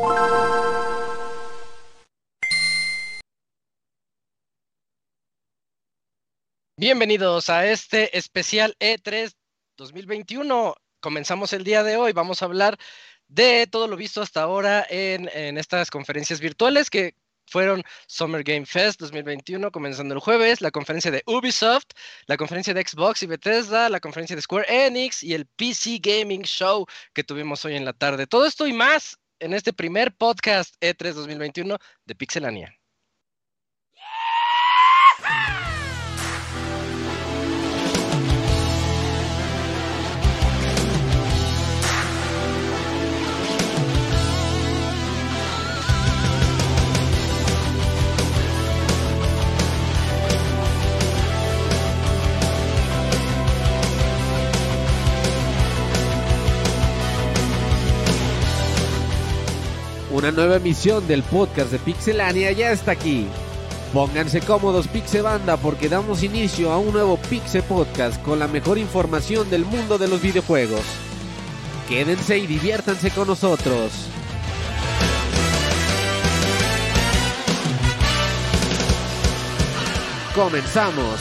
Bienvenidos a este especial E3 2021. Comenzamos el día de hoy. Vamos a hablar de todo lo visto hasta ahora en estas conferencias virtuales que fueron Summer Game Fest 2021, comenzando el jueves, la conferencia de Ubisoft, la conferencia de Xbox y Bethesda, la conferencia de Square Enix y el PC Gaming Show que tuvimos hoy en la tarde. Todo esto y más en este primer podcast E3 2021 de Pixelania. Una nueva emisión del podcast de Pixelania ya está aquí. Pónganse cómodos, Pixebanda, porque damos inicio a un nuevo Pixe Podcast con la mejor información del mundo de los videojuegos. Quédense y diviértanse con nosotros. Comenzamos.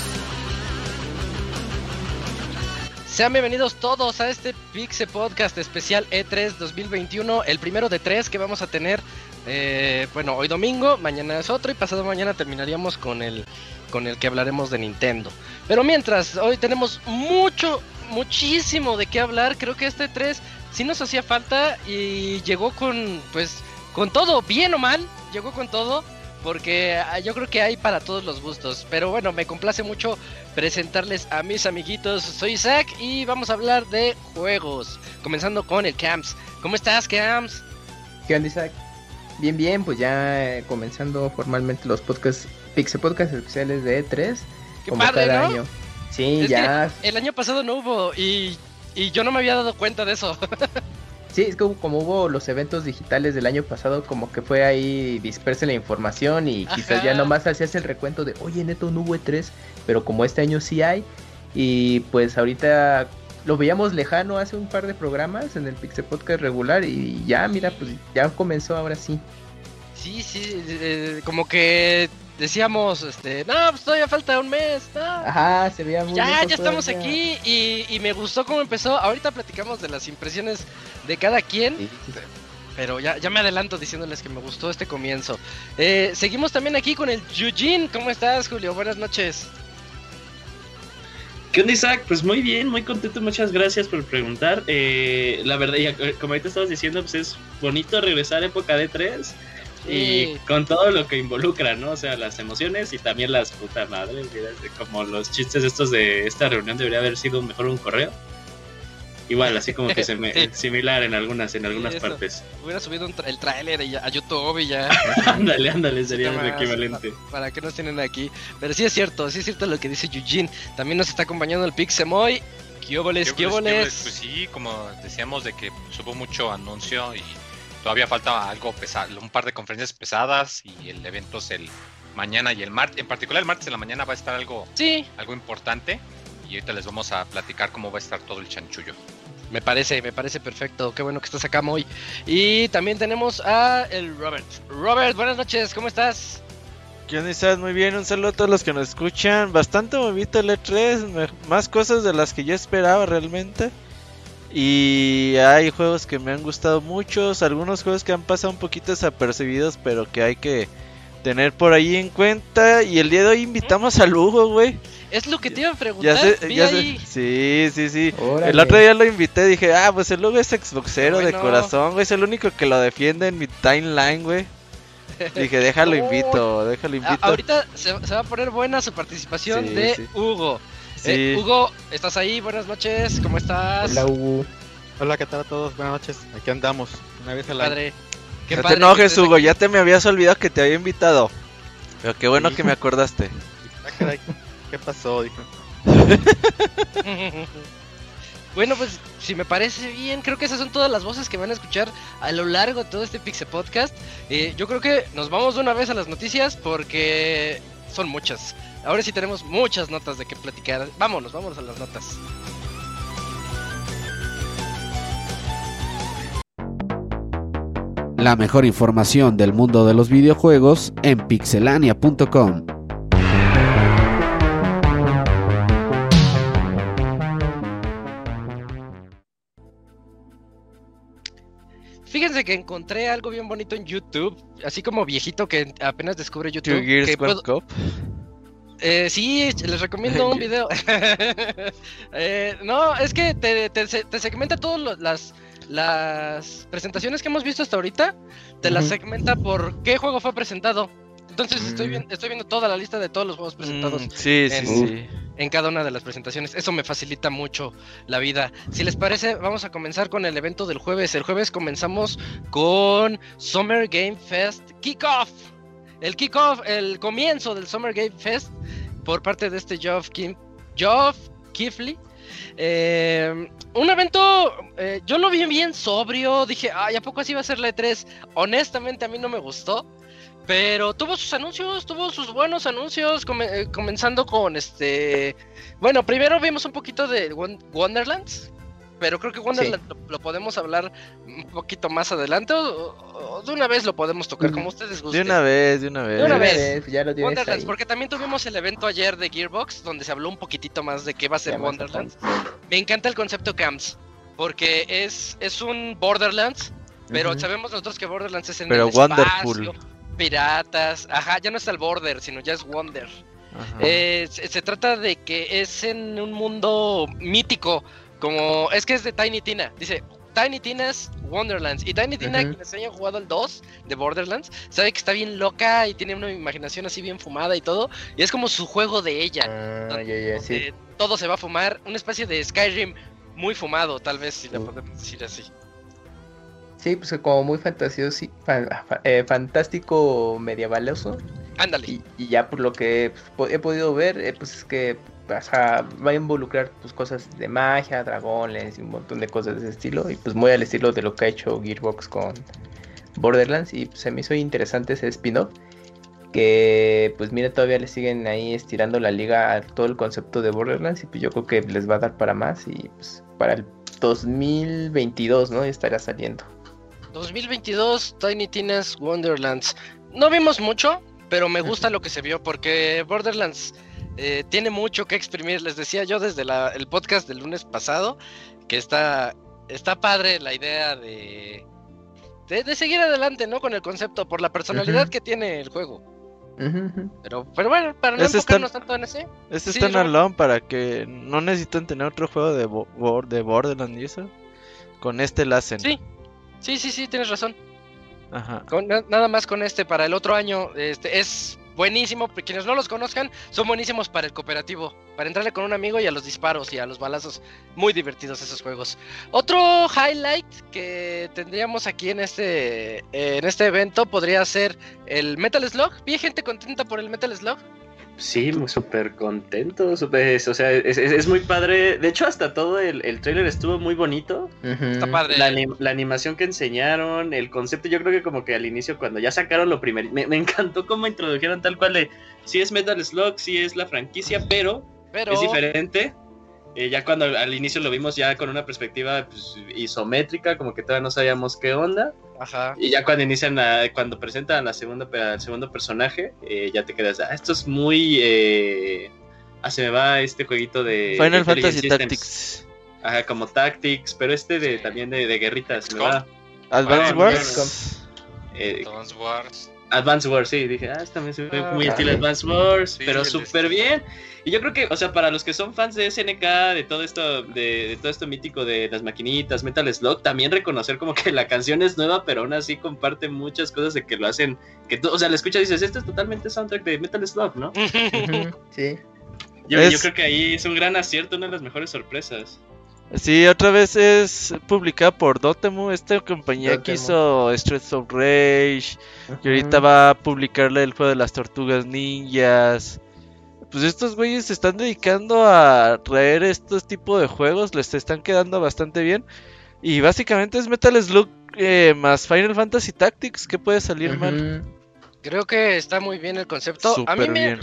Sean bienvenidos todos a este Pixe Podcast especial E3 2021, el primero de 3 que vamos a tener, hoy domingo, mañana es otro y pasado mañana terminaríamos con el que hablaremos de Nintendo. Pero mientras, hoy tenemos muchísimo de qué hablar. Creo que este E3 sí nos hacía falta y llegó con todo, bien o mal, llegó con todo. Porque yo creo que hay para todos los gustos. Pero bueno, me complace mucho presentarles a mis amiguitos. Soy Isaac y vamos a hablar de juegos. Comenzando con el Camps. ¿Cómo estás, Camps? ¿Qué onda, Isaac? Bien, pues ya comenzando formalmente los podcasts, Pixe Podcast especiales de E3. Qué como padre, cada, ¿no? Año. Sí, es ya. El año pasado no hubo y yo no me había dado cuenta de eso. Sí, es que como hubo los eventos digitales del año pasado, como que fue ahí dispersa la información y quizás ya nomás hacías el recuento de, oye, neto, no hubo E3, pero como este año sí hay, y pues ahorita lo veíamos lejano hace un par de programas en el Pixel Podcast regular y ya, mira, pues ya comenzó ahora sí. Sí, como que decíamos, no, pues todavía falta un mes, ¿no? Ajá, se veía muy ya estamos aquí y me gustó cómo empezó. Ahorita platicamos de las impresiones de cada quien, sí. Pero ya me adelanto diciéndoles que me gustó este comienzo. Seguimos también aquí con el Eugene. ¿Cómo estás, Julio? Buenas noches. ¿Qué onda, Isaac? Pues muy bien, muy contento, muchas gracias por preguntar. La verdad, ya, como ahorita estabas diciendo, pues es bonito regresar a época de E3. Y con todo lo que involucra, ¿no? O sea, las emociones y también las puta madre, como los chistes estos de esta reunión debería haber sido mejor un correo. Igual, así como que similar en algunas partes. Hubiera subido el tráiler a YouTube y ya. ándale, sería el equivalente. ¿Para qué nos tienen aquí? Pero sí es cierto lo que dice Eugene. También nos está acompañando el Pixemoy. ¿Qué óboles? Pues sí, como decíamos de que hubo mucho anuncio y todavía falta algo pesado, un par de conferencias pesadas y el evento es el mañana y el martes. En particular el martes en la mañana va a estar algo importante y ahorita les vamos a platicar cómo va a estar todo el chanchullo. Me parece perfecto. Qué bueno que estás acá, Moy. Y también tenemos a el Robert. Robert, buenas noches, ¿cómo estás? ¿Qué onda, estás? Muy bien, un saludo a todos los que nos escuchan. Bastante movido el E3, más cosas de las que yo esperaba realmente. Y hay juegos que me han gustado muchos, algunos juegos que han pasado un poquito desapercibidos, pero que hay que tener por ahí en cuenta. Y el día de hoy invitamos a Lugo, güey. Es lo que te iba a preguntar. Sí. Órale. El otro día lo invité, dije, pues el Lugo es Xboxero de corazón, güey, es el único que lo defiende en mi timeline, güey. Dije, déjalo invito. Ahorita se va a poner buena su participación de Hugo. Sí. Hugo, ¿estás ahí? Buenas noches, ¿cómo estás? Hola, Hugo. Hola, ¿qué tal a todos? Buenas noches, aquí andamos, una vez al año. No te enojes, Hugo, ya te me habías olvidado que te había invitado. Pero qué bueno que me acordaste. Caray, ¿qué pasó? Dijo. Bueno, pues si me parece bien, creo que esas son todas las voces que van a escuchar a lo largo de todo este Pixe Podcast. Yo creo que nos vamos de una vez a las noticias porque son muchas. Ahora sí tenemos muchas notas de qué platicar. Vámonos a las notas. La mejor información del mundo de los videojuegos en pixelania.com. Fíjense que encontré algo bien bonito en YouTube, así como viejito que apenas descubre YouTube. Two Gears que One Cup. Sí, les recomiendo un video. No, es que te segmenta todas las presentaciones que hemos visto hasta ahorita. Te las segmenta por qué juego fue presentado. Entonces estoy viendo toda la lista de todos los juegos presentados. Sí. En cada una de las presentaciones. Eso me facilita mucho la vida. Si les parece, vamos a comenzar con el evento del jueves. El jueves comenzamos con Summer Game Fest Kickoff. El comienzo del Summer Game Fest por parte de este Geoff Keighley. Un evento, yo lo vi bien sobrio. Dije, ay, ¿a poco así va a ser la E3? Honestamente, a mí no me gustó. Pero tuvo sus buenos anuncios, comenzando con Bueno, primero vimos un poquito de Wonderlands, pero creo que Wonderlands lo podemos hablar un poquito más adelante, o de una vez lo podemos tocar, como ustedes gusten. De una vez. Ya lo tienes Wonderlands, ahí. porque también tuvimos el evento ayer de Gearbox, donde se habló un poquitito más de qué va a ser Wonderlands. Me encanta el concepto Camps, porque es un Borderlands, pero sabemos nosotros que Borderlands es en el Wonderful. espacio, piratas, ya no es el border, sino ya es Wonder. Se trata de que es en un mundo mítico, como es que es de Tiny Tina, dice Tiny Tina's Wonderlands, y Tiny Tina, quienes hayan jugado el 2 de Borderlands, sabe que está bien loca y tiene una imaginación así bien fumada y todo, y es como su juego de ella, donde todo se va a fumar, una especie de Skyrim muy fumado, tal vez, si le podemos decir así. Sí, pues como muy fantasioso, fantástico medievaloso. Ándale. Y ya por lo que he podido ver, pues es que va a involucrar pues cosas de magia, dragones y un montón de cosas de ese estilo. Y pues muy al estilo de lo que ha hecho Gearbox con Borderlands. Y pues se me hizo interesante ese spin-off. Que pues mira, todavía le siguen ahí estirando la liga a todo el concepto de Borderlands. Y pues yo creo que les va a dar para más. Y pues para el 2022, ¿no? Estará saliendo. 2022, Tiny Tina's Wonderlands. No vimos mucho, pero me gusta lo que se vio, porque Borderlands tiene mucho que exprimir. Les decía yo desde el podcast del lunes pasado que está padre la idea de seguir adelante, ¿no? Con el concepto, por la personalidad que tiene el juego. Pero bueno, para no enfocarnos tanto en ese. Este está en alone para que no necesitan tener otro juego de Borderlands y eso. Con este la hacen. Sí, tienes razón. Ajá. Nada más con para el otro año, es buenísimo. Quienes no los conozcan, son buenísimos para el cooperativo, para entrarle con un amigo y a los disparos y a los balazos. Muy divertidos esos juegos. Otro highlight que tendríamos aquí en este evento podría ser el Metal Slug. Vi gente contenta por el Metal Slug. Sí, súper contento, o sea, es muy padre. De hecho, hasta todo el trailer estuvo muy bonito. Está padre. La animación que enseñaron, el concepto, yo creo que como que al inicio, cuando ya sacaron lo primero, me encantó cómo introdujeron tal cual de, sí es Metal Slug, sí es la franquicia, pero es diferente. Ya cuando al inicio lo vimos ya con una perspectiva pues, isométrica, como que todavía no sabíamos qué onda. Ajá. Y ya cuando presentan al segundo personaje, ya te quedas, esto es muy se me va este jueguito de Final Fantasy Tactics. Ajá, como Tactics, pero también de guerritas, se me va. Advance Wars. Advance Wars, sí, dije, también se ve muy estilo Advance Wars, sí, pero súper bien. Y yo creo que, o sea, para los que son fans de SNK, de todo esto mítico de las maquinitas, Metal Slug, también reconocer como que la canción es nueva, pero aún así comparte muchas cosas de que lo hacen, o sea, la escuchas y dices, esto es totalmente soundtrack de Metal Slug, ¿no? Sí. Yo creo que ahí es un gran acierto, una de las mejores sorpresas. Sí, otra vez es publicada por Dotemu, esta compañía que hizo Streets of Rage, y ahorita va a publicarle el juego de las tortugas ninjas. Pues estos güeyes se están dedicando a traer estos tipos de juegos, les están quedando bastante bien. Y básicamente es Metal Slug más Final Fantasy Tactics, ¿qué puede salir mal? Creo que está muy bien el concepto. Súper a mí bien.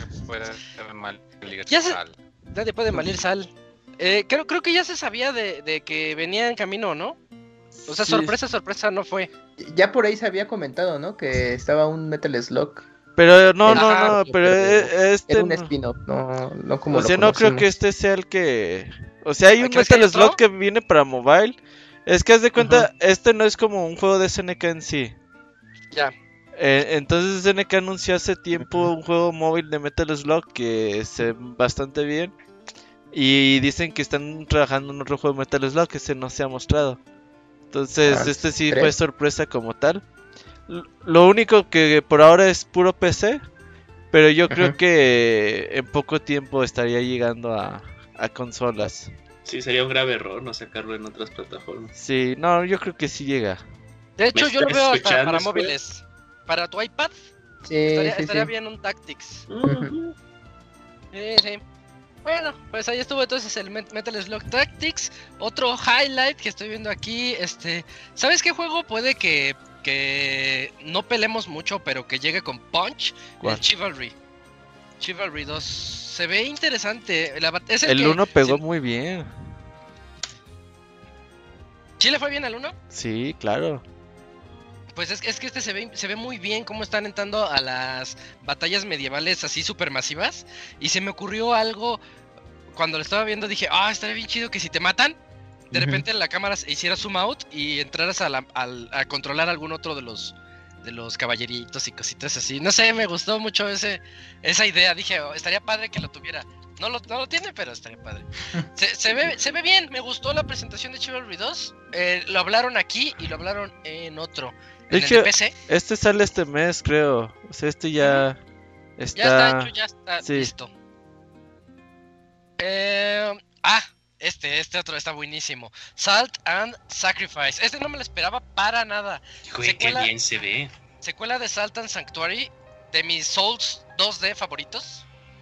Nadie puede malir sal. Creo que ya se sabía de que venía en camino, ¿no? O sea, Sí. sorpresa no fue. Ya por ahí se había comentado, ¿no? Que estaba un Metal Slug. Pero no, Ajá, pero este Era un no. spin-off, no como O lo sea, no creo conocimos. que este sea el que... O sea, hay un ¿Crees que hay Metal Slug otro? que viene para mobile. Es que haz de cuenta, este no es como un juego de SNK en sí. Ya. Entonces SNK anunció hace tiempo un juego móvil de Metal Slug que se ve bastante bien. Y dicen que están trabajando en otro juego de Metal Slug que ese no se ha mostrado. Entonces este sí fue ¿crees? sorpresa como tal. Lo único que por ahora es puro PC. Pero yo creo que en poco tiempo estaría llegando a consolas. Sí, sería un grave error no sacarlo en otras plataformas. Sí, no, yo creo que sí llega. De hecho, ¿Me yo lo estás veo hasta escuchando, para Square? móviles. Para tu iPad Sí, estaría sí. bien un Tactics. Ujú. Sí. Bueno, pues ahí estuvo entonces el Metal Slug Tactics. Otro highlight que estoy viendo aquí, ¿sabes qué juego puede que no pelemos mucho, pero que llegue con punch? ¿Cuál? El Chivalry. Chivalry 2. Se ve interesante. Es El que 1 pegó muy bien. ¿Sí le fue bien al 1? Sí, claro. Pues es que se ve muy bien cómo están entrando a las batallas medievales así supermasivas. Y se me ocurrió algo cuando lo estaba viendo, dije, estaría bien chido que si te matan, de repente la cámara hiciera zoom out y entraras a controlar algún otro de los caballeritos y cositas así. No sé, me gustó mucho esa idea. Dije, estaría padre que lo tuviera. No lo tiene, pero estaría padre. Se ve bien, me gustó la presentación de Chivalry 2. Lo hablaron aquí y lo hablaron en otro. De En el hecho, de PC. este sale este mes, creo. O sea, este ya está... Ya está hecho, ya está sí. listo. Este otro está buenísimo. Salt and Sacrifice. Este no me lo esperaba para nada. Güey, qué bien se ve. Secuela de Salt and Sanctuary, de mis Souls 2D favoritos.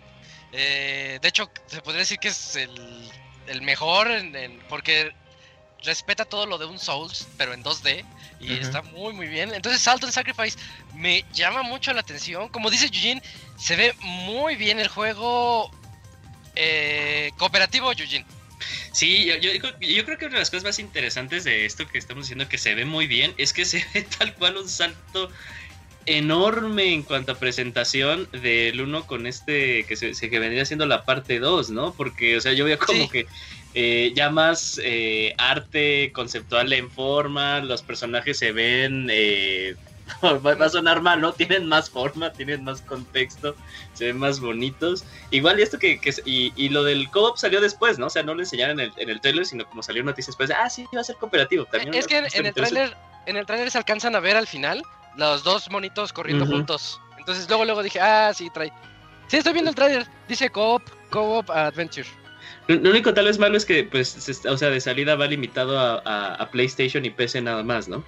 De hecho, se podría decir que es el mejor porque respeta todo lo de un Souls, pero en 2D. Y está muy muy bien. Entonces Salt and Sacrifice me llama mucho la atención. Como dice Eugene, se ve muy bien el juego cooperativo, Eugene. Sí, yo creo que una de las cosas más interesantes de esto que estamos diciendo que se ve muy bien es que se ve tal cual un salto enorme en cuanto a presentación del 1 con que vendría siendo la parte 2, ¿no? Porque, o sea, yo veo como que ya más arte conceptual en forma, los personajes se ven... va a sonar mal, ¿no? Tienen más forma, tienen más contexto, se ven más bonitos. Igual y esto y lo del co-op salió después, ¿no? O sea, no lo enseñaron en el trailer, sino como salió noticias después. Sí, va a ser cooperativo. También Es que en el trailer se alcanzan a ver al final los dos monitos corriendo juntos. Entonces luego dije, sí, trae. Sí, estoy viendo el trailer. Dice co-op adventure. Lo único tal vez malo es que, pues, o sea, de salida va limitado a PlayStation y PC nada más, ¿no?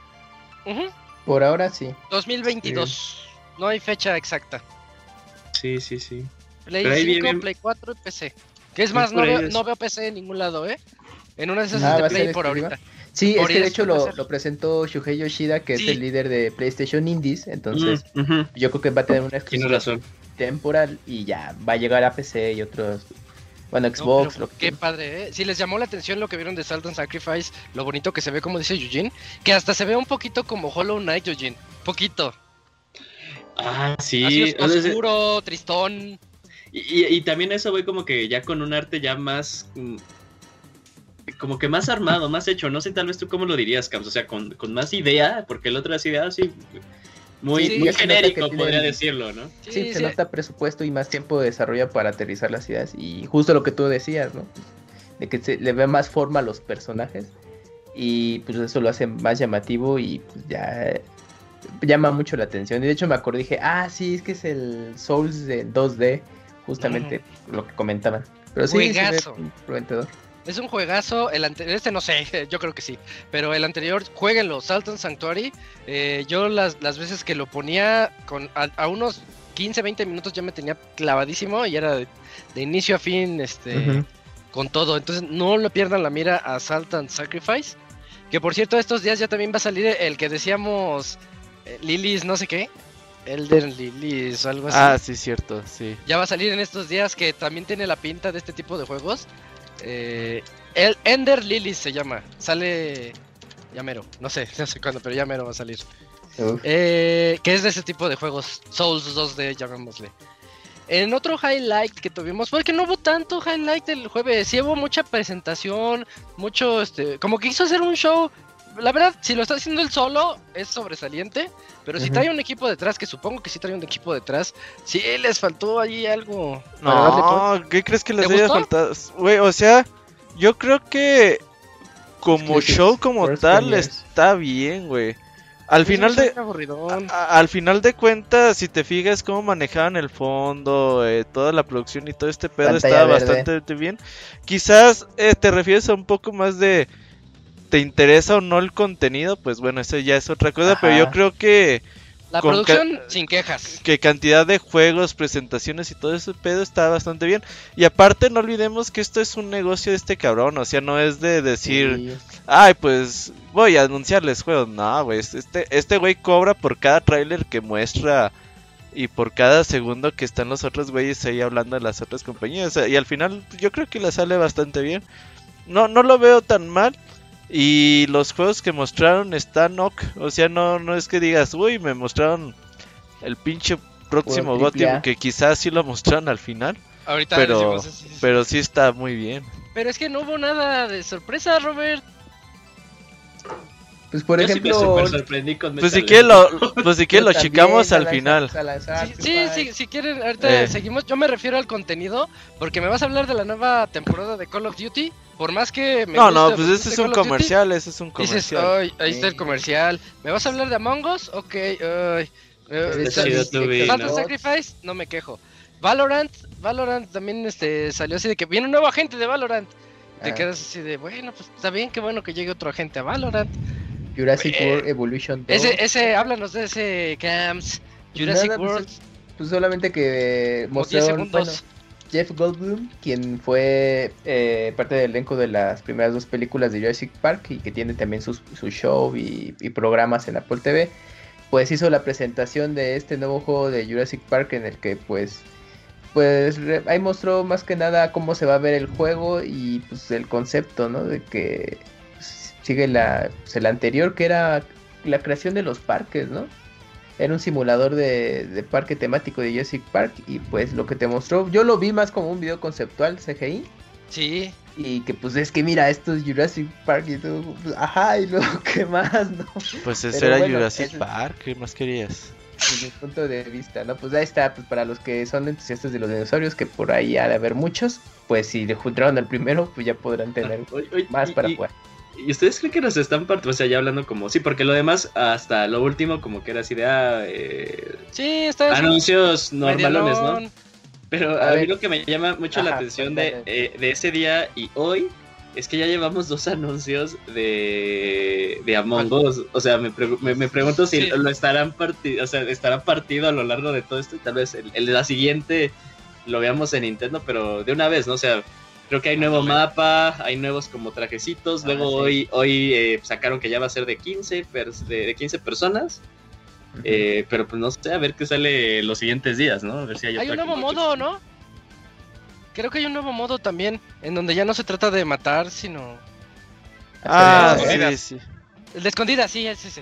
Por ahora sí. 2022. Sí. No hay fecha exacta. Sí. Play 5, Play 4 y PC. Que es más, no veo PC en ningún lado, ¿eh? En una de esas es de Play por ahorita. Sí, es que de hecho lo presentó Shuhei Yoshida, que es el líder de PlayStation Indies. Entonces, yo creo que va a tener una exclusiva temporal y ya va a llegar a PC y otros... Bueno, Xbox. Qué padre, ¿eh? Si les llamó la atención lo que vieron de Salt and Sacrifice, lo bonito que se ve, como dice Eugene, que hasta se ve un poquito como Hollow Knight, Eugene. Poquito. Sí. Así oscuro, tristón. Y también eso, güey, como que ya con un arte ya más... Como que más armado, más hecho. No sé, tal vez tú cómo lo dirías, Camps. O sea, con más idea, porque el otro es idea así... Muy genérico, podría decirlo, ¿no? Sí, se nota presupuesto y más tiempo de desarrollo para aterrizar las ideas. Y justo lo que tú decías, ¿no? De que se le ve más forma a los personajes. Y pues eso lo hace más llamativo y pues ya llama mucho la atención. Y de hecho me acordé, dije, sí, es que es el Souls de 2D, justamente lo que comentaban. Pero sí, se ve prometedor. Es un juegazo, no sé, yo creo que sí, pero el anterior, jueguenlo, Salt and Sanctuary. Yo las veces que lo ponía a unos 15, 20 minutos ya me tenía clavadísimo y era de inicio a fin con todo. Entonces no le pierdan la mira a Salt and Sacrifice, que por cierto estos días ya también va a salir el que decíamos Lilies no sé qué, Elder Lilies o algo así. Sí, cierto, sí. Ya va a salir en estos días, que también tiene la pinta de este tipo de juegos. El Ender Lilies se llama. Sale Ya mero. No sé cuándo, pero ya mero va a salir. Uf. Que es de ese tipo de juegos. Souls 2D, llamémosle. En otro highlight que tuvimos, porque no hubo tanto highlight el jueves, sí hubo mucha presentación, mucho, como que quiso hacer un show. La verdad, si lo está haciendo él solo, es sobresaliente, pero si trae un equipo detrás, que supongo que sí trae un equipo detrás, sí les faltó allí algo. No, ¿qué crees que les ¿Te haya gustó? faltado? Güey, o sea, yo creo que como Exclusive show como first tal premieres. está bien, güey. Al final de al final de cuentas, si te fijas cómo manejaban el fondo, toda la producción y todo este pedo Pantalla estaba verde. bastante bien. Quizás te refieres a un poco más de ¿te interesa o no el contenido? Pues bueno, eso ya es otra cosa, pero yo Ajá. creo que La con producción sin quejas. que cantidad de juegos, presentaciones y todo ese pedo está bastante bien. Y aparte no olvidemos que esto es un negocio de este cabrón, o sea, no es de decir, Sí. ay, pues voy a anunciarles juegos. No, güey, este güey cobra por cada tráiler que muestra y por cada segundo que están los otros güeyes ahí hablando de las otras compañías. O sea, y al final yo creo que le sale bastante bien. No lo veo tan mal. Y los juegos que mostraron están ok. O sea, no es que digas, uy, me mostraron el pinche próximo Juego GOTY, triple A. que quizás sí lo mostraron al final. Ahorita Pero, decimos así. pero sí está muy bien. Pero es que no hubo nada de sorpresa, Robert. Pues por Yo sí me ejemplo, super sorprendí con Pues si Metal quieres Gear. pues si quieres lo también checamos va a al lanzar- final. va a lanzar Sí, Sacrifice. si quieren, ahorita Eh. seguimos. Yo me refiero al contenido, porque me vas a hablar de la nueva temporada de Call of Duty. Por más que me No, guste o pues me ese guste es un Call of Duty, comercial, ese es un dices, comercial. ay, ahí está el comercial. ¿Me vas a hablar de Among Us? Ok, ay. Está chido tu vida, Falta ¿no? Sacrifice, no me quejo. Valorant también salió así de que viene un nuevo agente de Valorant. Te Ah. quedas así de, bueno, pues está bien, qué bueno que llegue otro agente a Valorant. Jurassic World Evolution 2. Háblanos de ese Camps, Jurassic Nada, pues, World, Pues solamente que como 10 mostraron, segundos. bueno, Jeff Goldblum, quien fue parte del elenco de las primeras dos películas de Jurassic Park y que tiene también su show y programas en Apple TV, pues hizo la presentación de este nuevo juego de Jurassic Park en el que ahí mostró más que nada cómo se va a ver el juego y pues el concepto, ¿no? De que pues, sigue el anterior, que era la creación de los parques, ¿no? Era un simulador de parque temático de Jurassic Park y pues lo que te mostró, yo lo vi más como un video conceptual CGI Sí, y que pues es que mira, esto es Jurassic Park y tú, pues, ajá, y luego qué más, ¿no? Pues ese Pero era bueno, Jurassic ese- Park, ¿qué más querías? Desde mi punto de vista, ¿no? Pues ahí está, pues para los que son entusiastas de los dinosaurios, que por ahí ha de haber muchos, pues si le juntaron al primero, pues ya podrán tener Oye, más para jugar. ¿Y ustedes creen que nos están partiendo? O sea, ya hablando como... Sí, porque lo demás, hasta lo último, como que era así de... sí, está así, anuncios normalones, ¿no? medianón. Pero A a mí ver. lo que me llama mucho la Ajá, atención cuéntame. de ese día y hoy es que ya llevamos 2 anuncios de Among Us. O sea, me pregunto si Sí. lo estarán partido, o sea, estará partido a lo largo de todo esto y tal vez el de la siguiente lo veamos en Nintendo, pero de una vez, ¿no? O sea, creo que hay nuevo mapa, hay nuevos como trajecitos. Luego sí. hoy sacaron que ya va a ser de 15, de 15 personas. Pero pues no sé, a ver qué sale los siguientes días, ¿no? A ver si hay Hay otra un nuevo como- modo, ¿no? Creo que hay un nuevo modo también, en donde ya no se trata de matar, sino... Ah, Escondidas. sí, sí. El de escondida, sí, es ese.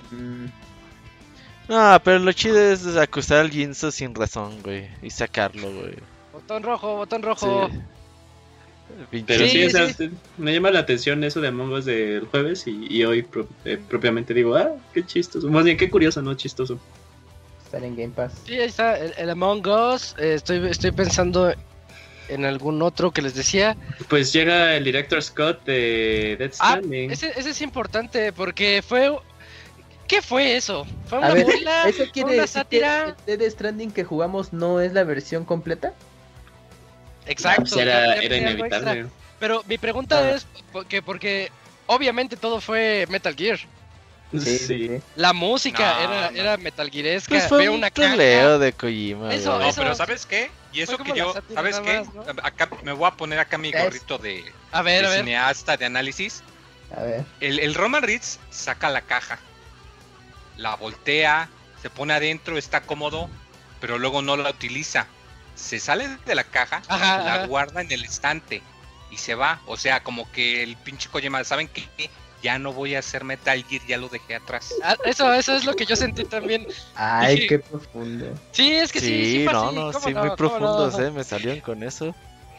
No, pero lo chido es acusar al Ginzo sin razón, güey, y sacarlo, güey. Botón rojo. Sí. Pinche- Pero sí, Sí, o sea, sí. me llama la atención eso de Among Us del jueves y hoy propiamente digo, qué chistoso. Más bien, qué curioso, ¿no? Chistoso. Están en Game Pass. Sí, ahí está, el Among Us. Estoy pensando en algún otro que les decía. Pues llega el director Scott de Death Stranding. Ese es importante porque fue... ¿Qué fue eso? ¿Fue una A ver, burla? ¿eso ¿Fue quiere una decir sátira? que el Death Stranding que jugamos no es la versión completa? Exacto. Pues era ya tenía algo inevitable. extra. Pero mi pregunta es, porque obviamente todo fue Metal Gear. Sí. La música No, era Metal Gearesca. Pues fue veo un una caja. troleo de Kojima, Eso, güey. No, eso- pero ¿sabes qué? Y eso fue que como la yo, sátira ¿sabes nada qué? más, ¿no? Acá me voy a poner acá mi Es- gorrito de A ver, cineasta de análisis. A ver. El Roman Reigns saca la caja, la voltea, se pone adentro, está cómodo, pero luego no la utiliza. Se sale de la caja, Ajá, la ajá. guarda en el estante y se va. O sea, como que el pinche Kojima, ¿saben qué? ya no voy a hacer Metal Gear, ya lo dejé atrás. Eso es lo que yo sentí también. Ay, Dije, qué profundo. Sí, es que sí fue así. No, ¿Cómo sí, no? muy ¿Cómo profundos, no? me salieron con eso.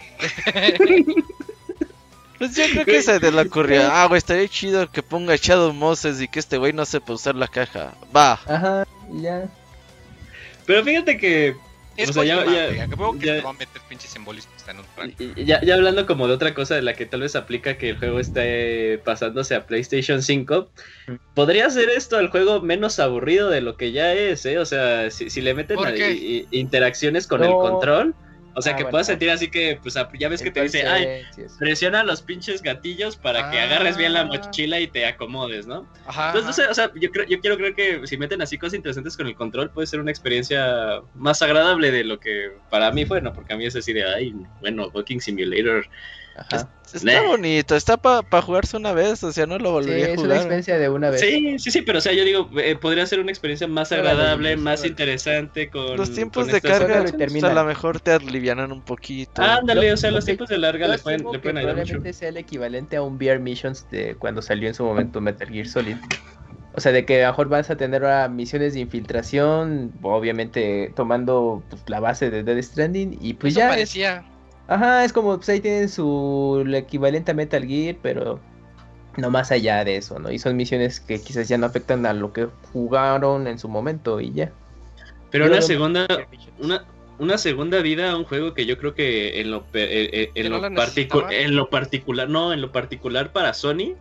Pues yo creo que se te le ocurrió, güey, estaría chido que ponga Shadow Moses y que este güey no sepa usar la caja. Va. Ajá, y ya. Pero fíjate que... Es o sea, Kojima, ya- güey, creo que ya- te va a meter pinches simbolismos en un plan. Ya hablando como de otra cosa de la que tal vez aplica que el juego esté pasándose a PlayStation 5, podría ser esto el juego menos aburrido de lo que ya es, ¿eh? O sea, si le meten ¿Por qué? interacciones con No. el control, o sea, que bueno. puedas sentir así que, pues ya ves que te dice, ay, Sí, es- presiona los pinches gatillos para que agarres bien la mochila y te acomodes, ¿no? Ajá. Entonces, no sé, o sea, yo quiero creer que si meten así cosas interesantes con el control puede ser una experiencia más agradable de lo que para mí fue, ¿no? Porque a mí es así de, ay, bueno, Walking Simulator. Ajá. Está bonito, está para jugarse una vez, o sea, no lo Sí, volvería a es una jugar. experiencia de una vez. Sí, pero o sea, yo digo, podría ser una experiencia más Órale, agradable, pues, más órale. interesante con Los tiempos con de estas carga, Juégalo y pues, termina. a lo mejor te alivianan un poquito. Ándale, Yo- o sea, los yo- tiempos de larga Yo le pueden estimo que ayudar mucho. probablemente sea el equivalente a un VR Missions de cuando salió en su momento Metal Gear Solid. O sea, de que a lo mejor vas a tener ahora misiones de infiltración, obviamente tomando pues, la base de Death Stranding y pues Eso ya es, parecía. ajá, es como pues ahí tienen su el equivalente a Metal Gear, pero no más allá de eso, ¿no? Y son misiones que quizás ya no afectan a lo que jugaron en su momento y ya. Pero Yo una lo- segunda, una segunda vida a un juego que yo creo que en lo, Que no la necesitaba. en lo particular para Sony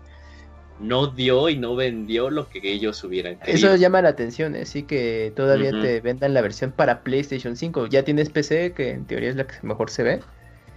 no dio y no vendió lo que ellos hubieran querido. Eso llama la atención, sí que todavía Ujú. te vendan la versión para PlayStation 5. Ya tienes PC, que en teoría es la que mejor se ve.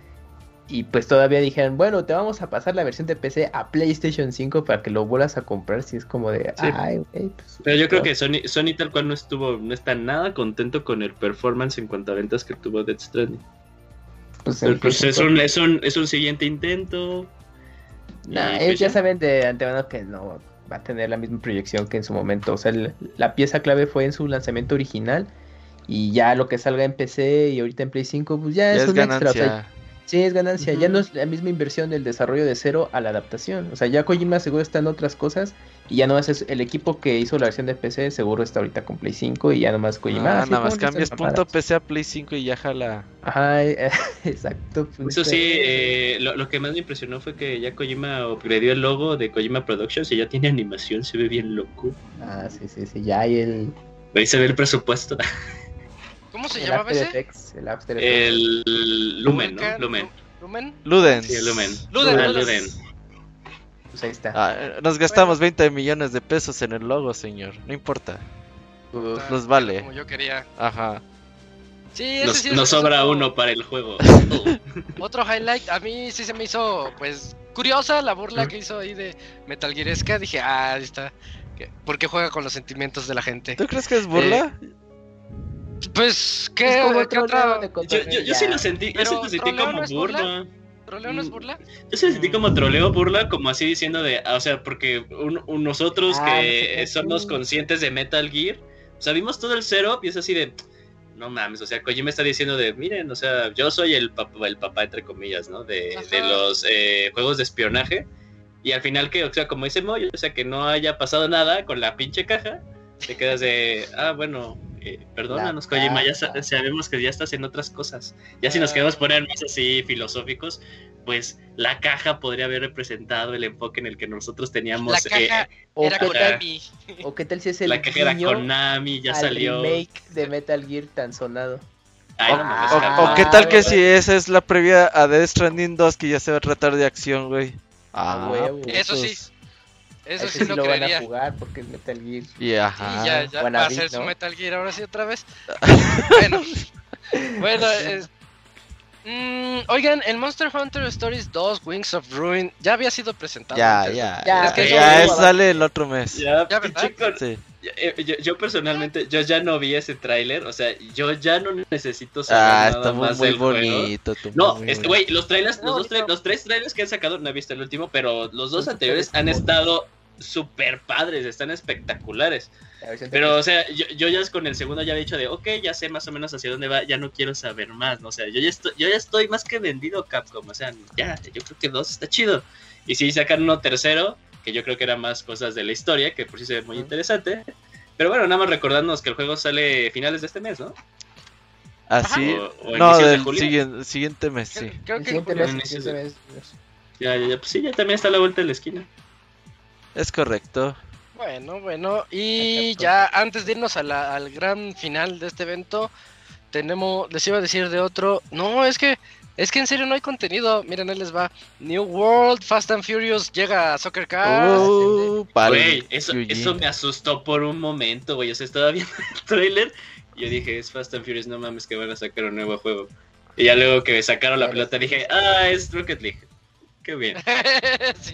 Y pues todavía dijeron, bueno, te vamos a pasar la versión de PC a PlayStation 5 para que lo vuelvas a comprar. Si es como de, Sí. ay, güey, pues. Pero yo creo no. que Sony tal cual no está nada contento con el performance en cuanto a ventas que tuvo Death Stranding. Pues, Pero, en pues, fin, es un siguiente intento. nah, Y, ellos pues, ya saben de antemano que no va a tener la misma proyección que en su momento. O sea, la pieza clave fue en su lanzamiento original. Y ya lo que salga en PC y ahorita en Play 5, pues ya, Ya es es un extra. O sea, ganancia. sí, es ganancia. Ujú. Ya no es la misma inversión del desarrollo de cero a la adaptación. O sea, ya Kojima seguro está en otras cosas. Y ya no es el equipo que hizo la versión de PC, seguro está ahorita con Play 5. Y ya nomás Kojima. Nada más sí, cambias estas punto mamadas. PC a Play 5 y ya jala. Ajá, exacto. pues, Eso sí, lo que más me impresionó fue que ya Kojima upgradeó el logo de Kojima Productions y ya tiene animación, se ve bien loco. Ah, sí. Ya hay el Ahí se ve el presupuesto. ¿Cómo se el llamaba After ese? Effects. El After Effects. El Lumen, ¿no? Lumen. ¿Lumen? Ludens. Sí, el Lumen. Luden, Ah, Luden. Luden. Pues ahí está. Nos gastamos 20 millones de pesos en el logo, señor. No importa. Uf. Nos vale. Como yo quería. Ajá. Sí, ese sí es Nos sobra otro- uno para el juego. Otro highlight, a mí sí se me hizo, pues, curiosa la burla que hizo ahí de Metal Gearesca. Dije, ahí está. Porque juega con los sentimientos de la gente. ¿Tú crees que es burla? Pues, Es ¿qué, como ¿qué otro otra? lado de control, Yo sí ya. lo sentí, Pero, yo sí lo sentí ¿troleo como no es burla? burla. ¿Troleo no es burla? Yo sí lo sentí como troleo, burla, como así diciendo de, o sea, porque nosotros Ah, que no sé, somos sí. conscientes de Metal Gear, o sea, vimos todo el setup y es así de, no mames, o sea, Kojima está diciendo de, miren, o sea, yo soy el papá entre comillas, ¿no? De Ajá. los juegos de espionaje. Y al final que, o sea, como dice Moyo, o sea, que no haya pasado nada con la pinche caja, te quedas de, bueno, perdónanos, La Kojima, ya caja. sabemos que ya estás en otras cosas. Ya si nos queremos poner más así filosóficos, pues la caja podría haber representado el enfoque en el que nosotros teníamos. La caja O era qué tal- Konami. O qué tal si es el la caja era guiño Konami, ya al salió. remake de Metal Gear tan sonado. Ay, no mames, O cabrón. qué tal que si esa es la previa a Death Stranding 2 que ya se va a tratar de acción, güey. huevo. Eso sí. putos. Eso Ese sí lo van a creería. jugar porque es Metal Gear. Y ajá. Y ya Buena va a vid, ser su ¿no? Metal Gear ahora sí otra vez. Bueno, oigan, el Monster Hunter Stories 2 Wings of Ruin ya había sido presentado. Ya, antes. ya. Ya, es que Ya eso- sale el otro mes. Ya, Ya, pinche ¿verdad? Sí. yo personalmente, yo ya no vi ese tráiler, o sea, yo ya no necesito saber nada Está muy, más muy del juego. bonito. No, muy bonito. güey, los trailers, No, bonito. los tres trailers que han sacado, no he visto el último, pero los dos Son anteriores súper han bonitos. estado súper padres, están espectaculares. La versión de Pero, PC. o sea, yo ya con el segundo ya había dicho de, ok, ya sé más o menos hacia dónde va, ya no quiero saber más, ¿no? O sea, yo ya estoy más que vendido Capcom, o sea, ya, yo creo que 2 está chido. Y si sacan uno tercero, que yo creo que eran más cosas de la historia, que por sí se ve muy interesante. Pero bueno, nada más recordarnos que el juego sale a finales de este mes, ¿no? Así, O no, inicios de del julio. siguiente mes, sí. Creo El que siguiente julio. mes, Julio. el siguiente mes. Ya, pues sí, ya también está a la vuelta de la esquina. Es correcto. Bueno, y ya antes de irnos al gran final de este evento, les iba a decir de otro, no, es que en serio no hay contenido, miren, ahí les va, New World, Fast and Furious llega a Soccer Cars, Güey, eso me asustó por un momento, güey, o sea, estaba viendo el trailer y yo dije, es Fast and Furious, no mames que van a sacar un nuevo juego. Y ya luego que sacaron la pelota dije, es Rocket League. Qué bien. sí.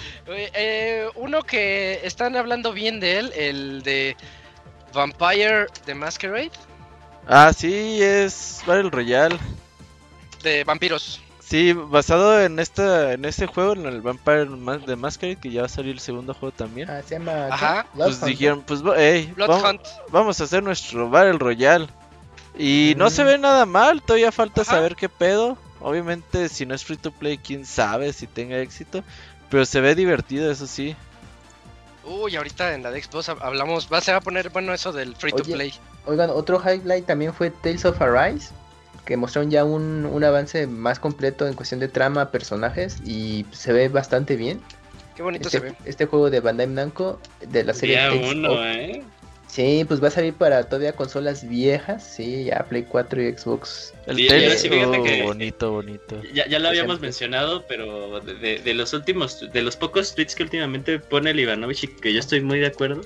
Uno que están hablando bien de él, el de Vampire the Masquerade. Ah, sí, es Battle Royale. De vampiros. Sí, basado en este juego, en el Vampire the Masquerade, que ya va a salir el segundo juego también. Se llama... Ajá. Pues dijeron, pues, vamos a hacer nuestro Battle Royale. Y no se ve nada mal, todavía falta saber qué pedo. Obviamente, si no es free to play, quién sabe si tenga éxito. Pero se ve divertido, eso sí. Uy, ahorita en la de Xbox hablamos, se va a poner bueno eso del free to play. Oigan, otro highlight también fue Tales of Arise, que mostraron ya un avance más completo en cuestión de trama, personajes, y se ve bastante bien. Qué bonito se ve. Este juego de Bandai Namco, de la serie Tales of... Sí, pues va a salir para todavía consolas viejas, sí, ya Play 4 y Xbox. El Tales, bonito. Ya lo habíamos mencionado, pero de los pocos tweets que últimamente pone el Ivanovich y que yo estoy muy de acuerdo.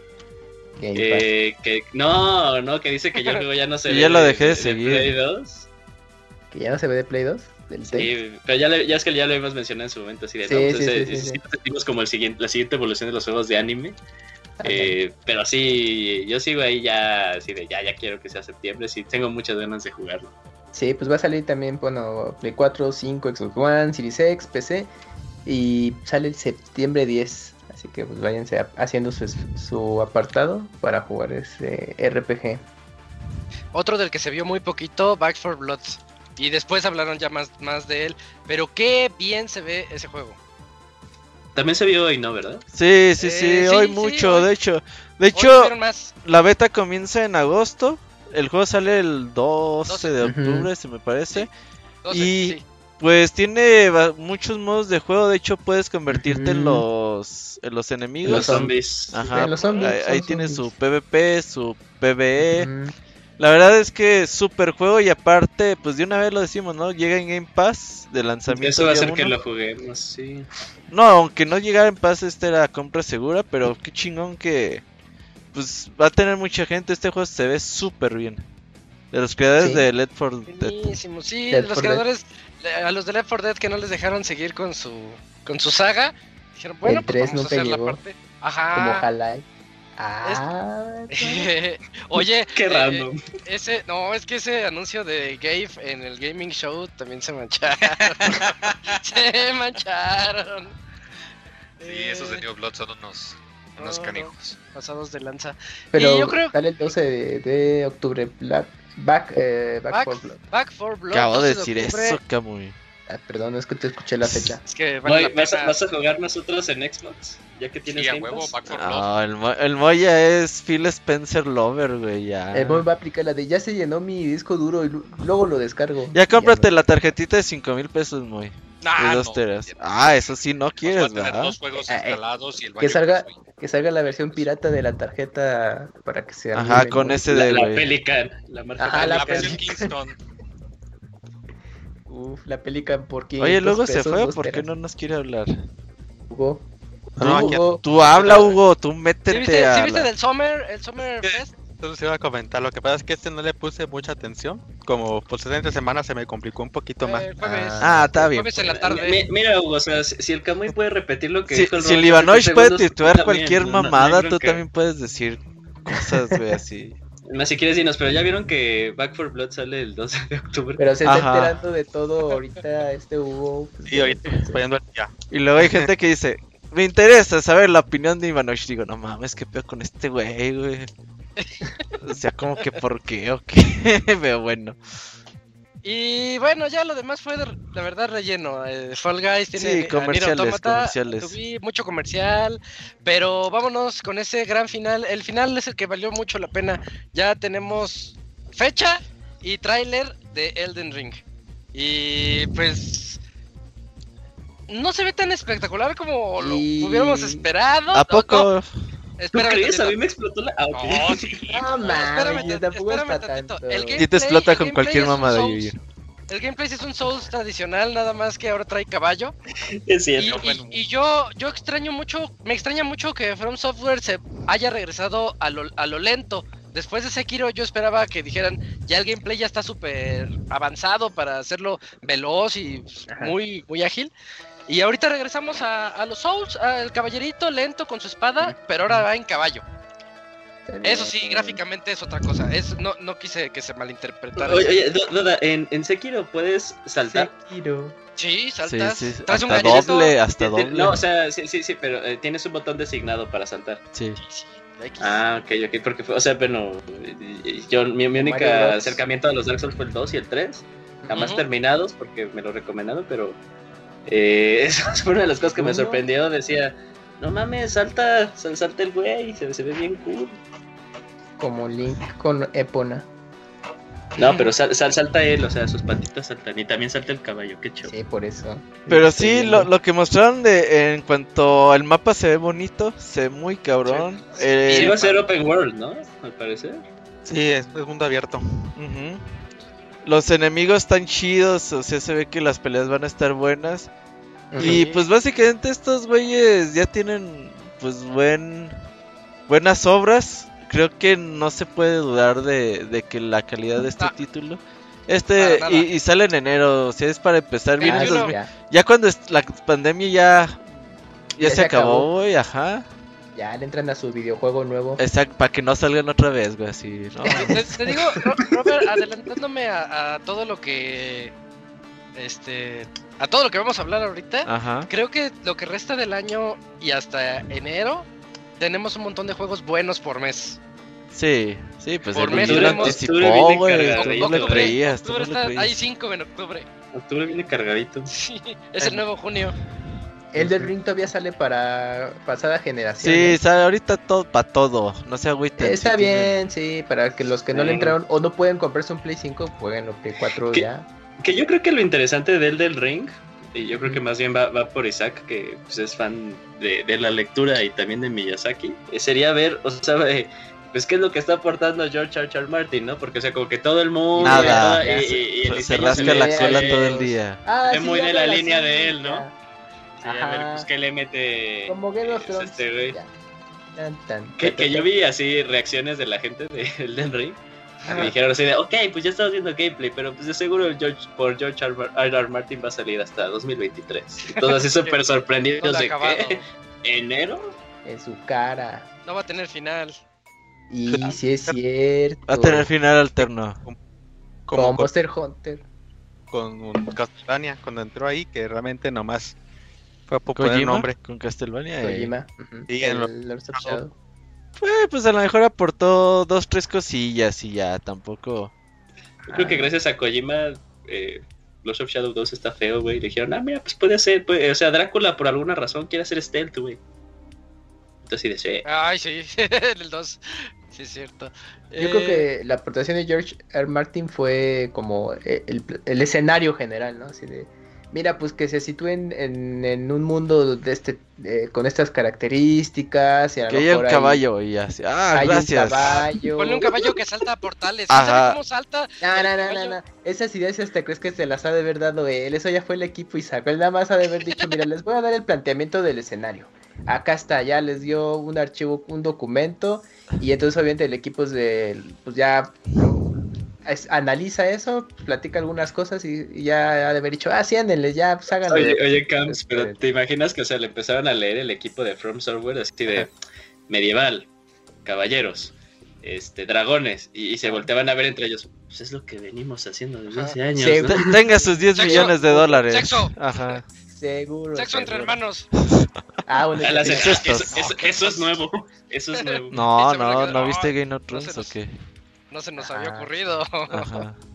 Que dice que yo el juego ya no se ve. Ya lo dejé de seguir. Play 2. ¿Que ya no se ve de Play 2? Sí, pero ya es que ya lo hemos mencionado en su momento, así de sí, sentimos como la siguiente evolución de los juegos de anime. Pero sí, yo sigo ahí ya, así de ya quiero que sea septiembre, sí, tengo muchas ganas de jugarlo. Sí, pues va a salir también, bueno, Play 4, 5, Xbox One, Series X, PC, y sale el septiembre 10, así que pues váyanse haciendo su apartado para jugar ese RPG. Otro del que se vio muy poquito, Back 4 Blood, y después hablaron ya más de él, pero qué bien se ve ese juego. También se vio hoy, ¿no? ¿Verdad? Sí, hoy mucho, hoy. De hecho, la beta comienza en agosto, el juego sale el 12 de octubre, se me parece, 12, pues tiene muchos modos de juego, de hecho puedes convertirte en los enemigos. Los zombies. Ajá, los zombies, ahí tiene su PvP, su PvE. La verdad es que super juego y aparte, pues de una vez lo decimos, ¿no? Llega en Game Pass de lanzamiento. Eso va a hacer que lo juguemos, sí. No, aunque no llegara en Pass, era compra segura, pero qué chingón que pues va a tener mucha gente. Este juego se ve súper bien. De los creadores de Left 4 Dead. Buenísimo, sí, de los creadores, a los de Left 4 Dead que no les dejaron seguir con su saga, dijeron, bueno, pues vamos a hacer la parte. Ajá. Como Half-Life. Oye, qué random. Es que ese anuncio de Gabe en el gaming show también se mancharon. Se mancharon. Sí, esos de New Blood son unos canijos. Pasados de lanza. Pero yo creo... sale el 12 de octubre. Back 4 Blood. Back 4 Blood. Acabo de decir eso, Camuy. Perdón, es que te escuché la fecha. Es que vale ¿Vas a jugar nosotros en Xbox? Ya que tienes Game Pass. Back 4 Blood. No, el Moya es Phil Spencer Lover, güey, ya. El Moya va a aplicar la de ya se llenó mi disco duro y luego lo descargo. Ya cómprate la tarjetita de 5,000 pesos, Moy. Nah, de 2 teras. Eso sí no quieres, ¿verdad? Dos juegos instalados y el que salga la versión pirata de la tarjeta para que sea. Ajá, con ese de la Pelican, la marca. la versión Kingston. La Pelican por 500 Oye, luego pesos, se fue, ¿por qué no nos quiere hablar? Hugo. Tú habla, Hugo, tú métete. ¿Sí viste del Summer Fest? Entonces iba a comentar, lo que pasa es que no le puse mucha atención, como pues esta semana se me complicó un poquito más. Jueves, está bien. Jueves en la tarde. Mira, Hugo, o sea, si el Camuy puede repetir lo que dijo el Si el Ivanovich puede titular cualquier mamada, tú también puedes decir cosas, güey, así. Más si quieres dinos, pero ya vieron que Back 4 Blood sale el 12 de octubre. Pero se está enterando de todo ahorita Hugo. Sí, ahorita poniendo al día. Y luego hay gente que dice, me interesa saber la opinión de Ivanovich. Digo, no mames, qué pedo con este güey. O sea, como que por qué o qué. Pero bueno. Y bueno, ya lo demás fue de verdad relleno. Fall Guys tiene Sí, comerciales. Tuve mucho comercial, pero vámonos con ese gran final. El final es el que valió mucho la pena. Ya tenemos fecha y tráiler de Elden Ring. Y pues no se ve tan espectacular como lo hubiéramos esperado. ¿A poco? No. Espérame, ¿Tú crees? A mí me explotó la... No, sí. No mames, tampoco está espérame tanto. Y te explota con cualquier mamada, Yuyo. El gameplay es un Souls tradicional, nada más que ahora trae caballo. Es cierto. Y yo extraño mucho, me extraña mucho que From Software se haya regresado a lo lento. Después de Sekiro yo esperaba que dijeran, ya el gameplay ya está súper avanzado para hacerlo veloz y muy, muy ágil. Y ahorita regresamos a los Souls, al caballerito lento con su espada, pero ahora va en caballo. Eso sí, gráficamente es otra cosa. No quise que se malinterpretara. Oye, Doda, en Sekiro puedes saltar. Sekiro. Sí, saltas. Sí, Traes un hasta galletito. doble, hasta doble. No, o sea, sí, pero tienes un botón designado para saltar. Sí. Ah, ok, porque fue, o sea, bueno, mi único acercamiento a los Dark Souls fue el 2 y el 3. Jamás terminados porque me lo recomendaron, pero eso fue una de las cosas que me sorprendió. Decía, no mames, salta el güey, se ve bien cool. Como Link con Epona. No, pero salta él, o sea, sus patitas saltan. Y también salta el caballo, qué chido. Sí, por eso. Pero sí, lo que mostraron en cuanto al mapa se ve bonito, se ve muy cabrón. Sí, va a ser open world, ¿no? Al parecer. Sí, es mundo abierto. Uh-huh. Los enemigos están chidos, o sea, se ve que las peleas van a estar buenas. Y pues básicamente estos güeyes ya tienen pues buenas obras. Creo que no se puede dudar de que la calidad de este título y sale en enero, o sea, es para empezar bien. Ya cuando la pandemia ya se acabó, güey, ajá. Ya le entran a su videojuego nuevo. Exacto, para que no salgan otra vez, güey, así, ¿no? Te digo, Robert, adelantándome a todo lo que a todo lo que vamos a hablar ahorita. Ajá. Creo que lo que resta del año y hasta enero tenemos un montón de juegos buenos por mes. Sí, pues por el mes lo anticipó, güey, tú no le creías. Hay 5 en octubre. Octubre viene cargadito. Sí, es el nuevo junio. Elden Ring todavía sale para pasada generación. Sí, sale ahorita para todo, no se agüiten. Está bien, sí, para que los que no le entraron o no pueden comprarse un Play 5, jueguen o Play 4 ya. Que yo creo que lo interesante de Elden Ring, y yo creo que más bien va por Isaac, que pues, es fan de la lectura y también de Miyazaki, sería ver, o sea, pues qué es lo que está aportando George R.R. Martin, ¿no? Porque, o sea, como que todo el mundo... Nada, y se rasca la cola todo el día. Es muy de la línea de él, ¿no? Sí, a ver, pues qué le mete... Como Game of Thrones. Que yo vi así reacciones de la gente de Elden Ring. Me dijeron así de, ok, pues ya estamos viendo gameplay, pero pues de seguro por George R.R. Martin va a salir hasta 2023. Y todos así súper sorprendidos de que ¿enero? En su cara. No va a tener final. Y sí es cierto. Va a tener final alterno. Como Monster Hunter. Con Castlevania, cuando entró ahí, que realmente nomás fue a poner el nombre. Con Castlevania. Kojima. Sí, Lords of Shadow. Pues a lo mejor aportó 2-3 cosillas y ya, tampoco. Yo creo que gracias a Kojima, Lords of Shadow 2 está feo, güey. Le dijeron, mira, pues puede ser, o sea, Drácula por alguna razón quiere hacer stealth, güey. Entonces sí. Ay, sí, el 2. Sí, es cierto. Yo creo que la aportación de George R. Martin fue como el escenario general, ¿no? Así de, mira, pues que se sitúen en un mundo de con estas características. Y a que haya un caballo y así. Gracias. Un caballo. Ponle un caballo que salta a portales. ¿Sabe cómo salta? No. Esas ideas hasta crees que se las ha de haber dado él. Eso ya fue el equipo y sacó. Él nada más ha de haber dicho, mira, les voy a dar el planteamiento del escenario. Acá está, ya les dio un archivo, un documento. Y entonces obviamente el equipo pues ya analiza eso, platica algunas cosas y ya ha de haber dicho, sí, ándenle, ya, pues háganlo. Oye, Camps, pero ¿te imaginas que, o sea, le empezaron a leer el equipo de From Software así de medieval, caballeros, dragones, y se volteaban a ver entre ellos? Pues es lo que venimos haciendo desde hace años, sí, ¿no? Tenga sus 10 millones de dólares. Sexo. Ajá. Seguro. Sexo entre hermanos. Bueno, eso es nuevo. Eso es nuevo. No, ¿viste Game of Thrones o qué? No se nos había ocurrido. Ajá.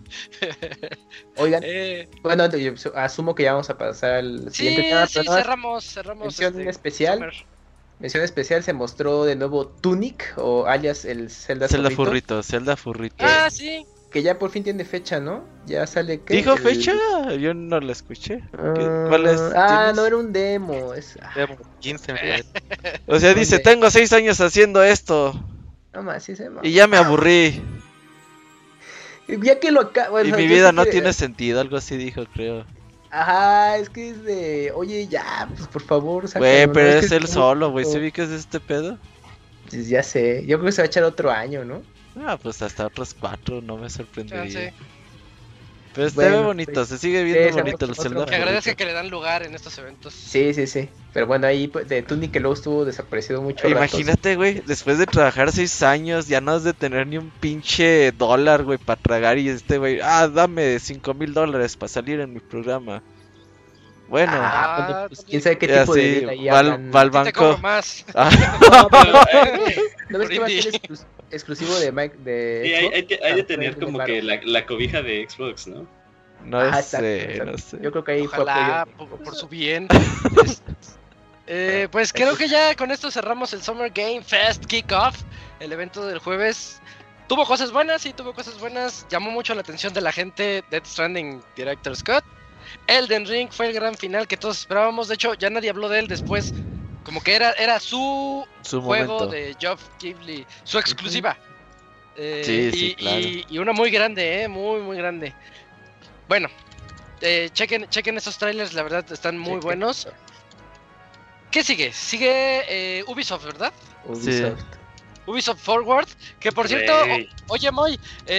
Oigan, bueno, yo asumo que ya vamos a pasar al siguiente tema. Sí, cerramos. Mención especial, se mostró de nuevo Tunic, o alias el Zelda Furrito. Ah, sí. Que ya por fin tiene fecha, ¿no? Ya sale que... ¿Dijo fecha? Yo no la escuché. ¿Cuál es? No, era un demo. Demo 15. O sea, dice, tengo 6 años haciendo esto. No más, sí se llama. Y ya me aburrí. Ya que lo acabo... Y mi vida no tiene sentido, algo así dijo, creo. Ajá, es que es de... Oye, ya, pues por favor, sácalo. Güey, pero ¿no? es él solo, güey. ¿Sí vi que es este pedo? Pues ya sé, yo creo que se va a echar otro año, ¿no? Pues hasta otros 4, no me sorprendería. Sí. Pero se ve bonito, se sigue viendo bonito el Zelda. Que agradezca que le dan lugar en estos eventos. Sí. Pero bueno, ahí de Tunic que luego estuvo desaparecido mucho. Imagínate, güey, después de trabajar 6 años, ya no has de tener ni un pinche dólar, güey, para tragar. Y güey, dame $5,000 para salir en mi programa. Bueno, pues quién sabe qué tipo de vida ahí va al banco. Te cobro más. ¿No ves que va a ser exclusivo de Mike? Sí, hay de tener como que la cobija de Xbox, ¿no? No sé. Yo creo que ahí ojalá, por su bien. Pues creo que ya con esto cerramos el Summer Game Fest Kickoff, el evento del jueves. Tuvo cosas buenas, llamó mucho la atención de la gente. Death Stranding Director's Cut. Elden Ring fue el gran final que todos esperábamos. De hecho, ya nadie habló de él después. Como que era su juego momento de Geoff Keighley, su exclusiva. Sí, claro. Y una muy grande, muy grande. Bueno, chequen esos trailers, la verdad están muy buenos. ¿Qué sigue? Sigue Ubisoft, ¿verdad? Ubisoft Forward, que por cierto, oye Moy,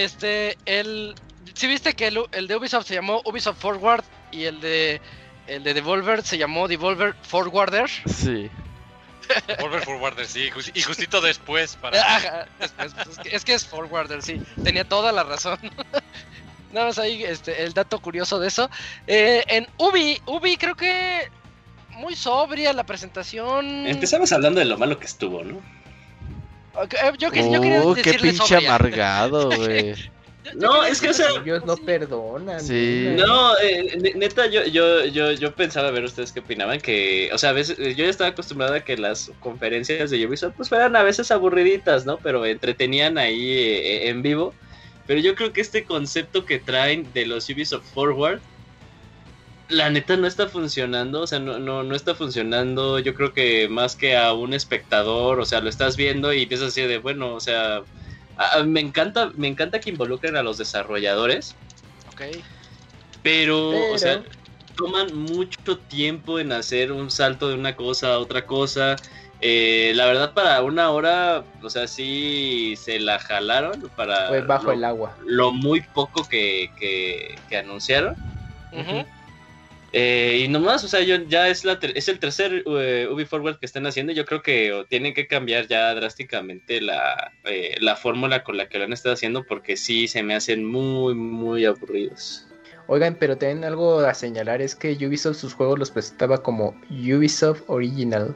¿sí viste que el de Ubisoft se llamó Ubisoft Forward y el de Devolver se llamó Devolver Forwarder? Sí. Devolver Forwarder, sí, y justito después es que es Forwarder, sí, tenía toda la razón. Nada más ahí el dato curioso de eso. En Ubi creo que muy sobria la presentación. Empezamos hablando de lo malo que estuvo, ¿no? Yo quería decirle qué pinche sobria. Amargado, güey. No, es que, o sea, Dios no perdona. Sí. No, neta, yo pensaba, a ver ustedes qué opinaban, que, o sea, a veces, yo ya estaba acostumbrado a que las conferencias de Ubisoft pues fueran a veces aburriditas, ¿no? Pero entretenían ahí en vivo. Pero yo creo que este concepto que traen de los Ubisoft Forward, la neta no está funcionando, o sea, no está funcionando. Yo creo que más que a un espectador, o sea, lo estás viendo y empiezas así de, bueno, o sea, me encanta que involucren a los desarrolladores. Ok. Pero, o sea, toman mucho tiempo en hacer un salto de una cosa a otra cosa. La verdad, para una hora, o sea, sí se la jalaron para fue bajo el agua. Lo muy poco que anunciaron. Uh-huh. Y nomás, o sea, ya es el tercer Ubi Forward que están haciendo. Yo creo que tienen que cambiar ya drásticamente la fórmula con la que lo han estado haciendo, porque sí se me hacen muy, muy aburridos. Oigan, pero también algo a señalar es que Ubisoft sus juegos los presentaba como Ubisoft Original.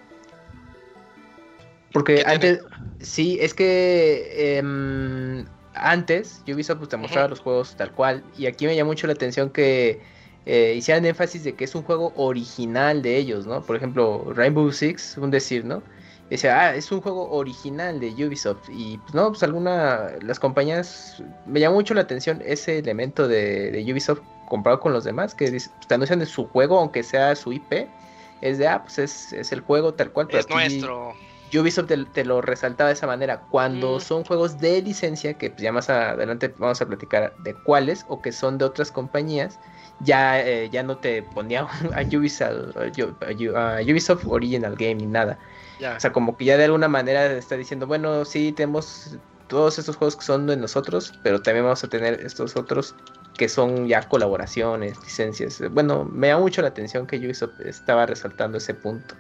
Porque antes, sí, es que antes Ubisoft pues, te mostraba los juegos tal cual. Y aquí me llamó mucho la atención que hicieran énfasis de que es un juego original de ellos, ¿no? Por ejemplo, Rainbow Six, un decir, ¿no? Decía, es un juego original de Ubisoft. Y pues no, pues las compañías, me llamó mucho la atención ese elemento de Ubisoft comparado con los demás, que pues, te anuncian de su juego, aunque sea su IP, es de, pues es el juego tal cual. Pero es nuestro. Ubisoft te lo resaltaba de esa manera. Cuando son juegos de licencia, que pues ya más adelante vamos a platicar de cuáles, o que son de otras compañías, ya no te ponía a Ubisoft Original Game ni nada. Ya. O sea, como que ya de alguna manera está diciendo, bueno, sí, tenemos todos estos juegos que son de nosotros, pero también vamos a tener estos otros que son ya colaboraciones, licencias. Bueno, me da mucho la atención que Ubisoft estaba resaltando ese punto.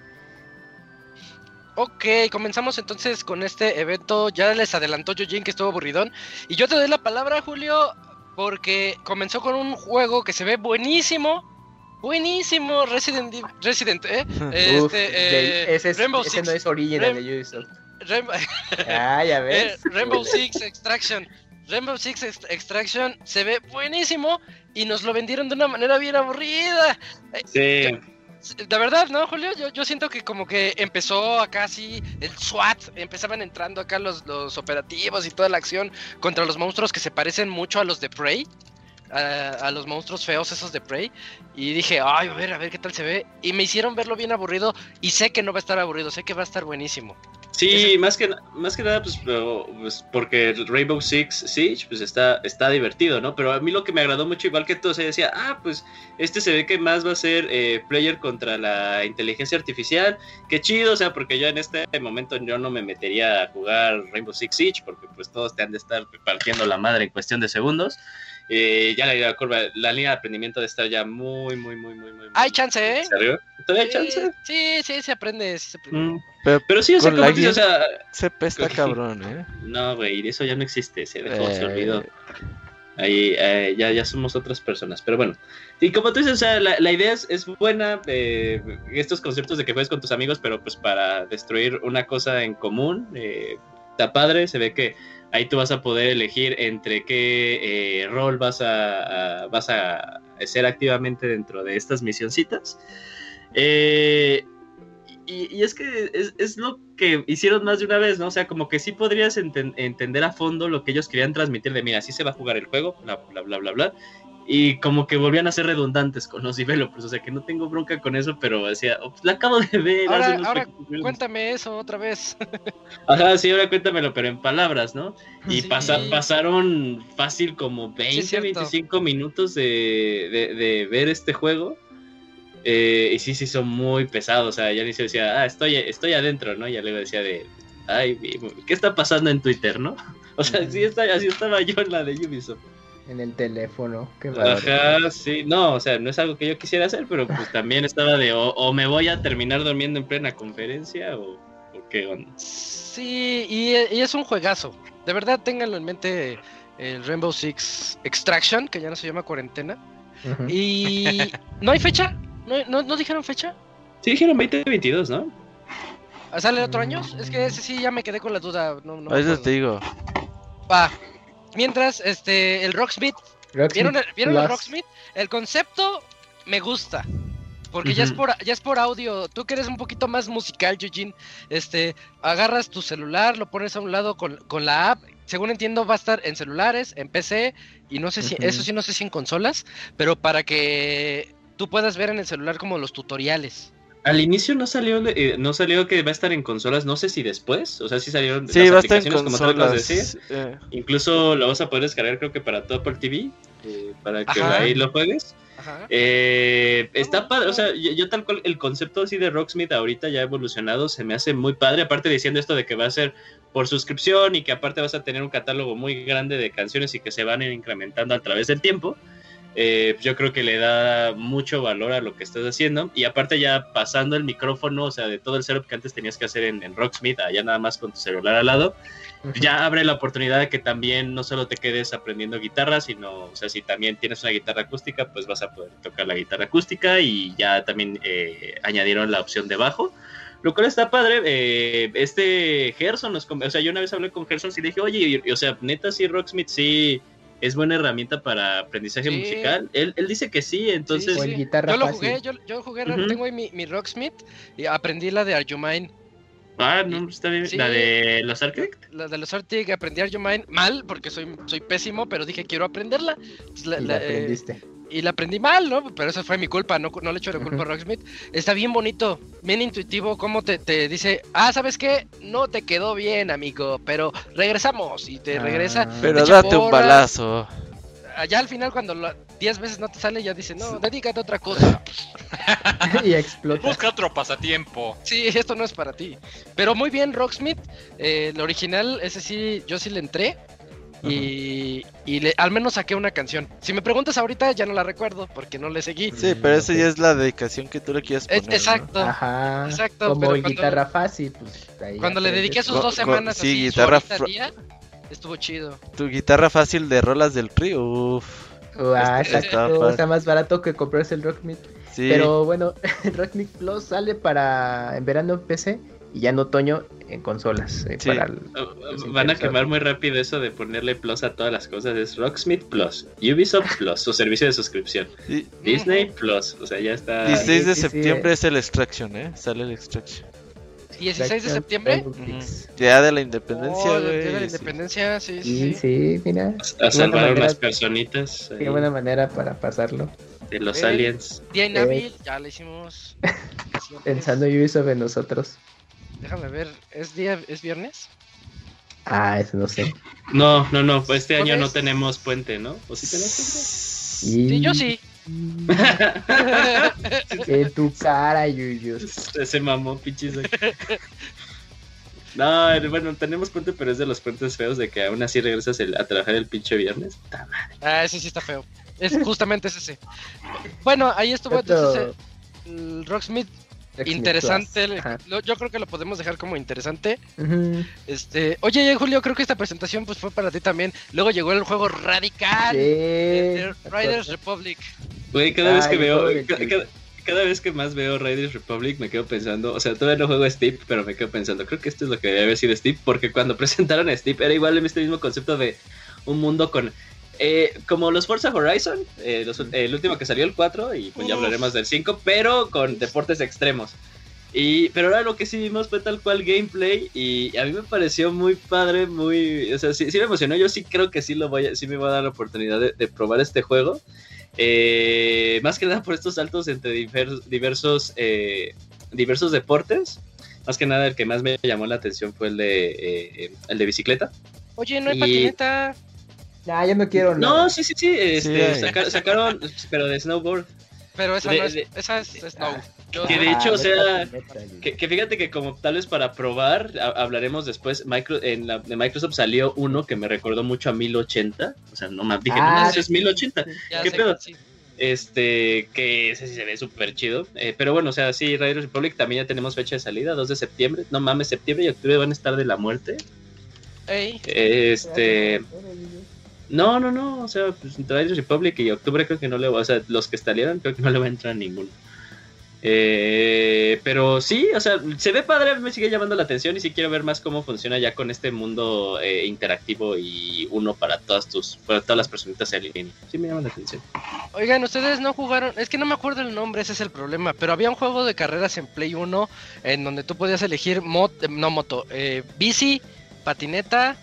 Ok, comenzamos entonces con este evento. Ya les adelantó Yojin que estuvo aburridón. Y yo te doy la palabra, Julio, porque comenzó con un juego que se ve buenísimo. Buenísimo, Resident, Rainbow Six. Ese no es original de Ubisoft. Ya ves. Rainbow Six Extraction. Rainbow Six Extraction se ve buenísimo y nos lo vendieron de una manera bien aburrida. Sí. De verdad, ¿no, Julio? Yo siento que como que empezó acá así el SWAT, empezaban entrando acá los operativos y toda la acción contra los monstruos que se parecen mucho a los de Prey, a los monstruos feos esos de Prey, y dije, ay, a ver qué tal se ve, y me hicieron verlo bien aburrido, y sé que no va a estar aburrido, sé que va a estar buenísimo. Sí, más que nada, pues porque el Rainbow Six Siege pues está divertido, ¿no? Pero a mí lo que me agradó mucho, igual que tú, se decía, pues se ve que más va a ser player contra la inteligencia artificial. Qué chido, o sea, porque yo en este momento yo no me metería a jugar Rainbow Six Siege, porque pues todos te han de estar partiendo la madre en cuestión de segundos. Ya la línea de aprendimiento de estar ya muy. Hay chance, ¿eh? ¿Serio? ¿Todavía hay chance? Sí, se aprende. Pero sí, o sea, como dices, o sea... CP está cabrón, ¿eh? No, güey, eso ya no existe, se dejó, se olvidó. Ahí ya somos otras personas, pero bueno. Y como tú dices, o sea, la idea es buena, estos conceptos de que juegues con tus amigos, pero pues para destruir una cosa en común, está padre, se ve que ahí tú vas a poder elegir entre qué rol vas a hacer activamente dentro de estas misioncitas. Y es que es lo que hicieron más de una vez, ¿no? O sea, como que sí podrías entender a fondo lo que ellos querían transmitir de, mira, así se va a jugar el juego, bla, bla, bla, bla, bla. Y como que volvían a ser redundantes con los developers, o sea, que no tengo bronca con eso, pero decía, la acabo de ver. Ahora cuéntame eso otra vez. Ajá, sí, ahora cuéntamelo, pero en palabras, ¿no? Y sí. Pasaron fácil como 20, 25 minutos de ver este juego. Y sí, son muy pesados, o sea, ya ni se decía, estoy adentro, ¿no? Ya luego decía ¿qué está pasando en Twitter, no? O sea, así estaba yo en la de Ubisoft. En el teléfono, qué Ajá, sí, no, o sea, no es algo que yo quisiera hacer, pero pues también estaba de, o me voy a terminar durmiendo en plena conferencia, o qué onda. Sí, y es un juegazo, de verdad ténganlo en mente, el Rainbow Six Extraction, que ya no se llama Cuarentena, y ¿no hay fecha? ¿No dijeron fecha? Sí, dijeron 2022, ¿no? ¿Sale el otro año? Es que ese sí ya me quedé con la duda. No eso te digo. Va. Mientras, el Rocksmith. ¿Vieron el Rocksmith? El concepto me gusta. Porque ya es por audio. Tú que eres un poquito más musical, Eugene. Agarras tu celular, lo pones a un lado con la app. Según entiendo, va a estar en celulares, en PC. Y no sé si, eso sí, no sé si en consolas. Pero para que tú puedas ver en el celular como los tutoriales. Al inicio no salió que va a estar en consolas, no sé si después, o sea, sí salieron sí, las va a estar en aplicaciones como consolas, tú acabas de decir. Incluso lo vas a poder descargar, creo que para tu Apple TV, para que ahí lo juegues. Está padre, o sea, yo tal cual el concepto así de Rocksmith ahorita ya ha evolucionado, se me hace muy padre, aparte diciendo esto de que va a ser por suscripción y que aparte vas a tener un catálogo muy grande de canciones y que se van a ir incrementando a través del tiempo. Yo creo que le da mucho valor a lo que estás haciendo, y aparte ya pasando el micrófono, o sea, de todo el setup que antes tenías que hacer en Rocksmith, allá nada más con tu celular al lado, ya abre la oportunidad de que también no solo te quedes aprendiendo guitarra, sino, o sea, si también tienes una guitarra acústica, pues vas a poder tocar la guitarra acústica, y ya también añadieron la opción de bajo, lo cual está padre. Gerson o sea, yo una vez hablé con Gerson y le dije, oye, o sea, neta sí, Rocksmith sí es buena herramienta para aprendizaje musical. Él dice que sí, entonces... Sí. Yo lo jugué, yo jugué, tengo ahí mi Rocksmith y aprendí la de Are You Mine. No, está bien. Sí, ¿la de los Arctic? La de los Arctic, aprendí Are You Mine mal, porque soy pésimo, pero dije, quiero aprenderla. La aprendiste. Y la aprendí mal, ¿no? Pero eso fue mi culpa, no le echo la culpa a Rocksmith. Está bien bonito, bien intuitivo, como te dice, ¿sabes qué? No te quedó bien, amigo, pero regresamos, y te regresa. Pero date un balazo. Allá al final, cuando 10 veces no te sale, ya dice, no, dedícate a otra cosa. Y explota. Busca otro pasatiempo. Sí, esto no es para ti. Pero muy bien, Rocksmith. El original, ese sí, yo sí le entré. Y al menos saqué una canción. Si me preguntas ahorita, ya no la recuerdo porque no le seguí. Sí, pero esa ya es la dedicación que tú le quieres poner. Exacto. ¿no? Ajá. Exacto. Como pero guitarra fácil, pues ahí cuando le dediqué sus 2 semanas sí, así, guitarra día, estuvo chido. Tu guitarra fácil de rolas del río. Uf. Exacto. Está más barato que comprarse el Rocksmith. Sí. Pero bueno, el Rocksmith Plus sale en verano en PC. y ya en otoño en consolas. Sí. Van a quemar muy rápido eso de ponerle plus a todas las cosas. Es Rocksmith Plus, Ubisoft Plus, su servicio de suscripción, Y- Disney Plus, o sea, ya está. 16 de sí, sí. septiembre es el Extraction, Sale el Extraction. 16 de septiembre. Día de la Independencia, Oh, güey. el día de la sí. independencia, sí, Sí, sí. sí, mira. A salvar a manera- unas personitas ahí Qué buena manera para pasarlo. de los Eh, aliens. Día inhábil, ya lo hicimos. Pensando Ubisoft en nosotros. Déjame ver, ¿es viernes? Ah, eso no sé. No, pues este año no ¿Jueves? tenemos puente, ¿no? ¿O sí tenemos Sí, yo sí. En tu cara, Yuyos. puente? Se mamó, pinches. No, bueno, tenemos puente, pero es de los puentes feos de que aún así regresas a trabajar el pinche viernes. Ah, ese sí está feo. Es justamente ese. Bueno, ahí estuvo entonces el Rocksmith. Interesante, Ajá. yo creo que lo podemos dejar como interesante. Ujú. Oye, Julio, creo que esta presentación pues fue para ti también. Luego llegó el juego radical de Riders Republic. Güey, cada vez que el veo, juego del cada vez que más veo Riders Republic me quedo pensando, o sea, todavía no juego a Steep, pero me quedo pensando, creo que esto es lo que debe haber sido Steep, porque cuando presentaron a Steep era igual este mismo concepto de un mundo con... como los Forza Horizon, el último que salió, el 4, y pues ya hablaremos del 5, pero con deportes extremos. Pero ahora lo que sí vimos fue tal cual gameplay, y a mí me pareció muy padre, o sea, sí me emocionó. Yo sí creo que sí me voy a dar la oportunidad de probar este juego. Más que nada por estos saltos entre diversos deportes. Más que nada el que más me llamó la atención fue el de bicicleta. Oye, no hay patineta. Ya, yo no quiero No, nada. sí. Sí. Sacaron, pero de snowboard. Pero esa De- no es, de- esa es Snow. Que de hecho, o sea, que que fíjate que como tal vez para probar, hablaremos después, de Microsoft salió uno que me recordó mucho a 1080. O sea, no más, dije, no, eso es 1080. Ya ¿Qué sé, pedo? sí. Que ese sí se ve súper chido. Pero bueno, o sea, sí, Riders Republic también ya tenemos fecha de salida, 2 de septiembre. No mames, septiembre y octubre van a estar de la muerte. Ey, No, o sea, pues Riders Republic y octubre creo que no le va, o sea, los que salieron creo que no le va a entrar ninguno. Pero sí, o sea, se ve padre, me sigue llamando la atención y sí quiero ver más cómo funciona ya con este mundo interactivo y uno para todas las personitas en línea. Sí me llama la atención. oigan, ustedes no jugaron, es que no me acuerdo el nombre, ese es el problema, pero había un juego de carreras en Play 1 en donde tú podías elegir bici, patineta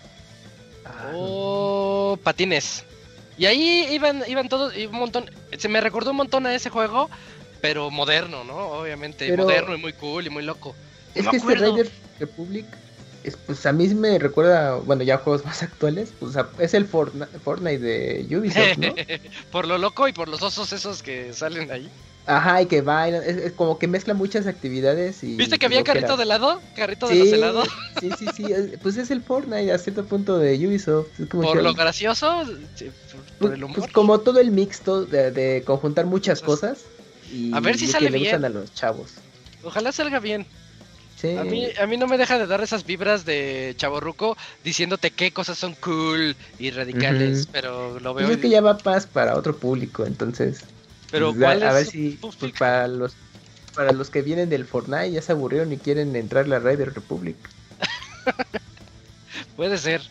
o patines. Y ahí iban todos, y un montón, se me recordó un montón a ese juego, pero moderno, ¿no? Obviamente, Pero- moderno y muy cool y muy loco. Es No que me acuerdo. Riders Republic, pues a mí me recuerda, bueno, ya juegos más actuales, pues es el Fortnite de Ubisoft, ¿no? Por lo loco y por los osos esos que salen ahí. Ajá, y que bailan, es como que mezcla muchas actividades y... ¿Viste que había carrito de helado? Carrito de Sí, los helados. sí, pues es el Fortnite a cierto punto de Ubisoft. Es como Por que- lo gracioso, sí, por el humor. pues como todo el mixto de conjuntar muchas Pues, cosas y a ver si que sale le gustan bien. a los chavos. Ojalá salga bien. Sí. A mí no me deja de dar esas vibras de chavorruco diciéndote qué cosas son cool y radicales, Ujú. pero lo Pues veo. es que ya va más para otro público, entonces. Pero pues, ¿cuál a es ver su si público? pues, para los que vienen del Fortnite ya se aburrieron y quieren entrar a la Riders Republic. Puede ser.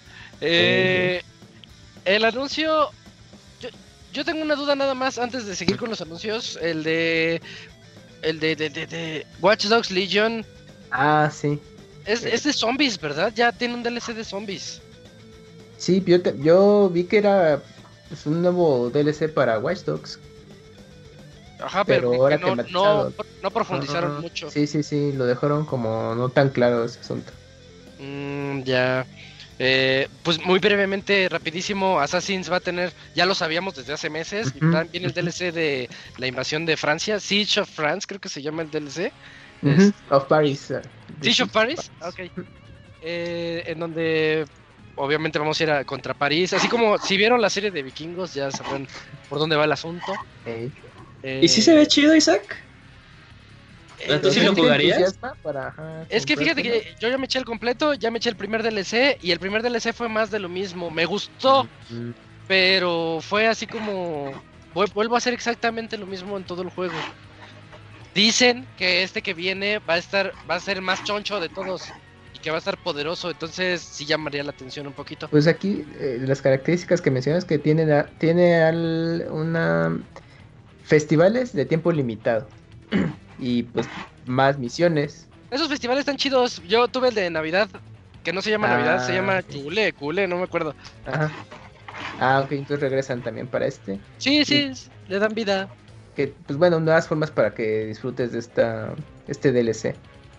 El anuncio. Yo tengo una duda nada más antes de seguir con los anuncios. El de Watch Dogs Legion. Ah, sí. Es de zombies, ¿verdad? Ya tiene un DLC de zombies. Sí, yo vi que era pues, un nuevo DLC para Watch Dogs. Ajá, Pero pero, ahora que no tematizado. profundizaron Ajá. mucho. Sí, lo dejaron como no tan claro ese asunto. Ya. Pues muy brevemente, rapidísimo, Assassins va a tener, ya lo sabíamos desde hace meses, Ujú, viene el DLC de la invasión de Francia, Siege of France, creo que se llama el DLC. Ujú, Of Paris. Siege of Paris, ok. En donde obviamente vamos a ir contra París, así como si vieron la serie de Vikingos ya sabrán por dónde va el asunto. Ey. ¿Y si se ve chido, Isaac? ¿Tú sí lo ¿te jugarías? entusiasma para, ajá, Es que fíjate comprártelo? que yo ya me eché el completo, ya me eché el primer DLC y el primer DLC fue más de lo mismo, me gustó. Mm, Pero fue así como... Vuelvo a hacer exactamente lo mismo en todo el juego. Dicen que este que viene va a ser el más choncho de todos y que va a estar poderoso, entonces sí llamaría la atención un poquito. Pues aquí las características que mencionas que tiene una festivales de tiempo limitado y pues más misiones. Esos festivales están chidos. Yo tuve el de Navidad, que no se llama Navidad, se llama Cule, no me acuerdo. Ajá. Ok, entonces regresan también para este. Sí, le dan vida. Que, pues bueno, nuevas formas para que disfrutes de este DLC.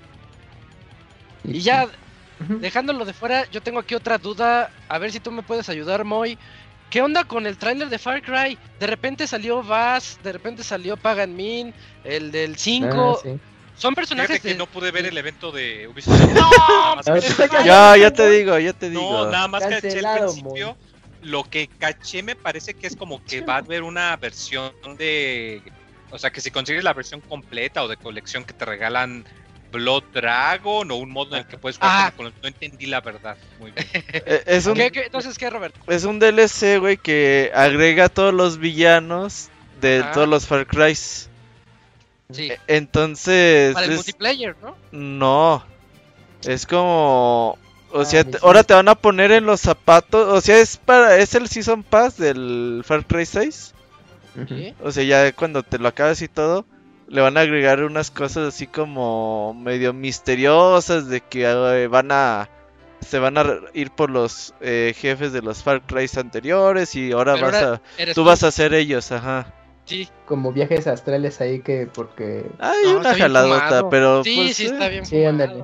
Y ya, dejándolo de fuera, yo tengo aquí otra duda. A ver si tú me puedes ayudar, Moy. ¿Qué onda con el tráiler de Far Cry? De repente salió Vaz, de repente salió Pagan Min, el del 5. Sí. Son personajes que no pude ver el evento de Ubisoft. Ya te digo. No, nada más caché el Cancelado, principio. Lo que caché me parece que es como que va a haber una versión de... O sea, que si consigues la versión completa o de colección que te regalan Blood Dragon o un modo en el que puedes jugar no entendí la verdad. Muy bien. Entonces, ¿qué, Robert? Es un DLC, güey, que agrega a todos los villanos de todos los Far Cry. Sí. Entonces... Para el multiplayer, ¿no? No. Es como... O sea, ahora te van a poner en los zapatos. O sea, es el Season Pass del Far Cry 6. ¿Sí? O sea, ya cuando te lo acabas y todo, le van a agregar unas cosas así como medio misteriosas de que se van a ir por los jefes de los Far Cry anteriores y ahora tú vas a ser ellos, ajá. Sí. Como viajes astrales ahí que porque... Hay una jaladota, pero... Sí, pues, sí, está bien. Sí, ándale.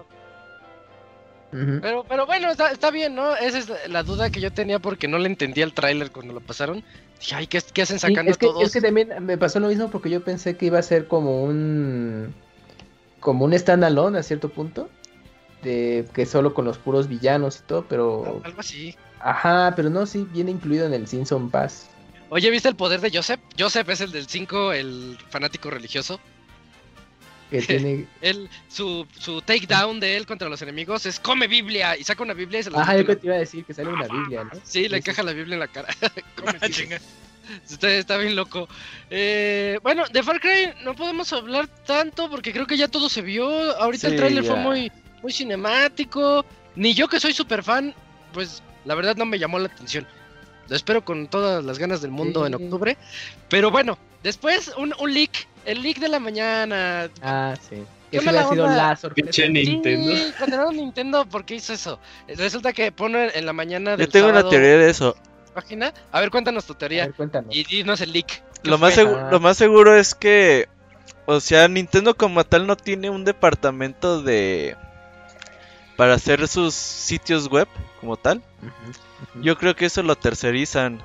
Pero bueno, está bien, ¿no? Esa es la duda que yo tenía porque no le entendía el tráiler cuando lo pasaron. Dije, ay, ¿qué hacen sacando todos? Es que también me pasó lo mismo porque yo pensé que iba a ser como un standalone a cierto punto. De que solo con los puros villanos y todo, pero... Algo así. Ajá, pero no, sí, viene incluido en el Season Pass. Oye, ¿viste el poder de Joseph? Joseph es el del 5, el fanático religioso. Que tiene... su takedown de él contra los enemigos es come Biblia y saca una Biblia y se la Ajá, yo te iba a decir que sale una Biblia, ¿no? Sí, le encaja la Biblia en la cara. Come Biblia. Está bien loco. Bueno, de Far Cry no podemos hablar tanto porque creo que ya todo se vio. Ahorita el tráiler fue muy cinemático. Ni yo que soy super fan, pues la verdad no me llamó la atención. Lo espero con todas las ganas del mundo en octubre. Pero bueno, después un leak. El leak de la mañana. Sí. Que eso ha sido la sorpresa. Pinche Nintendo. Sí, condenaron Nintendo, ¿por qué hizo eso? Resulta que pone en la mañana del Yo tengo sábado, una teoría de eso. página. A ver, cuéntanos tu teoría. A ver, cuéntanos. Y dinos el leak. Lo más seguro es que... O sea, Nintendo como tal no tiene un departamento para hacer sus sitios web como tal. Yo creo que eso lo tercerizan.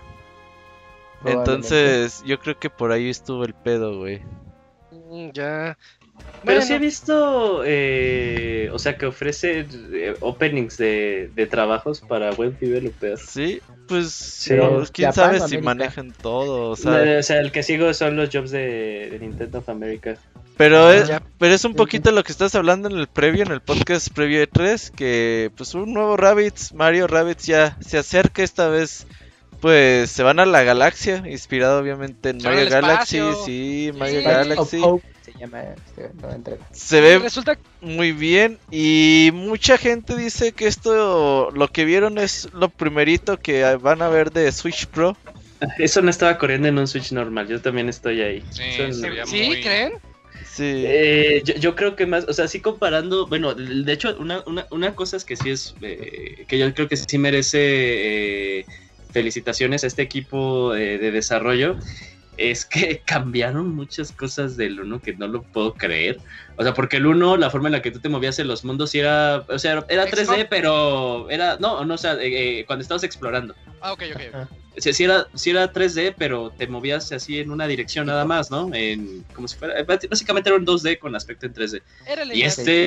Entonces, yo creo que por ahí estuvo el pedo, güey. Ya. Pero Bueno. sí he visto, o sea, que ofrece openings de trabajos para web developers. Sí, pues Sí. quién sabe si América. manejan todo, O sea, el que sigo son los jobs de Nintendo of America. Pero Ya. es un poquito lo que estás hablando en el podcast previo de 3, que pues un nuevo Mario Rabbids ya se acerca esta vez. Pues se van a la galaxia, inspirado obviamente en Se van Mario al Galaxy, espacio. sí, Mario Sí. Galaxy. Of Hope se llama nueva entrega. Se ve Resulta muy bien y mucha gente dice que esto, lo que vieron es lo primerito que van a ver de Switch Pro. Eso no estaba corriendo en un Switch normal, yo también estoy ahí. Sí, Son- se veía ¿Sí? muy... ¿Creen? Sí. yo creo que más, o sea, sí comparando, bueno, de hecho, una cosa es que sí es, que yo creo que sí merece felicitaciones a este equipo de desarrollo, es que cambiaron muchas cosas del 1 que no lo puedo creer. O sea, porque el 1, la forma en la que tú te movías en los mundos sí era, o sea, era 3D, pero era, no, o sea, cuando estabas explorando. Ah, ok. Sí era 3D, pero te movías así en una dirección nada más, ¿no? Como si fuera, básicamente era un 2D con aspecto en 3D. Era el Y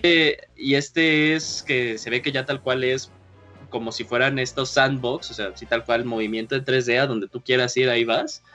este es que se ve que ya tal cual es como si fueran estos sandbox, o sea, sí tal cual movimiento en 3D a donde tú quieras ir, ahí vas.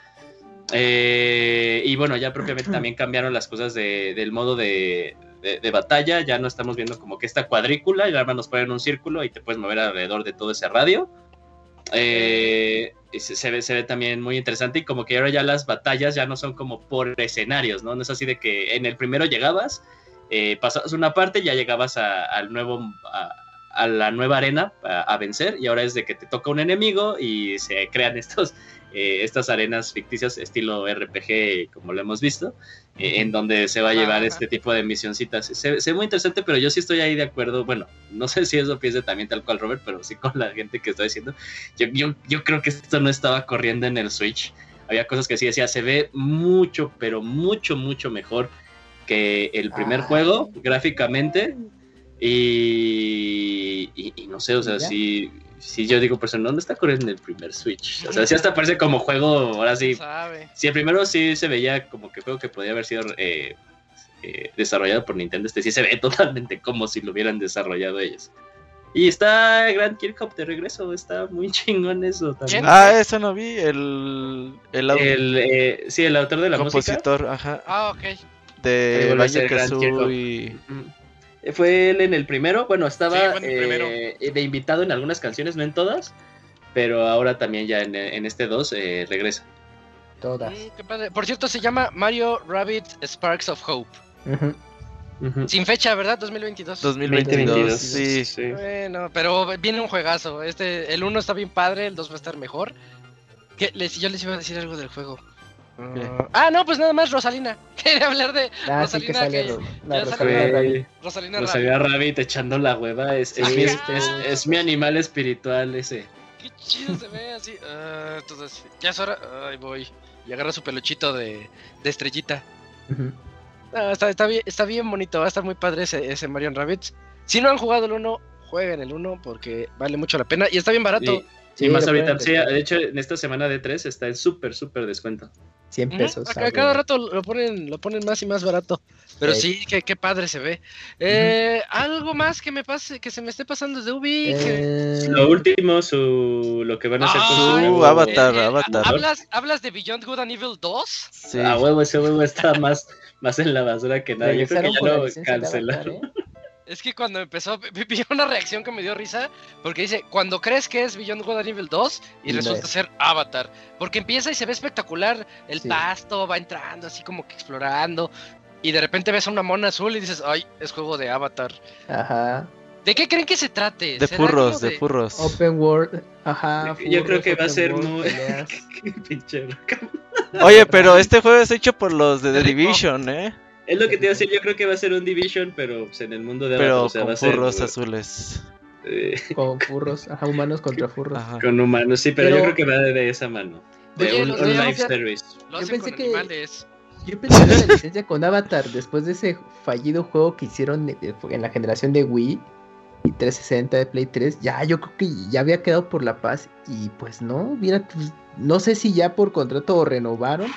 Y bueno, ya propiamente también cambiaron las cosas del modo de batalla, ya no estamos viendo como que esta cuadrícula, y ahora nos ponen un círculo y te puedes mover alrededor de todo ese radio. se ve también muy interesante, y como que ahora ya las batallas ya no son como por escenarios, ¿no? No es así de que en el primero llegabas, pasabas una parte y ya llegabas a la nueva arena a vencer, y ahora es de que te toca un enemigo y se crean estas arenas ficticias estilo RPG, como lo hemos visto, en donde se va a llevar este tipo de misioncitas. Se ve muy interesante, pero yo sí estoy ahí de acuerdo. Bueno, no sé si eso piense también tal cual Robert, pero sí con la gente que estoy diciendo. Yo creo que esto no estaba corriendo en el Switch. Había cosas que sí decía, se ve mucho, pero mucho, mucho mejor que el primer juego, gráficamente. Y no sé, o sea, sí, yo digo, pero ¿dónde está corriendo en el primer Switch? O sea, sí hasta parece como juego, ahora sí. Si el primero sí se veía como que juego que podía haber sido desarrollado por Nintendo, este sí se ve totalmente como si lo hubieran desarrollado ellos. Y está Grant Kirkhope de regreso, está muy chingón eso también. Eso no vi, el autor de la compositor, música. Ajá. Ok. De Banjo-Kazooie. Fue él en el primero, bueno, estaba de invitado en algunas canciones, no en todas, pero ahora también ya en este 2 regresa. Todas. Qué padre. Por cierto, se llama Mario Rabbids Sparks of Hope. Sin fecha, ¿verdad? 2022. 2022, sí. Bueno, pero viene un juegazo. El 1 está bien padre, el 2 va a estar mejor. Yo les iba a decir algo del juego. No, pues nada más Rosalina. Quería hablar de Rosalina. Rosalina Rabbit echando la hueva. Es mi animal espiritual ese. Qué chido se ve así. Entonces, ya es hora. Ahí voy. Y agarra su peluchito de estrellita. Está bien bonito. Va a estar muy padre ese Mario Rabbids. Si no han jugado el 1, jueguen el 1 porque vale mucho la pena. Y está bien barato. Sí, más ahorita. Sí, de hecho, en esta semana de 3 está en súper descuento. 100 pesos. Cada rato lo ponen más y más barato. Pero sí, qué padre se ve. Algo más que se me esté pasando desde Ubi. Lo último, lo que van a hacer con su Avatar. ¿Hablas de Beyond Good and Evil 2? Sí. Ese huevo está más en la basura que nada. Yo creo que ya lo cancelaron. Es que cuando empezó, vi una reacción que me dio risa, porque dice, cuando crees que es Beyond Good and Evil 2, y resulta ser Avatar, porque empieza y se ve espectacular, el pasto va entrando así como que explorando, y de repente ves a una mona azul y dices, ay, es juego de Avatar. Ajá. ¿De qué creen que se trate? De furros. Open World, ajá. Yo creo que va a ser muy... Pinche Oye, pero este juego es hecho por los de The Division, ¿eh? Es lo que te iba a decir, yo creo que va a ser un Division, pero pues, en el mundo de Avatar. Pero o sea, con va a ser, furros azules. Con furros, humanos contra furros. Ajá. Con humanos, sí, pero yo creo que va de esa mano. Oye, un live service. Yo pensé que animales. Yo pensé que la licencia con Avatar, después de ese fallido juego que hicieron en la generación de Wii y 360 de Play 3, yo creo que ya había quedado por la paz. Y pues no, mira, pues, no sé si ya por contrato renovaron,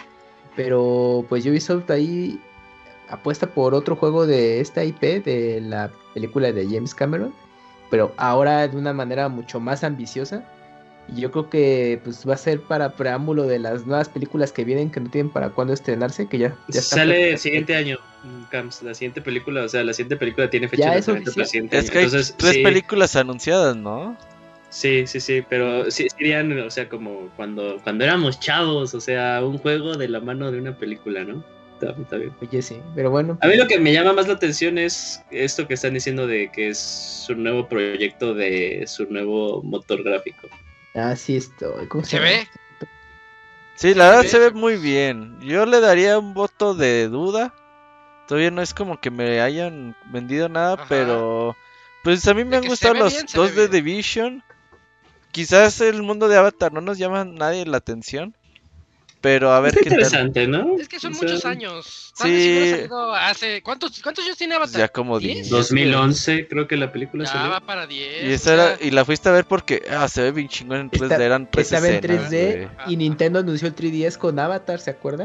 pero pues Ubisoft ahí apuesta por otro juego de esta IP, de la película de James Cameron, pero ahora de una manera mucho más ambiciosa. Y yo creo que pues va a ser para preámbulo de las nuevas películas que vienen, que no tienen para cuándo estrenarse, que ya sale el siguiente año, Camps, la siguiente película, o sea, la siguiente película tiene fecha de lanzamiento para el siguiente año. Es que hay 3 películas anunciadas, ¿no? Sí, pero sí serían, o sea, como cuando éramos chavos, o sea, un juego de la mano de una película, ¿no? Está bien. Oye, sí, pero bueno. A mí lo que me llama más la atención es esto que están diciendo de que es su nuevo proyecto de su nuevo motor gráfico. Sí, estoy. ¿Cómo se ve? Sí, la verdad se ve muy bien. Yo le daría un voto de duda. Todavía no es como que me hayan vendido nada, pero pues a mí me han gustado los 2 de Division. Quizás el mundo de Avatar no nos llama nadie la atención. Pero a ver qué interesante, ¿no? Es que son muchos años. Sí. Hace ¿cuántos años tiene Avatar? Ya como 10. 2011 creo que la película salió. Va para 10. Y esa y la fuiste a ver porque se ve bien chingón en 3D, eran 3 escenas. Estaba en 3D y Nintendo anunció el 3DS con Avatar, ¿se acuerdan?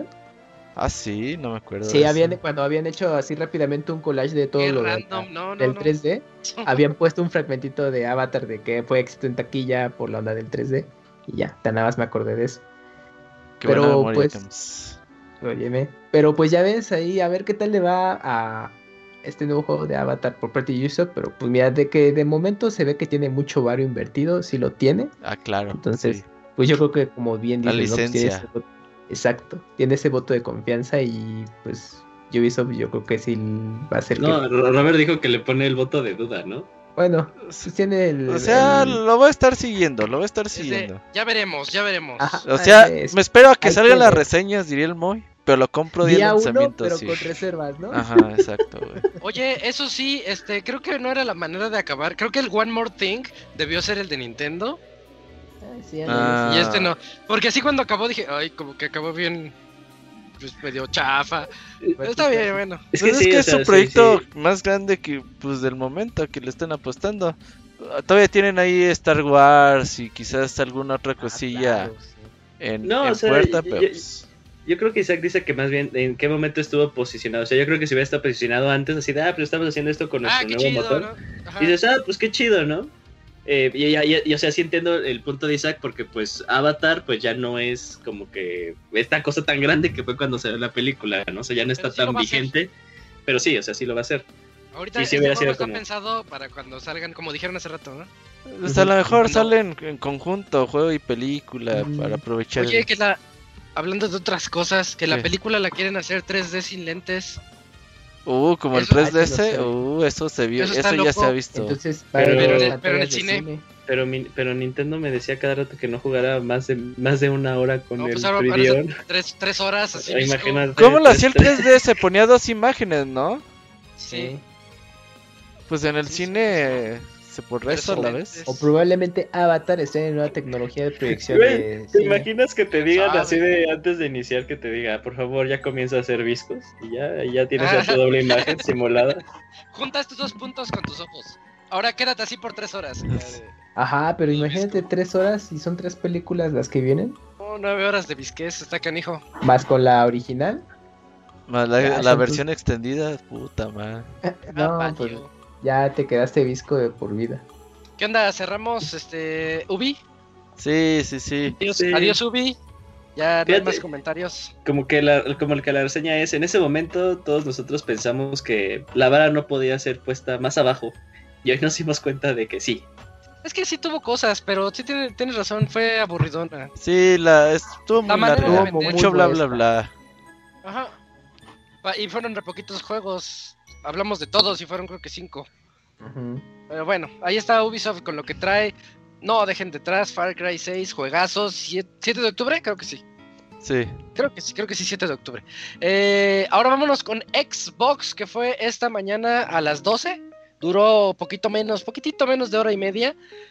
Sí, no me acuerdo. Sí, cuando habían hecho así rápidamente un collage de todo lo del 3D, habían puesto un fragmentito de Avatar de que fue éxito en taquilla por la onda del 3D y ya, nada más me acordé de eso. Qué pero pues, óyeme, pero pues ya ves ahí, a ver qué tal le va a este nuevo juego de Avatar por parte de Ubisoft, pero pues mira, de que de momento se ve que tiene mucho varo invertido, sí lo tiene. Claro. Entonces, sí. pues yo creo que como bien La dices, ¿no? Pues licencia. Exacto, tiene ese voto de confianza y pues Ubisoft yo creo que sí va a ser No, que... Robert dijo que le pone el voto de duda, ¿no? Bueno, pues tiene el... O sea, el- lo voy a estar siguiendo, Desde- ya veremos. Ajá, O sea, es- me espero a que hay salgan las ver. reseñas, diría el Moy, pero lo compro día de Día 1, lanzamiento, pero sí. con reservas, ¿no? Ajá, exacto, güey. Oye, eso sí, creo que no era la manera de acabar. Creo que el One More Thing debió ser el de Nintendo. Sí, Ah. Y este no. Porque así cuando acabó dije, ay, como que acabó bien, pues medio chafa. Pero está bien, bueno. Es Pues que sí, o es sea, su sí, proyecto sí. más grande que, pues, del momento que le están apostando. Todavía tienen ahí Star Wars y quizás alguna otra cosilla Claro, sí. en No, o sea, puerta, pero pues, Yo creo que Isaac dice que más bien en qué momento estuvo posicionado. O sea, yo creo que si hubiera estado posicionado antes, así de, pero estamos haciendo esto con nuestro Qué nuevo chido, motor. ¿no? Ajá. Y dices, pues qué chido, ¿no? Y, o sea, sí entiendo el punto de Isaac porque pues Avatar pues ya no es como que esta cosa tan grande que fue cuando salió la película, ¿no? O sea, ya no está Pero sí lo tan va a hacer. vigente, pero sí, o sea, sí lo va a hacer. Ahorita Sí, sí este hubiera juego sido está como- pensado para cuando salgan, como dijeron hace rato, ¿no? pues, a lo mejor Cuando- salen en conjunto, juego y película, Mm. para aprovechar. Oye, hablando de otras cosas, que la ¿Qué? película la quieren hacer 3D sin lentes. Como el Eso- 3DS, no eso se vio, Eso eso está ya se ha loco. visto. Entonces, va Pero- a haber pero en el pantallas de cine. Pero Nintendo me decía cada rato que no jugara más de una hora con No, el pues ahora 3D. parece tres horas así. Imagínate. ¿Cómo lo hacía el 3D? Se ponía dos imágenes, ¿no? Sí. Pues en el Sí, cine se por Pero eso a son la lentes. vez. O probablemente Avatar esté en nueva tecnología de proyección Güey, de ¿te cine. imaginas que te digan sabe? así de antes de iniciar que te diga, por favor, ya comienza a hacer viscos? Y ya tienes Ah. ya tu doble imagen simulada. Junta estos dos puntos con tus ojos. Ahora quédate así por 3 horas. Ya de- Ajá, pero imagínate 3 horas y son 3 películas las que vienen, Oh, 9 horas de bisqués, está canijo. más con la original. Más Ya, la son versión extendida, puta madre. No, Ah, pues patio. ya te quedaste visco de por vida. ¿Qué onda? ¿Cerramos Ubi? Sí, sí, sí. Adiós, Sí. adiós Ubi. Ya no hay Fíjate. más comentarios. Como que la reseña es, en ese momento todos nosotros pensamos que la vara no podía ser puesta más abajo. Y hoy nos dimos cuenta de que sí. Es que sí tuvo cosas, pero sí tienes razón, fue aburridona. Sí, estuvo La muy manera larga. de vender. Mucho bla, bla, Muy bla. Ajá. Y fueron re poquitos juegos. Hablamos de todos y fueron creo que 5. Ujú. Pero bueno, ahí está Ubisoft con lo que trae. No dejen detrás, Far Cry 6, juegazos. 7 de octubre, creo que sí. Sí. Creo que sí, 7 de octubre. Ahora vámonos con Xbox, que fue esta mañana a las 12. Duró poquitito menos de hora y media.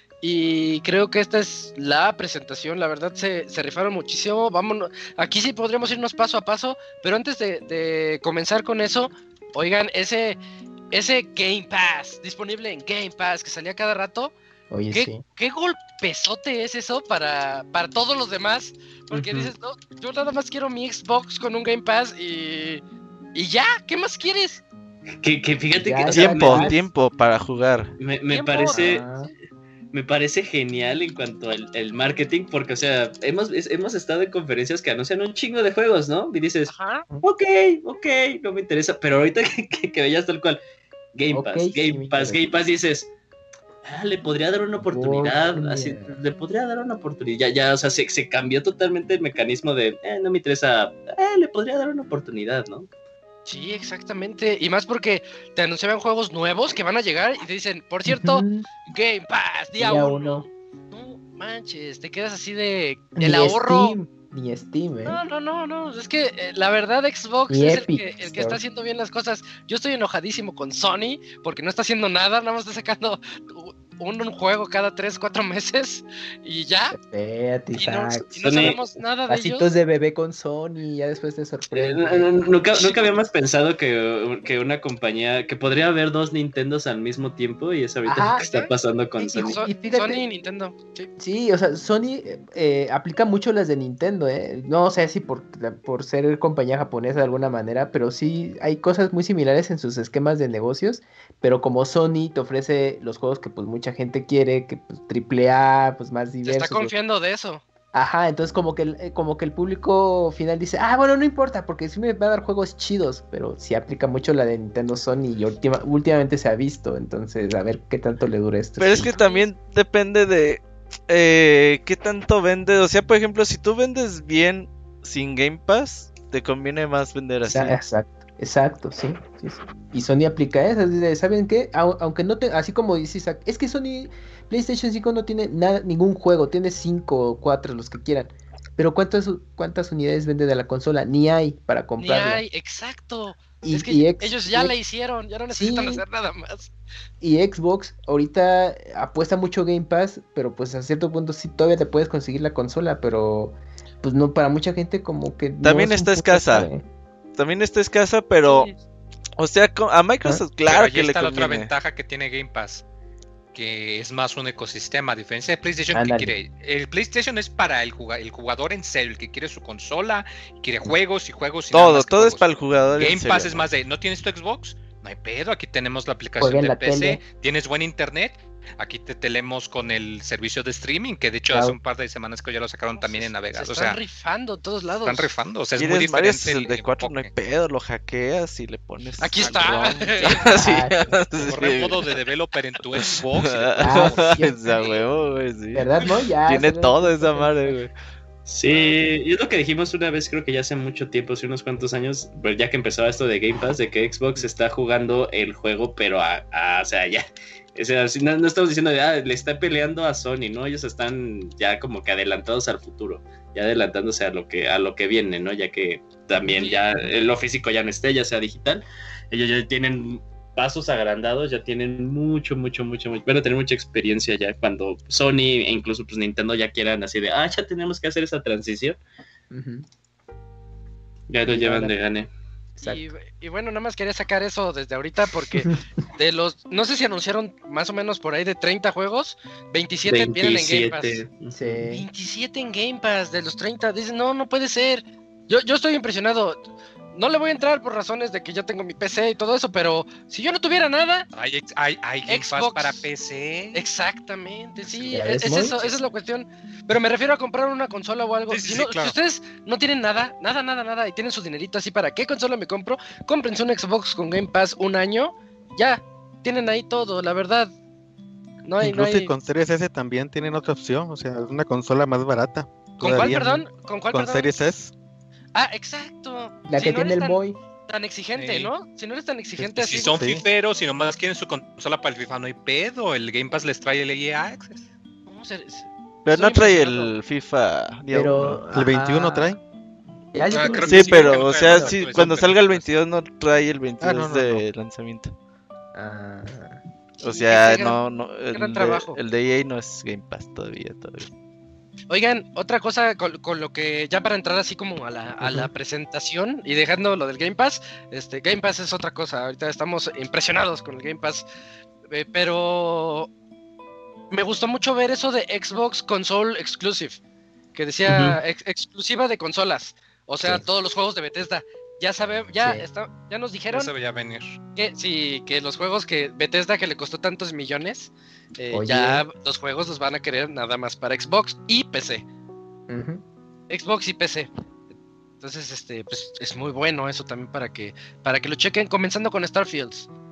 Y creo que esta es la presentación. La verdad se rifaron muchísimo. Vámonos. Aquí sí podríamos irnos paso a paso. Pero antes de comenzar con eso, oigan, ese Game Pass, disponible en Game Pass, que salía cada rato. Oye, ¿Qué, sí. qué golpezote es eso para todos los demás? Porque Ujú. dices, no, yo nada más quiero mi Xbox con un Game Pass y ya, ¿qué más quieres? Que fíjate Ya, que ya, o sea, ya. Tiempo para jugar. me Tiempo. parece... Ah, Me parece genial en cuanto al el marketing, porque, o sea, hemos estado en conferencias que anuncian un chingo de juegos, ¿no? Y dices, Ajá. ok, no me interesa, pero ahorita que veías tal cual, Game Ok, Pass, sí me Game Pass, interesa. Game Pass, dices, le podría dar una oportunidad, Oportunidad. así, le podría dar una oportunidad, ya, o sea, se cambió totalmente el mecanismo de, no me interesa, le podría dar una oportunidad, ¿no? Sí, exactamente. Y más porque te anunciaban juegos nuevos que van a llegar y te dicen, por cierto, ujú. Game Pass, día Día 1. uno. No manches, te quedas así de Ni el ahorro. Steam, ni Steam, No, es que la verdad Xbox Ni es Epic el que Store. está haciendo bien las cosas. Yo estoy enojadísimo con Sony porque no está haciendo nada, nada más está sacando un juego cada 3-4 meses y ya. Espérate, Y no, Isaac. y no Sony- sabemos nada de Pasitos ellos. de bebé con Sony, ya después te sorprende. Nunca habíamos pensado que una compañía, que podría haber dos Nintendos al mismo tiempo, y es ahorita Ajá. lo que está pasando con Y- Sony. So- y fíjate- Sony y Nintendo. Sí. Sí, o sea, Sony aplica mucho las de Nintendo, ¿eh? No sé si por ser compañía japonesa de alguna manera, pero sí hay cosas muy similares en sus esquemas de negocios, pero como Sony te ofrece los juegos que pues mucha gente quiere, que pues AAA, pues más Se diversos. está confiando de eso. Ajá, entonces como que el público final dice, bueno, no importa, porque sí me va a dar juegos chidos, pero sí aplica mucho la de Nintendo Sony y últimamente se ha visto, entonces a ver qué tanto le dura esto. Pero es que también depende de qué tanto vende. O sea, por ejemplo, si tú vendes bien sin Game Pass, te conviene más vender así. Exacto, sí. Y Sony aplica eso, ¿saben qué? Aunque no te, así como dice Isaac, es que Sony PlayStation 5 no tiene ningún juego, tiene 5 o 4, los que quieran. Pero ¿cuántas unidades vende de la consola? Ni hay para comprarla. Ni hay, exacto. Es que ellos ya la hicieron, ya no necesitan hacer nada más. Y Xbox ahorita apuesta mucho Game Pass, pero pues a cierto punto sí todavía te puedes conseguir la consola, pero pues no, para mucha gente como que también está escasa. También está escasa, pero sí. O sea, a Microsoft claro que le conviene. La otra ventaja que tiene Game Pass, que es más un ecosistema, a diferencia de PlayStation. Que quiere, el PlayStation es para el jugador en serio, el que quiere su consola, quiere juegos y todo es para el jugador Game en serio. Pass es más de, ¿no tienes tu Xbox? No hay pedo, aquí tenemos la aplicación de PC, tele. Tienes buen internet, aquí te tenemos con el servicio de streaming, que de hecho hace un par de semanas que ya lo sacaron también en navegador. Están rifando todos lados. Están rifando, o sea, es muy diferente. 64 no hay pedo, lo hackeas y le pones... Aquí está. Corre modo de developer en tu Xbox. Esa huevo, güey, sí. ¿Verdad, no? Ya. Tiene todo esa madre, güey. Sí, y es lo que dijimos una vez, creo que ya hace mucho tiempo, hace unos cuantos años, pues ya que empezaba esto de Game Pass, de que Xbox está jugando el juego, pero o sea, ya, o sea, no estamos diciendo de, le está peleando a Sony, ¿no? Ellos están ya como que adelantados al futuro, ya adelantándose a lo que viene, ¿no? Ya que también ya lo físico ya no esté, ya sea digital, ellos ya tienen pasos agrandados, ya tienen mucho, van a tener mucha experiencia ya cuando Sony e incluso pues Nintendo ya quieran así de, ya tenemos que hacer esa transición. Ya lo llevan de gane. Y bueno, nada más quería sacar eso desde ahorita porque de no sé si anunciaron más o menos por ahí de 30 juegos, 27 vienen en Game Pass. Sí. 27 en Game Pass de los 30, dicen, no puede ser. Yo estoy impresionado. No le voy a entrar por razones de que yo tengo mi PC y todo eso, pero si yo no tuviera nada... Hay Game Pass para PC. Exactamente, sí, esa es la cuestión. Pero me refiero a comprar una consola o algo. Si ustedes no tienen nada, y tienen su dinerito así, ¿para qué consola me compro? Cómprense un Xbox con Game Pass un año, ya, tienen ahí todo, la verdad. Incluso con Series S también tienen otra opción, o sea, es una consola más barata. ¿Con cuál, perdón? Con Series S. Exacto. La que tiene el Boy. Tan exigente, ¿no? Si no eres tan exigente así. Si son fiferos, si nomás quieren su consola para el FIFA, no hay pedo. El Game Pass les trae el EA Access. Pero no trae el FIFA. Pero, ¿el 21 trae? Sí, pero, o sea, cuando salga el 22 no trae el 22 de lanzamiento. O sea, el de EA no es Game Pass todavía. Oigan, otra cosa con lo que ya para entrar así como a la presentación y dejando lo del Game Pass, Game Pass es otra cosa, ahorita estamos impresionados con el Game Pass, pero me gustó mucho ver eso de Xbox Console Exclusive, que decía exclusiva de consolas, o sea, todos los juegos de Bethesda. Ya nos dijeron ya se veía venir. Que los juegos que Bethesda, que le costó tantos millones, ya los juegos los van a querer nada más para Xbox y PC. Xbox y PC. Entonces, pues es muy bueno eso también para que lo chequen, comenzando con Starfield,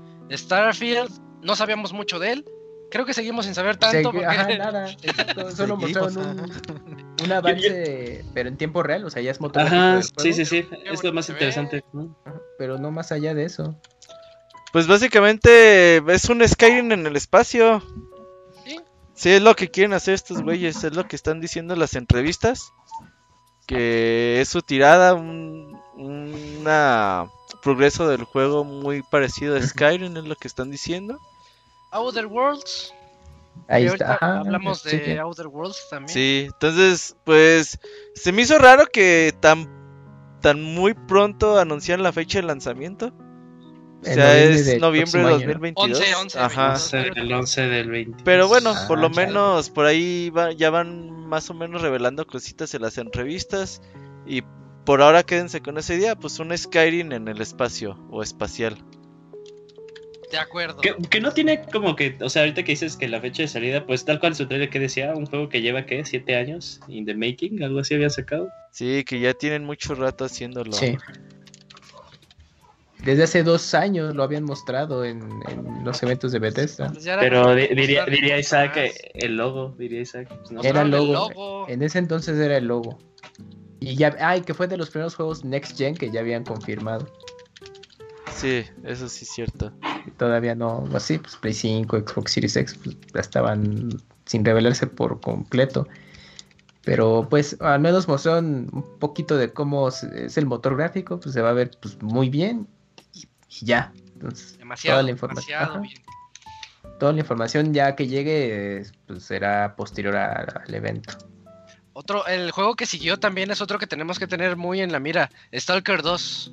no sabíamos mucho de él. Creo que seguimos sin saber tanto. Nada. Solo mostraron un avance, pero en tiempo real, o sea, ya es motor. Sí. Es lo más interesante, ¿no? Pero no más allá de eso. Pues básicamente es un Skyrim en el espacio. Sí, es lo que quieren hacer estos güeyes, es lo que están diciendo en las entrevistas. Que es su tirada, un progreso del juego muy parecido a Skyrim, es lo que están diciendo. Outer Worlds. Ahí está. Hablamos de Outer Worlds también. Sí, entonces, pues, se me hizo raro que tan muy pronto anunciaran la fecha de lanzamiento. O sea, es noviembre de 2022. 11, ajá. El 11 del 20. Pero bueno, por lo menos por ahí ya van más o menos revelando cositas en las entrevistas. Y por ahora quédense con ese día, pues un Skyrim en el espacio o espacial. De acuerdo. Que no tiene como que, o sea, ahorita que dices que la fecha de salida, pues tal cual su trailer que decía, un juego que lleva, ¿qué? 7 años in the making, algo así había sacado. Sí, que ya tienen mucho rato haciéndolo. Sí. Desde hace 2 años lo habían mostrado en los eventos de Bethesda. Pues ya era Pero para diría mostrar Isaac más. el logo, diría Isaac. Pues no sé. Era el el logo. logo. En ese entonces era el logo. Y ya, y que fue de los primeros juegos Next Gen que ya habían confirmado. Sí, eso sí es cierto. Y todavía no, así, pues Play 5, Xbox Series X, pues ya estaban sin revelarse por completo. Pero pues al menos mostraron un poquito de cómo es el motor gráfico, pues se va a ver pues muy bien y ya. Entonces, Demasiado, toda la información, demasiado ajá, bien. toda la información ya que llegue pues será posterior al evento. El juego que siguió también es otro que tenemos que tener muy en la mira. Stalker 2.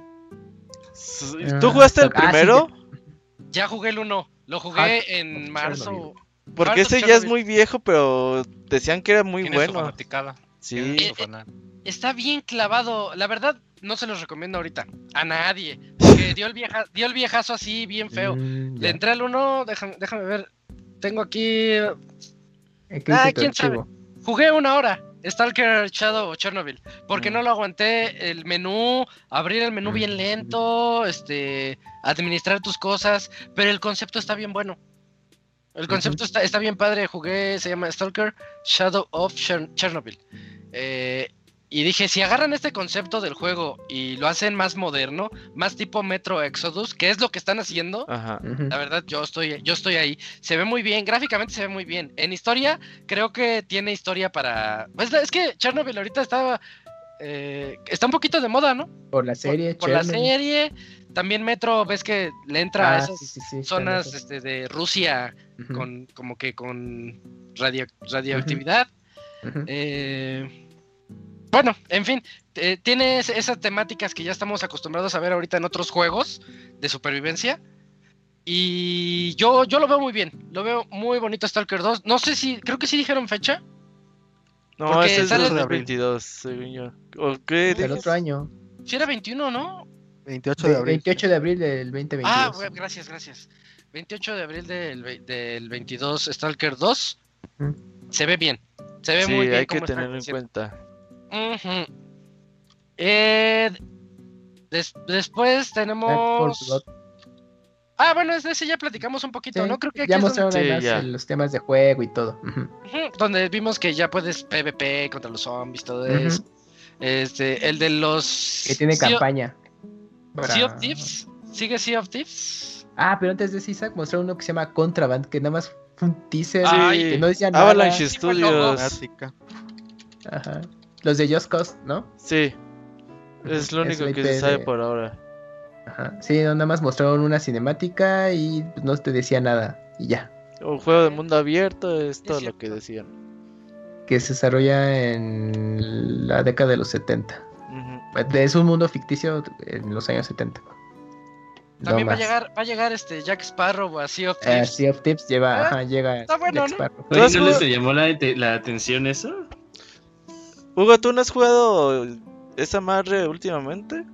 ¿Tú jugaste el Ah, sí, primero? Ya jugué el 1. Lo jugué Ah, en marzo. Porque ese ya es muy viejo, pero decían que era muy Tiene su bueno. fanaticada. Sí. Tiene su fanat. Está bien clavado. La verdad, no se los recomiendo ahorita. A nadie. Porque dio el viejazo así bien feo. Ya. Le entré al 1. Déjame ver. Tengo aquí. ¿Qué dice tu quién sabe. archivo? Jugué 1 hora. Stalker Shadow o Chernobyl. Porque no lo aguanté. El menú. Abrir el menú bien lento. Administrar tus cosas. Pero el concepto está bien bueno. El concepto está bien padre. Jugué, se llama Stalker Shadow of Chernobyl. Y dije, si agarran este concepto del juego y lo hacen más moderno, más tipo Metro Exodus, que es lo que están haciendo, Ajá. Ujú. la verdad yo estoy ahí. Se ve muy bien, gráficamente se ve muy bien. En historia, creo que tiene historia para... Pues es que Chernobyl ahorita está un poquito de moda, ¿no? Por la serie, Por la Chernobyl. serie. También Metro, ves que le entra a esas sí, zonas claro. de Rusia Ujú, con radioactividad. ujú. Bueno, en fin, tiene esas temáticas que ya estamos acostumbrados a ver ahorita en otros juegos de supervivencia. Y yo lo veo muy bien, lo veo muy bonito Stalker 2. No sé si, creo que sí dijeron fecha. No, Porque ese es sale- 2022, según yo. ¿O qué El dices? otro año. Si era 21, ¿no? 28 de abril. 28 de abril del 2022. Ah, gracias. 28 de abril del 22, Stalker 2. Ujú. Se ve bien, se ve Sí, muy bien. hay que cómo está tenerlo en creciendo. cuenta. Ujú. Después Back 4 tenemos... Blood. Ah, bueno, es de ese ya platicamos un poquito, Sí, ¿no? Creo que aquí ya es mostraron donde- además Sí, ya. los temas de juego y todo. Ujú. donde vimos que ya puedes PvP contra los zombies, todo Ujú. eso. El de los... Que tiene Sea- campaña. para- Sea of Thieves. ¿Sigue Sea of Thieves? Ah, pero antes de ese, Isaac mostraron uno que se llama Contraband, que nada más fue un teaser, Ay, que no decía nada. Avalanche Sí, fue loco. Studios. Temática. Ajá. Los de Just Cause, ¿no? Sí, es lo único la que IP se sabe de- por ahora. Ajá. Sí, no, nada más mostraron una cinemática y no te decía nada. Y ya. Un juego de mundo abierto es todo lo cierto. que decían. Que se desarrolla en la década de los 70. Ujú. Es un mundo ficticio en los años 70. También No va más. a llegar Jack Sparrow a Sea of Thieves. Sea of Tips lleva, Ah, llega está bueno, Jack ¿no? Sparrow. ¿Tú has Oye, ¿no les jugado- llamó la atención eso? Hugo, ¿tú no has jugado esa madre últimamente?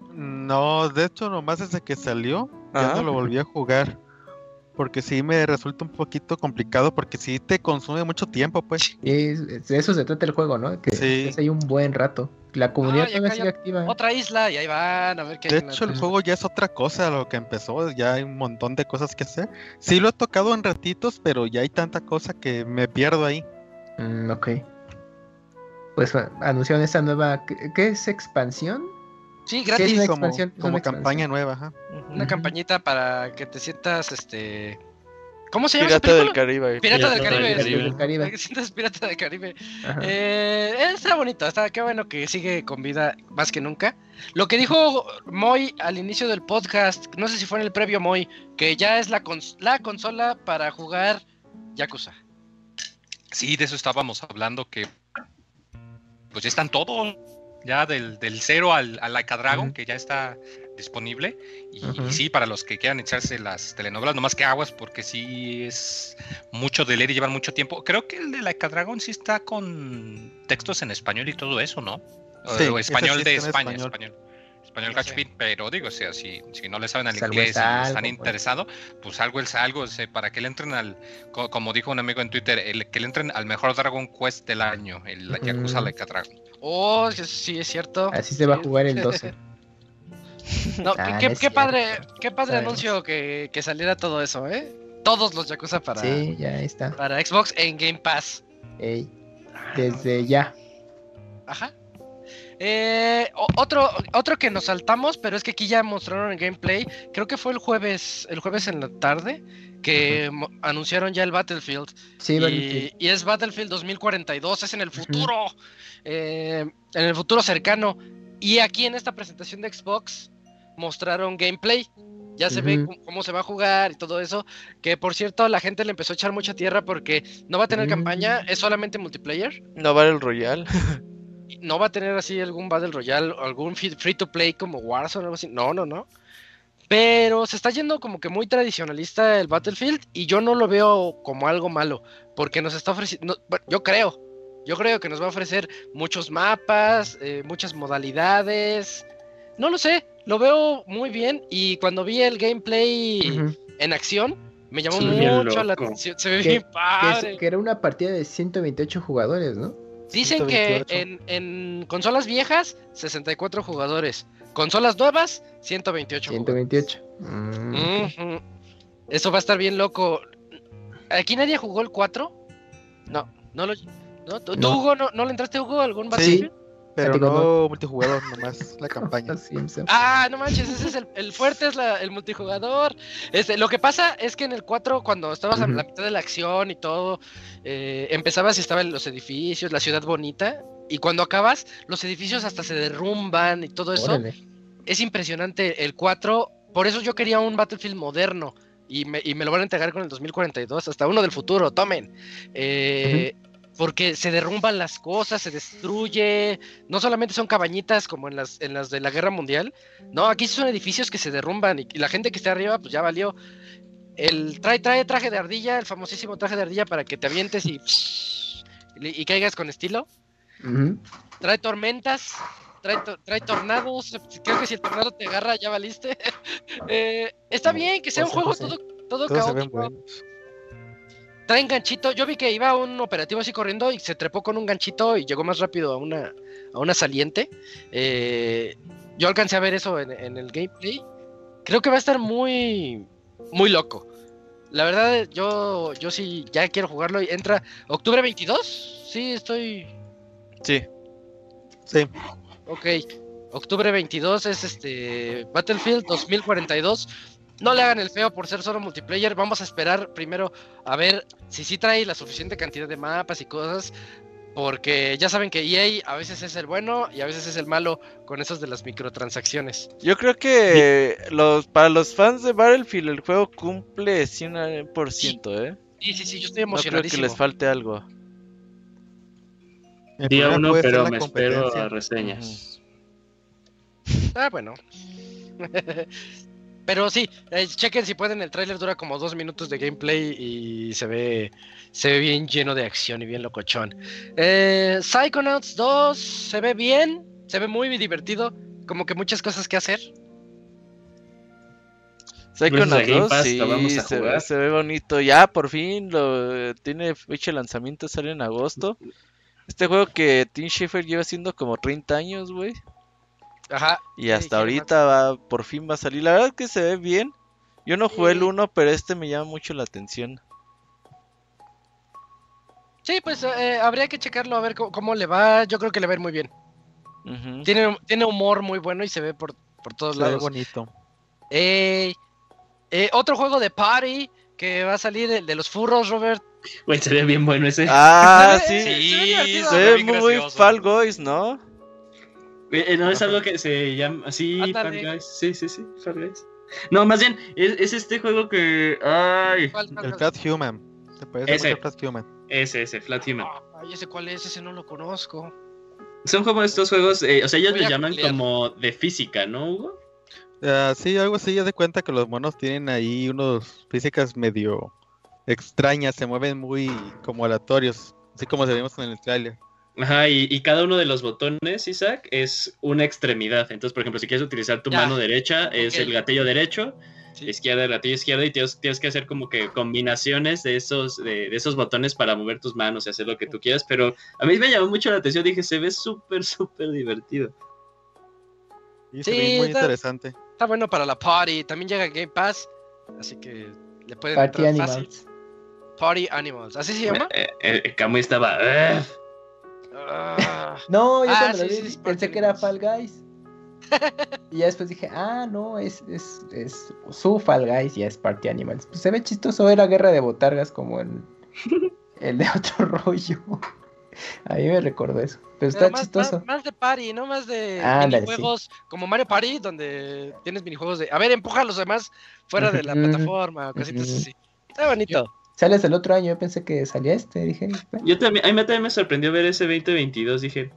No, de hecho, nomás desde que salió, ya Ajá. no lo volví a jugar. Porque sí me resulta un poquito complicado, porque sí te consume mucho tiempo, pues. Y de eso se trata el juego, ¿no? Que Sí. es ahí un buen rato. La comunidad y todavía acá sigue activa. Otra isla y ahí van a ver qué De hay en hecho, el la- juego ya es otra cosa a lo que empezó, ya hay un montón de cosas que hacer. Sí lo he tocado en ratitos, pero ya hay tanta cosa que me pierdo ahí. Ok. Pues anunciaron esta nueva. ¿Qué es expansión? Sí, Sí, gratis. es una Como, expansión, es como una campaña expansión. nueva, ajá. Una Ujú. campañita para que te sientas ¿cómo se llama esa Pirata del película? Caribe. Pirata del Pirata Caribe. del sí. Caribe. Del Caribe. Para que sientas Pirata del Caribe. Ajá. Está bonito, qué bueno que sigue con vida más que nunca. Lo que dijo Moy al inicio del podcast, no sé si fue en el previo Moy, que ya es la consola para jugar Yakuza. Sí, de eso estábamos hablando, que pues ya están todos, ya del 0 al Like a Dragon, Ujú. que ya está disponible. Y Ujú. sí, para los que quieran echarse las telenovelas, nomás que aguas, porque sí es mucho de leer y llevan mucho tiempo. Creo que el de Like a Dragon sí está con textos en español y todo eso, ¿no? Sí, O español ese sí de está en España, español. español. español No Catch sé. Pin, pero digo, o sea, si no le saben al Salvo inglés es y algo, están pues. interesados, pues algo es algo, para que le entren como dijo un amigo en Twitter, que le entren al mejor Dragon Quest del año, el Ujú. Yakuza Like a Dragon. Oh, sí, es cierto. Así se va a Sí. jugar el 12. No, Ah, qué no es cierto. qué padre Sabemos. anuncio que saliera todo eso, ¿eh? Todos los Yakuza Sí, ya está. para Xbox en Game Pass. Ey, desde ya. Ajá. Otro que nos saltamos, pero es que aquí ya mostraron el gameplay. Creo que fue el jueves en la tarde que anunciaron ya el Battlefield. Sí, Battlefield. Y es Battlefield 2042, es en el futuro, en el futuro cercano. Y aquí en esta presentación de Xbox mostraron gameplay. Ya se ve cómo se va a jugar y todo eso. Que por cierto, la gente le empezó a echar mucha tierra porque no va a tener campaña, es solamente multiplayer. No vale el Royal. No va a tener así algún Battle Royale, algún free to play como Warzone o algo así. No. Pero se está yendo como que muy tradicionalista el Battlefield y yo no lo veo como algo malo, porque nos está ofreciendo, yo creo que nos va a ofrecer muchos mapas, muchas modalidades. No lo sé, lo veo muy bien y cuando vi el gameplay en acción me llamó Se ve bien mucho la loco. atención, se ve Que- bien padre. Que era una partida de 128 jugadores, ¿no? Dicen que 128. en consolas viejas, 64 jugadores. Consolas nuevas, 128 128. jugadores. Ujú. Eso va a estar bien loco. ¿Aquí nadie jugó el 4? No. ¿Tú, No. Hugo, no le entraste, Hugo, algún Sí, Battlefield? pero Digo, no multijugador, nomás la campaña. Ah, no manches, ese es el fuerte, es el multijugador. Lo que pasa es que en el 4, cuando estabas a la mitad de la acción y todo, empezabas y estaban los edificios, la ciudad bonita, y cuando acabas, los edificios hasta se derrumban y todo eso. Órale. Es impresionante el 4, por eso yo quería un Battlefield moderno, y me lo van a entregar con el 2042, hasta uno del futuro, tomen. Porque se derrumban las cosas, se destruye. No solamente son cabañitas como en las de la Guerra Mundial. No, aquí son edificios que se derrumban y la gente que está arriba, pues ya valió. Trae traje de ardilla, el famosísimo traje de ardilla para que te avientes y caigas con estilo. Trae tormentas, trae tornados. Creo que si el tornado te agarra, ya valiste. Está bien que sea un juego todo Todos se ven caótico. buenos. Traen ganchito, yo vi que iba un operativo así corriendo y se trepó con un ganchito y llegó más rápido a una saliente. Yo alcancé a ver eso en el gameplay. Creo que va a estar muy, muy loco. La verdad, yo sí ya quiero jugarlo. Entra octubre 22. Sí, estoy. Sí. Sí. Ok. Octubre 22 es Battlefield 2042. No le hagan el feo por ser solo multiplayer. Vamos a esperar primero a ver si sí trae la suficiente cantidad de mapas y cosas. Porque ya saben que EA a veces es el bueno y a veces es el malo con esos de las microtransacciones. Yo creo que para los fans de Battlefield el juego cumple 100%, ¿eh? Sí, yo estoy No creo que emocionadísimo. les falte algo. El Día problema 1, puede ser pero la me espero competencia. a reseñas. Ah, bueno. Pero sí, chequen si pueden, el tráiler dura como 2 minutos de gameplay y se ve bien lleno de acción y bien locochón. Psychonauts 2 se ve bien, se ve muy divertido, como que muchas cosas que hacer. Psychonauts Game 2, Pass, sí, lo vamos a jugar. se ve bonito. Ya, por fin, tiene fecha de lanzamiento, sale en agosto. Este juego que Tim Schafer lleva haciendo como 30 años, güey. Ajá. Y hasta ahorita por fin va a salir. La verdad que se ve bien. Yo no jugué el 1, pero este me llama mucho la atención. Sí, pues habría que checarlo a ver cómo le va. Yo creo que le va a ir muy bien. Ujú. Tiene humor muy bueno y se ve por todos Se ve lados. bonito. Otro juego de party que va a salir, el de los furros, Robert. Güey, se ve bien bueno ese. Ah, Se ve- sí. se ve divertido. Se ve bien muy gracioso. Fall Guys, ¿no? No es algo que se llama así, Ándale. Fall Guys. Sí, Fall Guys. No, más bien, es este juego que. Ay, ¿Cuál? El Flat Human. ¿Te parece Ese. mucho Flat Human? ese, Flat Human. Ay, ¿ese cuál es? Ese no lo conozco. Son como estos juegos, o sea, ellos Voy le a llaman googlear. como de física, ¿no, Hugo? Sí, algo así, ya de cuenta que los monos tienen ahí unos físicas medio extrañas, se mueven muy como aleatorios, así como se vimos en el trailer. Ajá, y cada uno de los botones, Isaac, es una extremidad. Entonces, por ejemplo, si quieres utilizar tu mano derecha, es el gatillo derecho, izquierda el gatillo izquierdo, y tienes que hacer como que combinaciones de esos botones para mover tus manos y hacer lo que tú quieras. Pero a mí me llamó mucho la atención, dije, se ve súper, súper divertido. Y se ve muy interesante. Está bueno para la party. También llega Game Pass, así que le pueden Party entrar Animals. fácil. Party Animals, ¿así se llama? Camuy estaba... No, yo cuando sí, lo vi sí, pensé que era Fall Guys. Y ya después dije, no, es su Fall Guys, ya es Party Animals. Pues se ve chistoso, era Guerra de Botargas como el de otro rollo. A mí me recordó eso. Pero está chistoso. Más de party, no más de Ándale, minijuegos como Mario Party, donde tienes minijuegos de, a ver, empuja a los demás fuera de la plataforma, cositas así. Está bonito. Sales el otro año, yo pensé que salía dije. Yo también, a mí también me sorprendió ver ese 2022, dije.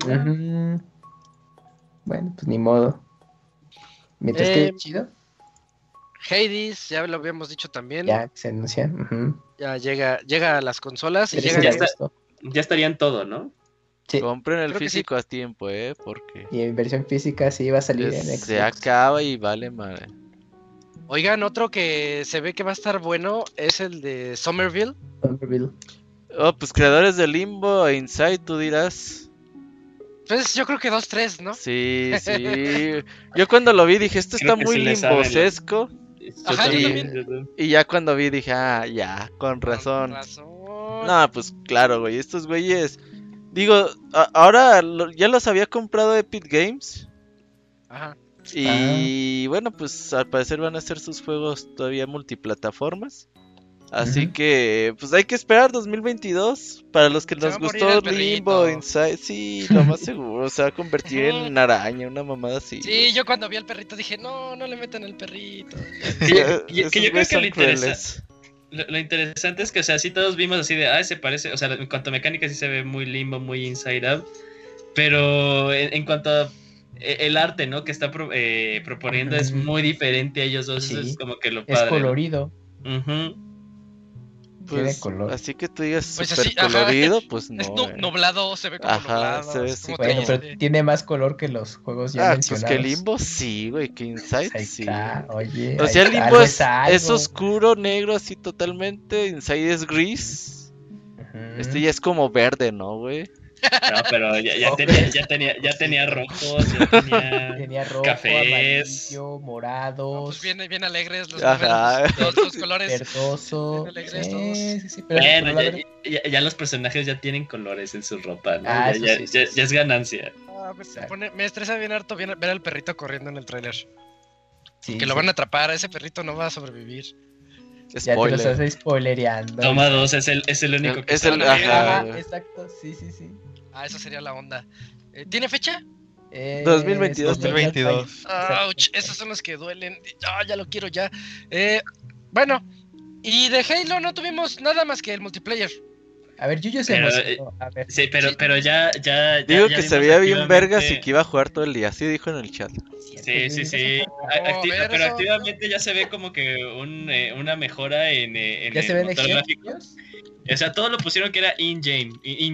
Bueno, pues ni modo. Mientras que chido. Hades, ya lo habíamos dicho también. Ya se anuncia. Ya llega a las consolas y Pero llega ya estaría en todo, ¿no? Sí. Compren el Creo que físico a tiempo, porque Y en versión física sí va a salir en Xbox. se acaba y vale madre. Oigan, otro que se ve que va a estar bueno es el de Somerville. Oh, pues creadores de Limbo e Inside, tú dirás. Pues yo creo que 2-3, ¿no? Sí. Yo cuando lo vi dije, esto Creo está que muy sí le saben, limbosesco. Ajá, yo y, también. y ya cuando vi dije, ya, con razón. No, pues claro, güey, estos güeyes. Digo, ahora ya los había comprado Epic Games. Ajá. Y bueno, pues al parecer van a hacer sus juegos todavía multiplataformas. Así que, pues hay que esperar 2022. Para los que nos gustó Limbo, Inside, sí, lo más seguro. Se va a convertir en una araña, una mamada así. Sí, yo cuando vi al perrito dije, no le metan el perrito. Que yo creo que lo interesante es que, o sea, sí todos vimos así de, se parece, o sea, en cuanto a mecánica sí se ve muy Limbo, muy Inside Out. Pero en cuanto a el arte, ¿no? Que está proponiendo es muy diferente a ellos dos. Sí. Eso es como que lo padre. Es colorido. Pues, color. Así que tú digas pues súper así, colorido, pues no. Es nublado, se ve como nublado. Se ve como bueno, pero tiene más color que los juegos ya mencionados. Pues que Limbo sí, güey, que Inside sí. Oye, o sea, Limbo es oscuro, negro, así totalmente. Inside es gris. Este ya es como verde, ¿no, güey? No, pero ya tenía rojos, tenía rojo, cafés, amarillo, morados. Pues bien alegres los colores. Verdoso. Bien alegres todos. Sí, pero bueno, ya los personajes ya tienen colores en su ropa, ¿no? Ya es ganancia. Me estresa bien harto ver al perrito corriendo en el tráiler. Sí, que lo van a atrapar, ese perrito no va a sobrevivir. Ya te lo estás spoilereando. Toma 2, es el único que es exacto, sí. Esa sería la onda. ¿Tiene fecha? 2022. Ouch, esos son los que duelen. Ya lo quiero ya. Bueno, y de Halo no tuvimos nada más que el multiplayer. A ver, Yuyo se emocionó. Sí, pero ya. Digo que se veía bien vergas y que iba a jugar todo el día. Así dijo en el chat. Sí. Pero activamente ya se ve como que una mejora en ¿Ya se ven motor gráfico. O sea, todo lo pusieron que era in-game.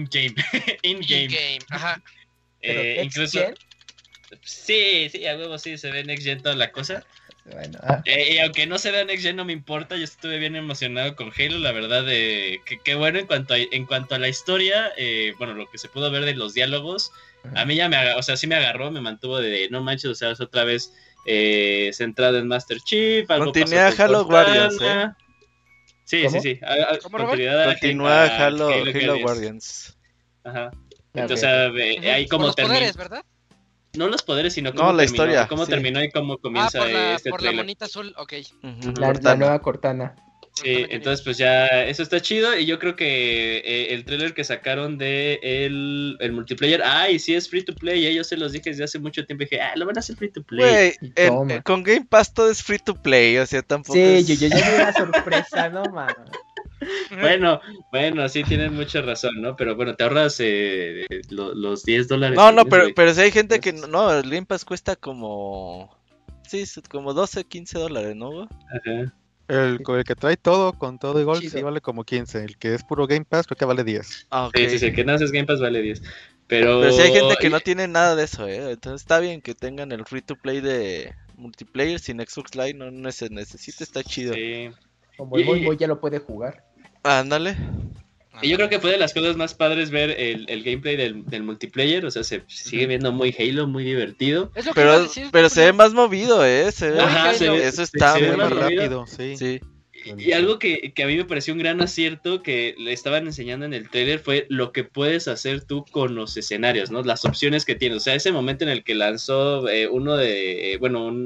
Ajá. Incluso. Sí, a huevo sí, se ve Next Gen toda la cosa. Bueno, y aunque no se vea Next Gen no me importa, yo estuve bien emocionado con Halo, la verdad, que bueno en cuanto a la historia, bueno, lo que se pudo ver de los diálogos, a mí ya sí me agarró, me mantuvo de no manches, o sea, es otra vez centrado en Master Chief, continúa Halo Guardians, Sí. Continúa Halo Guardians. Ajá. Entonces, ahí como los poderes, ¿verdad? No los poderes, sino cómo la historia. Cómo terminó y cómo comienza por la monita azul, ok. La nueva Cortana. Sí, entonces pues ya eso está chido y yo creo que el trailer que sacaron de el multiplayer, y sí es free to play, yo se los dije desde hace mucho tiempo, dije, lo van a hacer free to play. Güey, con Game Pass todo es free to play, o sea, tampoco sí, yo ya vi una sorpresa, no mames. Bueno, sí tienen mucha razón, ¿no? Pero bueno, te ahorras los $10. No, pero si hay gente que no, el Game Pass cuesta como como $12-15, ¿no? Ajá. El que trae todo, con todo igual, sí vale como 15. El que es puro Game Pass creo que vale 10. Okay. Sí, que no haces Game Pass vale 10. Pero sí hay gente que no tiene nada de eso, entonces está bien que tengan el free to play de multiplayer sin Xbox Live, no se necesita, está chido. Sí. Como el Boy ya lo puede jugar. Ándale. Y yo creo que fue de las cosas más padres ver el gameplay del multiplayer, o sea, se sigue viendo muy Halo, muy divertido. Es lo que iba a decir, Pero se ve más movido, se ve, Ajá, eso está se ve muy más rápido. Sí. Y algo que a mí me pareció un gran acierto que le estaban enseñando en el trailer fue lo que puedes hacer tú con los escenarios, ¿no? Las opciones que tienes. O sea, ese momento en el que lanzó uno de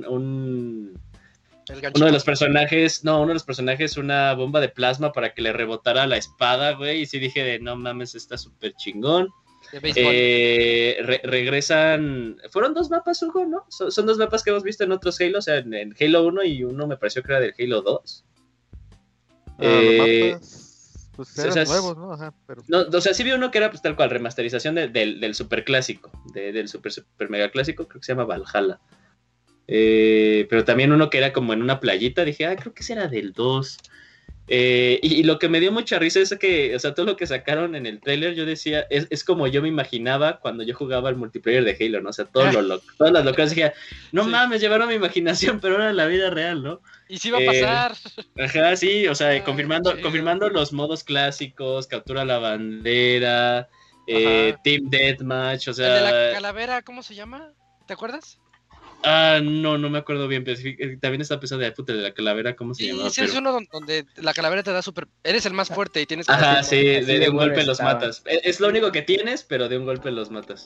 los personajes, una bomba de plasma para que le rebotara la espada, güey. Y sí dije de no mames, está súper chingón. Regresan. Fueron 2 mapas, Hugo, ¿no? Son 2 mapas que hemos visto en otros Halo, o sea, en Halo 1 y uno me pareció que era del Halo 2. Los mapas, pues eran o sea, nuevos, ¿no? Ajá, pero... No, o sea, sí vi uno que era pues tal cual, remasterización del super clásico, del super mega clásico, creo que se llama Valhalla. Pero también uno que era como en una playita, dije, creo que ese era del 2. Y lo que me dio mucha risa es que, o sea, todo lo que sacaron en el trailer, yo decía, es como yo me imaginaba cuando yo jugaba al multiplayer de Halo, ¿no? O sea, todas las locuras, dije, no mames, llevaron mi imaginación, pero era la vida real, ¿no? Y sí va a pasar. Ajá, sí, o sea, confirmando los modos clásicos, captura la bandera, Team Deathmatch, o sea... El de la calavera, ¿cómo se llama? ¿Te acuerdas? No me acuerdo bien, pero también está pensando de puta de la calavera, ¿cómo se llama? Sí, es uno donde la calavera te da eres el más fuerte y tienes que... Ajá, sí, de un golpe los matas. Es lo único que tienes, pero de un golpe los matas.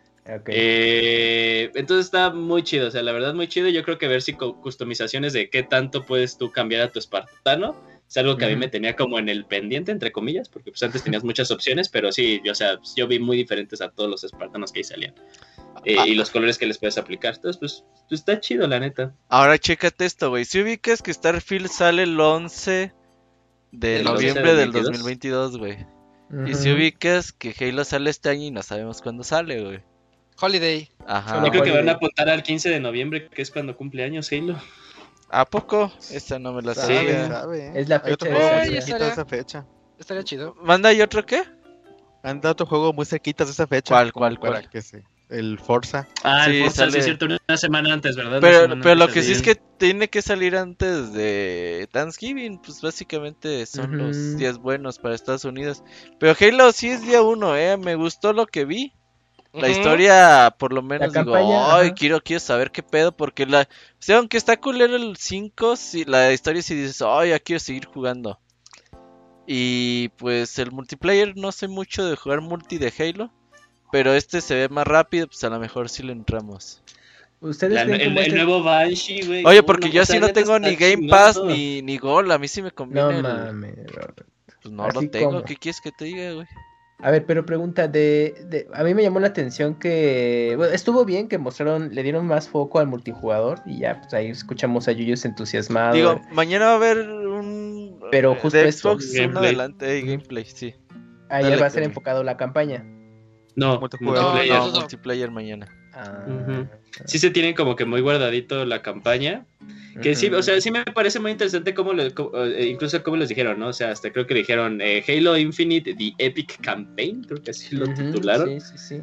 Okay. Entonces está muy chido, o sea, la verdad muy chido. Yo creo que ver si customizaciones de qué tanto puedes tú cambiar a tu espartano es algo que a mí me tenía como en el pendiente, entre comillas, porque pues antes tenías muchas opciones, pero sí, yo vi muy diferentes a todos los espartanos que ahí salían. Y los colores que les puedes aplicar. Entonces, pues está chido, la neta. Ahora chécate esto, güey. Si ubicas que Starfield sale el 11 de noviembre del 2022, güey. Y si ubicas que Halo sale este año y no sabemos cuándo sale, güey. Holiday. Ajá. Yo creo que van a apuntar al 15 de noviembre, que es cuando cumple años Halo. ¿A poco? Esta no me la sabía. Es la fecha de esa fecha. Estaría chido. ¿Manda y otro qué? Anda otro juego muy cerquita de esa fecha. ¿Cuál? Que sí. El Forza. El Forza sale... sí es cierto, una semana antes, ¿verdad? Pero lo que sí es que tiene que salir antes de Thanksgiving, pues básicamente son los días buenos para Estados Unidos. Pero Halo sí es día 1, me gustó lo que vi. La historia, por lo menos, quiero saber qué pedo, porque o sea, aunque está culero el 5, la historia sí dices, ya quiero seguir jugando. Y pues el multiplayer, no sé mucho de jugar multi de Halo. Pero se ve más rápido, pues a lo mejor sí le entramos. ¿Ustedes el nuevo Banshee, güey? Oye, porque yo sí no tengo ni Game Pass ni Gold, a mí sí me conviene. No mames, Robert. Pues no lo tengo, ¿qué quieres que te diga, güey? A ver, pero pregunta, a mí me llamó la atención que, bueno, estuvo bien que le dieron más foco al multijugador y ya, pues ahí escuchamos a Yuyos entusiasmado. Digo, mañana va a haber un... Pero justo de Xbox, uno adelante, gameplay, sí. Ya va a ser enfocado la campaña. No, multiplayer mañana. Sí se tienen como que muy guardadito la campaña. Que sí, o sea, sí me parece muy interesante incluso cómo les dijeron, ¿no? O sea, hasta creo que dijeron Halo Infinite The Epic Campaign, creo que así lo titularon. Sí.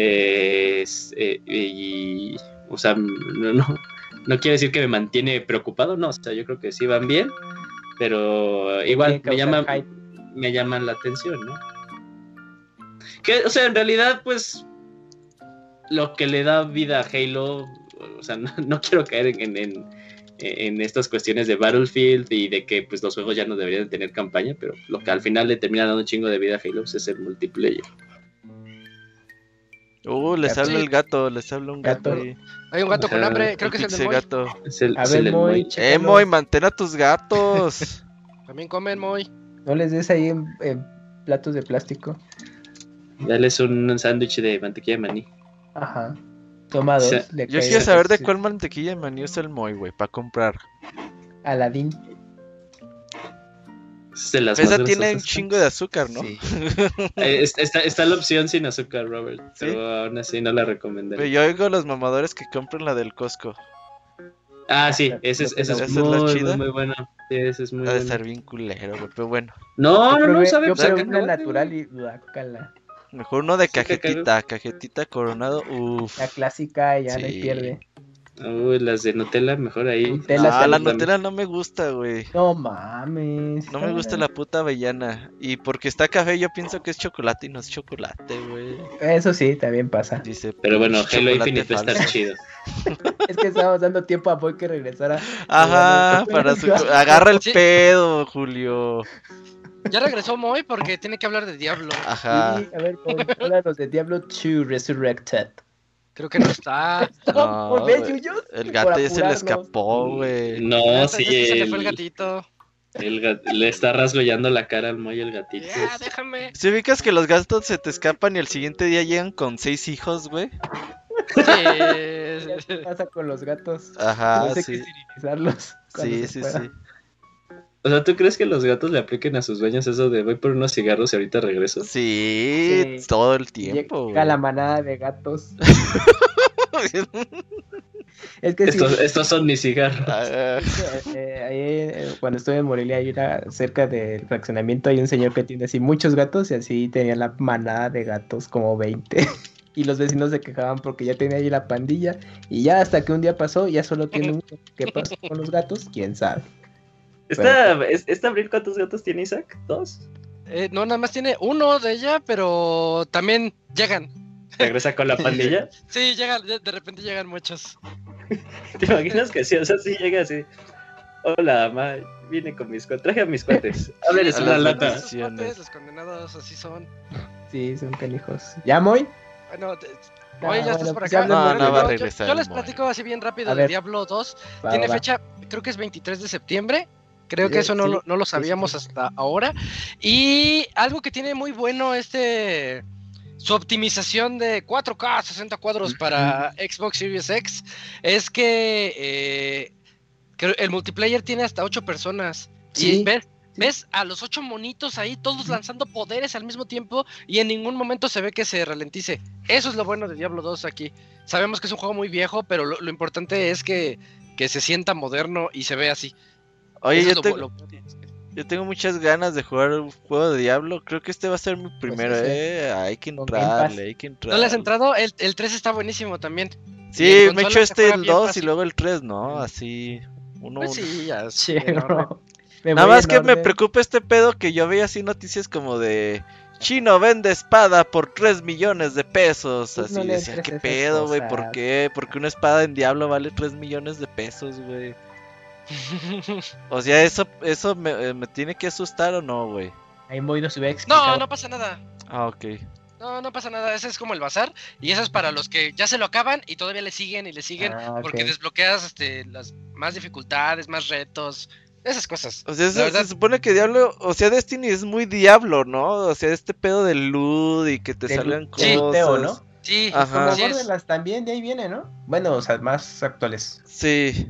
O sea, no quiere decir que me mantiene preocupado, no, o sea, yo creo que sí van bien, pero igual me llaman la atención, ¿no? Que, o sea, en realidad, pues, lo que le da vida a Halo, o sea, no quiero caer en estas cuestiones de Battlefield y de que pues los juegos ya no deberían tener campaña, pero lo que al final le termina dando un chingo de vida a Halo es el multiplayer. Les habla el gato, les habla un gato ahí. Hay un gato con hambre, creo que es el del Moy. Gato. Es el Moy. Moy, mantén a tus gatos. También comen, Moy. No les des ahí en platos de plástico. Dales un sándwich de mantequilla de maní. Ajá. Toma dos. Yo quiero saber de cuál mantequilla de maní usa el Moy, güey, para comprar. Aladín. Esa tiene un chingo de azúcar, ¿no? Sí. Está la opción sin azúcar, Robert. ¿Sí? Pero aún así no la recomendaría. Pero yo oigo a los mamadores que compran la del Costco. Sí, esa es muy buena. Sí, ese es muy bueno. Ha de estar bien culero, güey, pero bueno. No, sabe. Yo probé una natural y guácala. Mejor uno de Sí, cajetita coronado. Uf. La clásica ya no hay Sí. pierde. Uy, las de Nutella, mejor ahí. Nutella, No, se la los Nutella no me gusta, güey. No mames. No me gusta la puta avellana. Y porque está café, yo pienso que es chocolate y no es chocolate, güey. Eso sí, también pasa. Dice, Pero bueno, Halo chocolate Infinite va a estar falso. chido. Es que estábamos dando tiempo a Boy que regresara. Ajá, para su... Agarra el Sí. pedo, Julio. Ya regresó Moy porque tiene que hablar de Diablo. Ajá. Sí, a ver, háblanos de Diablo 2 Resurrected. Creo que no está. No, ¿Por qué, güey. Yuyos? El Por gato ya se le apurarnos. escapó, güey. No, Se sí, le fue el gatito. le está rasgollando la cara al Moy el gatito. Ya, déjame. Si ubicas que los gatos se te escapan y el siguiente día llegan con 6 hijos, güey. ¿Qué Sí. pasa con los gatos? Ajá, No sé sí. qué esterilizarlos. cuando Sí, se sí, pueda. sí. O sea, ¿tú crees que los gatos le apliquen a sus dueños eso de voy por unos cigarros y ahorita regreso? Sí, Sí. todo el tiempo, Llega la güey. manada de gatos. Es que sí. Estos son mis cigarros. Ah, Cuando estuve en Morelia, hay cerca del fraccionamiento, hay un señor que tiene así muchos gatos y así tenía la manada de gatos, como 20. Y los vecinos se quejaban porque ya tenía ahí la pandilla. Y ya hasta que un día pasó, ya solo tiene uno. ¿Qué pasó con los gatos? ¿Quién sabe? ¿Esta abril cuántos gatos tiene Isaac? ¿2? No, nada más tiene uno de ella, pero también llegan. ¿Regresa con la pandilla? Sí, llegan, de repente llegan muchos. ¿Te imaginas que sí? O sea, sí llega así. Hola, ma, vine con mis cuates. Traje a mis cuates. A ver, es A una las lata. Esos cuates, los condenados, así son. Sí, son canijos. ¿Ya, Moy? Bueno, Ah, oye, ya bueno, estás por pues acá. ya hablemos No, de- va a Yo- regresar Yo el les Moy. platico así bien rápido A de ver. Diablo 2. Va, Tiene va. fecha, creo que es 23 de septiembre. Creo que Sí, eso no, sí, no lo sí, sabíamos sí. hasta ahora. Y algo que tiene muy bueno su optimización de 4K 60 cuadros para Xbox Series X es que el multiplayer tiene hasta 8 personas. Sí, Y ves a los 8 monitos ahí, todos lanzando poderes al mismo tiempo y en ningún momento se ve que se ralentice. Eso es lo bueno de Diablo 2 aquí. Sabemos que es un juego muy viejo, pero lo importante es que se sienta moderno y se ve así. Oye, Eso yo es yo tengo muchas ganas de jugar un juego de Diablo. Creo que este va a ser mi primero, ese. Hay que Con Game Pass. entrarle, hay que ¿No entrarle. le has entrado? El 3 está buenísimo también. Y Sí, en me consola echo se juega el bien 2 y fácil. luego el 3, ¿no? Así, uno. Pues sí, ya. Che, no, no. Me Nada voy más en que me orden. preocupa este pedo que yo veía así noticias como de Chino vende espada por 3 millones de pesos. Pues Así no le decía, entres ¿qué a esas pedo, güey? ¿Por cosas. qué? Porque una espada en Diablo vale 3 millones de pesos, güey. O sea, eso me tiene que asustar o no, güey. Ahí Moy nos hubiera explicado. No pasa nada. Ah, ok. No pasa nada. Ese es como el bazar. Y eso es para los que ya se lo acaban y todavía le siguen y le siguen. Ah, ok. Porque desbloqueas las más dificultades, más retos. Esas cosas. O sea, La verdad- se supone que Diablo, o sea, Destiny es muy Diablo, ¿no? O sea, este pedo del loot y que te Del salgan del cosas. looteo, ¿no? Sí, Ajá. Como así es. Borderlands también, de ahí viene, ¿no? Bueno, o sea, más actuales. Sí.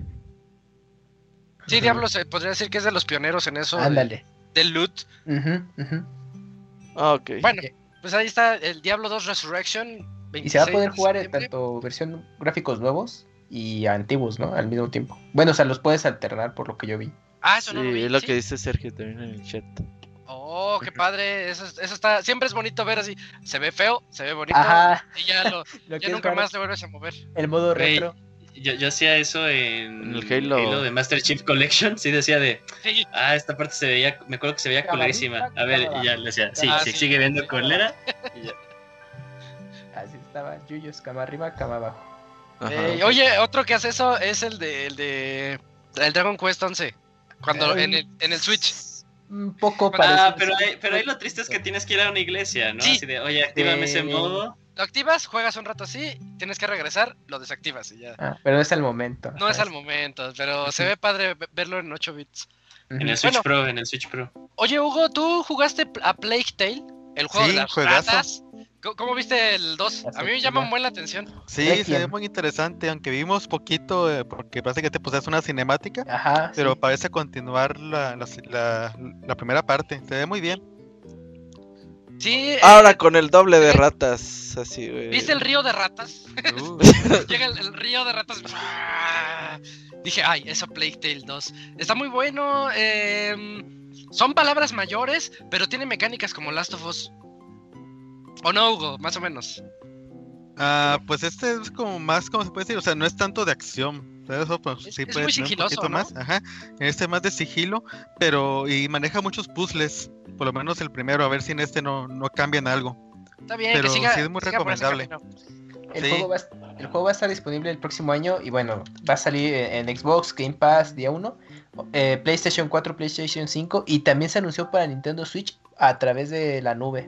Sí, Diablo se podría decir que es de los pioneros en eso. Ándale. Del loot. Ujú, ujú. Ah, ok. Bueno, pues ahí está el Diablo 2 Resurrection. Y se va a 26 poder de jugar en septiembre. tanto versión gráficos nuevos y antiguos, ¿no? Al mismo tiempo. Bueno, o sea, los puedes alternar por lo que yo vi. Ah, eso no lo Sí, vi. es lo ¿sí? que dice Sergio también en el chat. Oh, qué padre. Eso está. Siempre es bonito ver así. Se ve feo, se ve bonito. Ajá. Y ya, Lo ya que es nunca raro, más le vuelves a mover. el modo Güey, retro. yo hacía eso en el Halo. de Master Chief Collection. Sí, decía de, Sí. esta parte se veía, me acuerdo que se veía Cama culerísima. arriba, A ver, cama y ya abajo. le decía, sí, Ah, se sí. sigue viendo culera. Y ya. Así estaba, Yuyos, cama arriba, cama abajo. Ajá. Oye, otro que hace eso es el el Dragon Quest 11. Cuando en el Switch. Un poco parecido. Ah, pero ahí lo triste es que tienes que ir a una iglesia, ¿no? Sí. Así de, oye, actívame ese modo. Lo activas, juegas un rato así, tienes que regresar, lo desactivas y ya. Ah, pero no es al momento. No es al momento, pero se ve padre verlo en 8 bits. Ujú. En el Switch Bueno. Pro, en el Switch Pro. Oye, Hugo, ¿tú jugaste a Plague Tale? El juego Sí, de las juegazo. ratas. ¿Cómo viste el 2? A mí me llama un buen la atención. Sí, Requiem. se ve muy interesante, aunque vimos poquito, porque parece que te pusiste una cinemática, Ajá. pero sí. parece continuar la primera parte. Se ve muy bien. Sí, Ahora con el doble de ratas. Así, güey. ¿viste el río de ratas? Uh, Llega el río de ratas. Dije, ay, eso Plague Tale 2. Está muy bueno. Son palabras mayores, pero tiene mecánicas como Last of Us. ¿O no, Hugo? Más o menos. Pues este es como más, ¿cómo se puede decir? O sea, no es tanto de acción. Eso pues, sí Es puede muy tener un sigiloso, poquito ¿no? más. Ajá. Este más de sigilo, pero y maneja muchos puzzles. Por lo menos el primero, a ver si en este no cambian algo. Está bien, Pero que siga, sí es muy que siga por ese recomendable. camino. El, Sí. el juego va a estar disponible el próximo año y bueno, va a salir en Xbox, Game Pass día 1, PlayStation 4, PlayStation 5 y también se anunció para Nintendo Switch a través de la nube.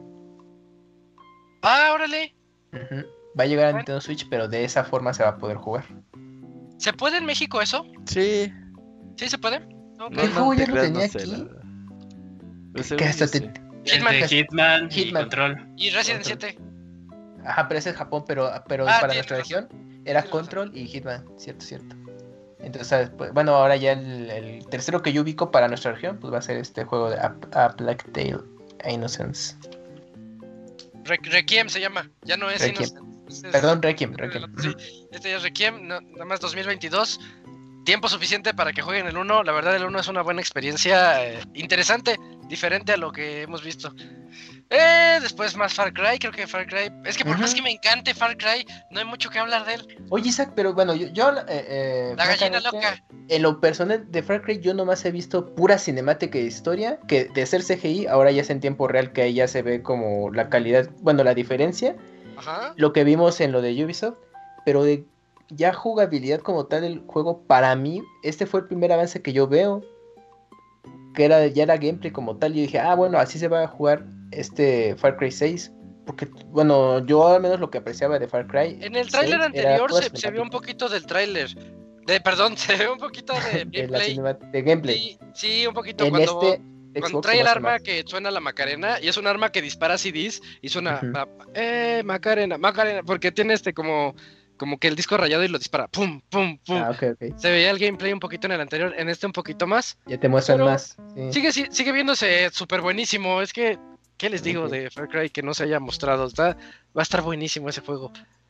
Órale. Ujú. Va a llegar a Bueno. Nintendo Switch, pero de esa forma se va a poder jugar. ¿Se puede en México eso? Sí. ¿Sí se puede? Ok. ¿Qué juego ya te lo creas, tenía sé, aquí? la verdad. Pues Que según hasta yo te... sí. Hitman. El de Hitman y Hitman. Control. Y Resident Control. 7. Ajá, pero ese es Japón, pero Ah, para tienes nuestra razón. región era Tienes Control y Hitman, cierto. Entonces, pues, bueno, ahora ya el tercero que yo ubico para nuestra región, pues va a ser este juego de A Plague Tale Innocence. Requiem se llama. Ya no es Requiem. Innocent. Este es- Perdón, Requiem. Sí, este ya es Requiem, nada más 2022. Tiempo suficiente para que jueguen el 1. La verdad, el 1 es una buena experiencia, interesante, diferente a lo que hemos visto. Después más Far Cry, creo que Far Cry... Es que por más que me encante Far Cry, no hay mucho que hablar de él. Oye, Isaac, pero bueno, yo La gallina francamente, loca. en lo personal de Far Cry, yo nomás he visto pura cinemática de historia, que de ser CGI, ahora ya es en tiempo real, que ahí ya se ve como la calidad, bueno, la diferencia, Ajá. lo que vimos en lo de Ubisoft, pero de ya jugabilidad como tal del juego, para mí, este fue el primer avance que yo veo, que ya era gameplay como tal, y dije, bueno, así se va a jugar este Far Cry 6, porque, bueno, yo al menos lo que apreciaba de Far Cry En el tráiler 6 era anterior pura se vio un cinemática. poquito del tráiler. Perdón, se ve un poquito de gameplay. De gameplay. Sí, un poquito En cuando... este Cuando Xbox trae el se arma más. que suena la Macarena, y es un arma que dispara CDs y suena Ujú. Macarena, porque tiene como que el disco rayado y lo dispara, pum, pum, pum. Ok. Se veía el gameplay un poquito en el anterior, en este un poquito más. Ya te muestran Pero más. Sí. Sigue viéndose súper buenísimo. Es que, ¿qué les digo Ok. de Far Cry que no se haya mostrado? Va a estar buenísimo ese juego.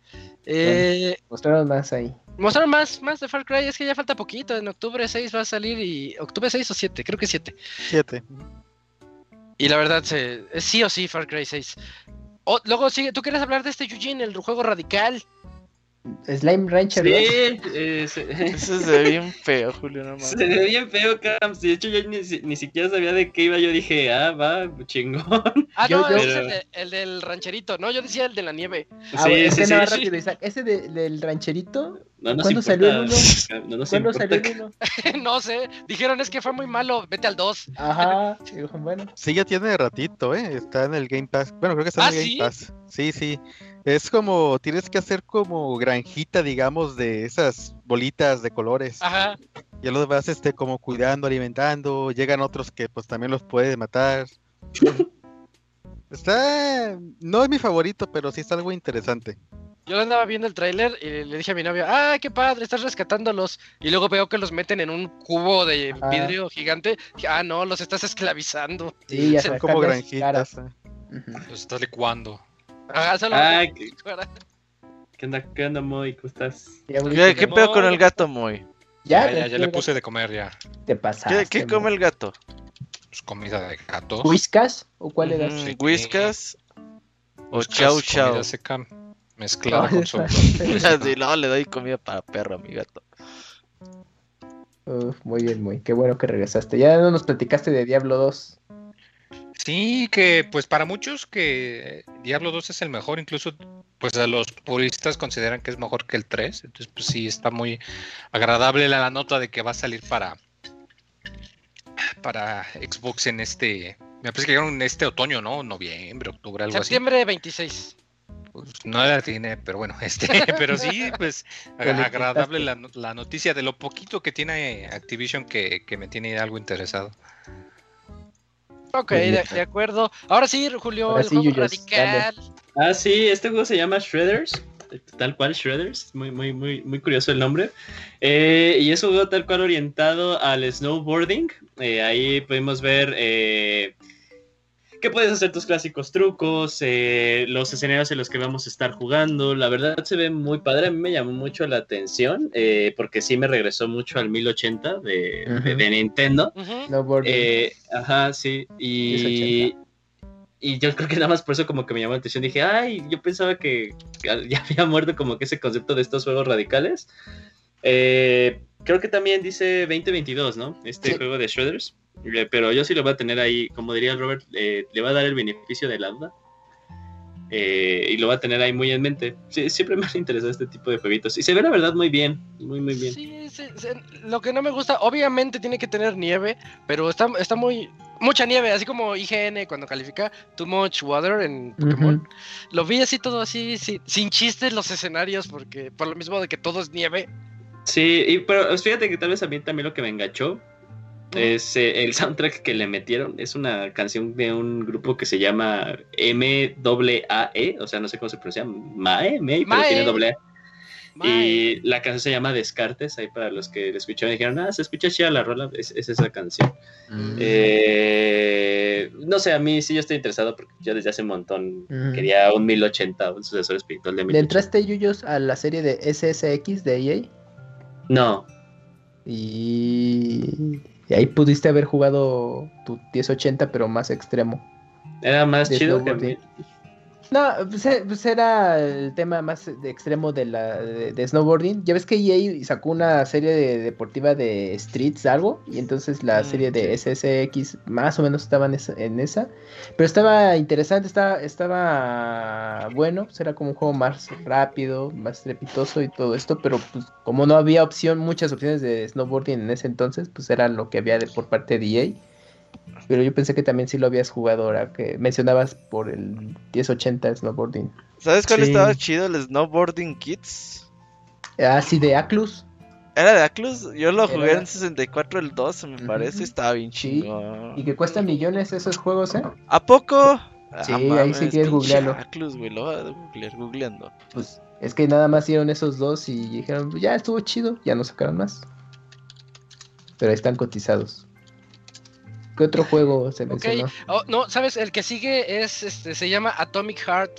Mostraron más ahí. Mostraron más de Far Cry, es que ya falta poquito. En octubre 6 va a salir y... ¿Octubre 6 o 7? Creo que 7. 7. Y la verdad, es sí o sí Far Cry 6. Luego sigue, ¿tú quieres hablar de este Eugene, el juego radical? Slime Rancher 2. Sí, Eso se ve bien feo, Julio, no mames. se ve bien feo, Camps. De hecho, yo ni siquiera sabía de qué iba. Yo dije, va, chingón. Yo- Ese es el del rancherito. No, yo decía el de la nieve. Es que nada más rápido, Isaac. Ese del rancherito. No nos ¿Cuándo importa, salió el uno? No nos ¿Cuándo importa. salió el 1? No sé, dijeron es que fue muy malo, vete al 2. Ajá. Dijo, bueno. Sí, ya tiene ratito, está en el Game Pass. Bueno, creo que está en el Game ¿sí? Pass. Sí. Es como, tienes que hacer como granjita, digamos, de esas bolitas de colores. Ajá. Ya los vas como cuidando, alimentando. Llegan otros que pues también los puedes matar. No es mi favorito, pero sí está algo interesante. Yo andaba viendo el tráiler y le dije a mi novia, qué padre, estás rescatándolos. Y luego veo que los meten en un cubo de Ajá. vidrio gigante. Dije, no, los estás esclavizando. Sí, ya Son se Como cambian sus granjitas. caras. Ujú. Los estás licuando. Ajá, solo. ¿Qué onda, Moy? ¿Cómo estás? Ya, ¿Qué pedo con el gato, Moy? Ya le puse de comer ya. Te pasaste. ¿Qué come el gato? Pues comida de gato. ¿Whiskas? ¿O cuál era? Mm, Sí. ¿Whiskas o Buscas chau chau? comida seca mezclada Ay, con su... Sí, no, le doy comida para perro a mi gato. Muy bien, qué bueno que regresaste. Ya no nos platicaste de Diablo 2. Sí, que pues para muchos que Diablo 2 es el mejor, incluso pues a los puristas consideran que es mejor que el 3, entonces pues sí está muy agradable la nota de que va a salir para Xbox en me parece que llegaron en este otoño, ¿no? Noviembre, octubre, algo Septiembre 26. así. Pues no la tiene, pero bueno, pero sí, pues agradable la noticia de lo poquito que tiene Activision que me tiene algo interesado. Ok, Muy bien. de acuerdo. Ahora sí, Julio, Ahora el sí, juego Yuyos, radical. Sí, este juego se llama Shredders. Tal cual, Shredders. Muy curioso el nombre. Y es un juego tal cual orientado al snowboarding. Ahí podemos ver que puedes hacer tus clásicos trucos, los escenarios en los que vamos a estar jugando. La verdad se ve muy padre. A mí me llamó mucho la atención porque sí me regresó mucho al 1080 de Nintendo. Ujú. Snowboarding. Ajá, sí. Y Y yo creo que nada más por eso como que me llamó la atención. Dije, ay, yo pensaba que ya había muerto como que ese concepto de estos juegos radicales. Creo que también dice 2022, ¿no? Este juego de Shredders. Pero yo sí lo voy a tener ahí, como diría Robert, le va a dar el beneficio de la duda. Y lo va a tener ahí muy en mente. Sí, siempre me ha interesado este tipo de jueguitos. Y se ve la verdad muy bien, muy bien. Sí, lo que no me gusta, obviamente tiene que tener nieve, pero está muy... Mucha nieve, así como IGN cuando califica Too Much Water en Pokémon. Uh-huh. Lo vi así todo así, sin chistes los escenarios, porque por lo mismo de que todo es nieve. Sí, pero fíjate que tal vez a mí también lo que me enganchó es el soundtrack que le metieron. Es una canción de un grupo que se llama MAAE, o sea, no sé cómo se pronuncia, Mae, pero tiene doble A. Y la canción se llama Descartes, ahí para los que la escucharon dijeron, se escucha chida la rola, es esa canción. No sé, a mí sí yo estoy interesado porque yo desde hace un montón quería un 1080, un sucesor espiritual de 1080. ¿Le entraste, Yuyos, a la serie de SSX de EA? No. Y ahí pudiste haber jugado tu 1080, pero más extremo. Era más chido que a mí. No, pues era el tema más extremo de snowboarding. Ya ves que EA sacó una serie deportiva de Streets, algo, y entonces la serie de SSX más o menos estaba en esa. Pero estaba interesante, estaba bueno, pues era como un juego más rápido, más estrepitoso y todo esto, pero pues como no había muchas opciones de snowboarding en ese entonces, pues era lo que había por parte de EA. Pero yo pensé que también sí lo habías jugado ahora que mencionabas por el 1080 snowboarding. ¿Sabes cuál estaba chido? El Snowboarding Kids. Ah, sí, de Atlus. ¿Era de Atlus? Yo lo jugué en 64, el 2, me parece, estaba bien chido. Y que cuestan millones esos juegos, ¿eh? ¿A poco? Sí, ahí sí quieres googlearlo. Atlus, güey, lo voy a googleando. Pues es que nada más hicieron esos dos y dijeron, ya estuvo chido, ya no sacaron más. Pero ahí están cotizados. ¿Qué otro juego se mencionó? No, ¿sabes? El que sigue se llama Atomic Heart.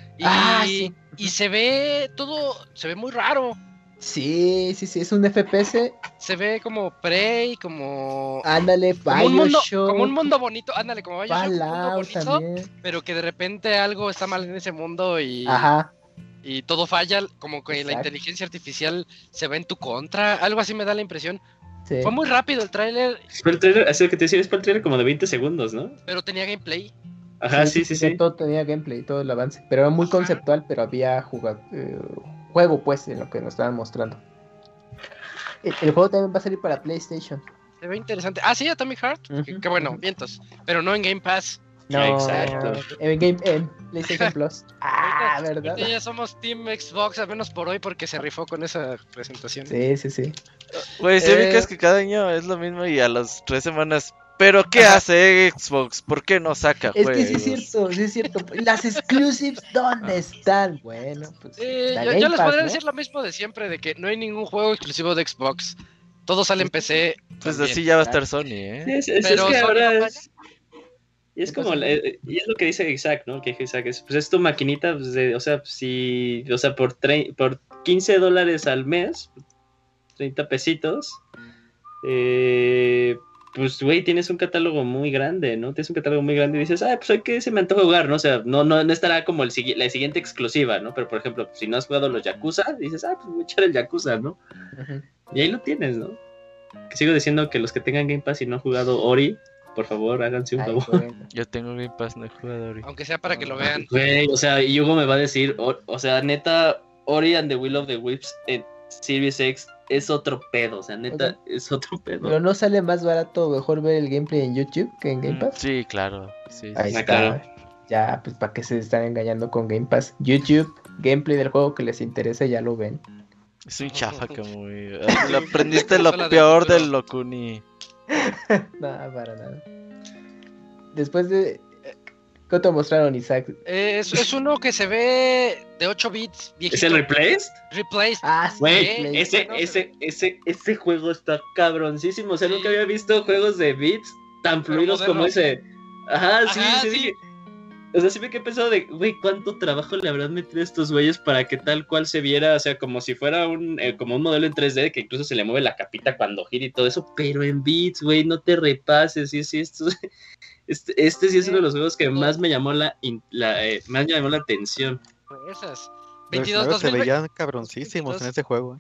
Y se ve muy raro. Sí, es un FPS. Se ve como Prey, como... Ándale, Bioshock. Como un mundo bonito, ándale, como Bioshock, un mundo bonito, también. Pero que de repente algo está mal en ese mundo y todo falla, como que la inteligencia artificial se va en tu contra, algo así me da la impresión. Sí. Fue muy rápido el tráiler. El tráiler, así que te decía, es para el tráiler como de 20 segundos, ¿no? Pero tenía gameplay. Ajá, sí. Todo tenía gameplay, todo el avance. Pero era muy conceptual, pero había juego, pues, en lo que nos estaban mostrando. El juego también va a salir para PlayStation. Se ve interesante. Sí, Atomic Heart. Que bueno, vientos. Pero no en Game Pass. No, exacto. En PlayStation Plus. ¿Verdad? Ya somos Team Xbox, al menos por hoy, porque se rifó con esa presentación. Sí. Güey, si ubicas que cada año es lo mismo y a las 3 semanas. ¿Pero qué hace Xbox? ¿Por qué no saca juegos? Es que sí es cierto. Las exclusives, ¿dónde están? Bueno, pues. Yo les podría decir lo mismo de siempre: de que no hay ningún juego exclusivo de Xbox. Todo sale en PC. Pues también. Así ya va a estar Sony, ¿eh? Pero es que ahora y es como, y es lo que dice Isaac, ¿no? Que Isaac es tu maquinita, pues por $15 al mes, 30 pesitos, pues, güey, tienes un catálogo muy grande, ¿no? Tienes un catálogo muy grande y dices, pues hoy que se me antoja jugar, ¿no? O sea, no estará como la siguiente exclusiva, ¿no? Pero, por ejemplo, si no has jugado los Yakuza, dices, pues voy a echar el Yakuza, ¿no? Uh-huh. Y ahí lo tienes, ¿no? Que sigo diciendo que los que tengan Game Pass y no han jugado Ori, por favor, háganse un favor. Bueno. Yo tengo Game Pass, no he jugado Ori. Aunque sea para que lo vean. Güey, y Hugo me va a decir, neta, Ori and the Will of the Wisps en Series X es otro pedo, neta, es otro pedo. Pero no sale más barato, mejor ver el gameplay en YouTube que en Game Pass. Sí, claro. Sí, ahí está. Claro. Ya, pues para qué se están engañando con Game Pass. YouTube, gameplay del juego que les interese, ya lo ven. Es un chafa como... Le aprendiste lo peor del Locuni. Nada, para nada. Después de... ¿Qué te mostraron, Isaac? Es uno que se ve de 8 bits. Viejito. ¿Es el Replaced? Replaced. Sí. Güey, ese juego está cabroncísimo. O sea, nunca había visto juegos de bits tan fluidos como ese. Sí. O sea, sí me quedé pensando de, güey, ¿cuánto trabajo le habrán metido a estos güeyes para que tal cual se viera? O sea, como si fuera como un modelo en 3D, que incluso se le mueve la capita cuando gira y todo eso, pero en bits, güey, no te repases. Sí, esto, este sí es uno de los juegos que más me llamó más llamó la atención. Esas. Los 22, nuevos se 2020. veían cabroncísimos en ese juego.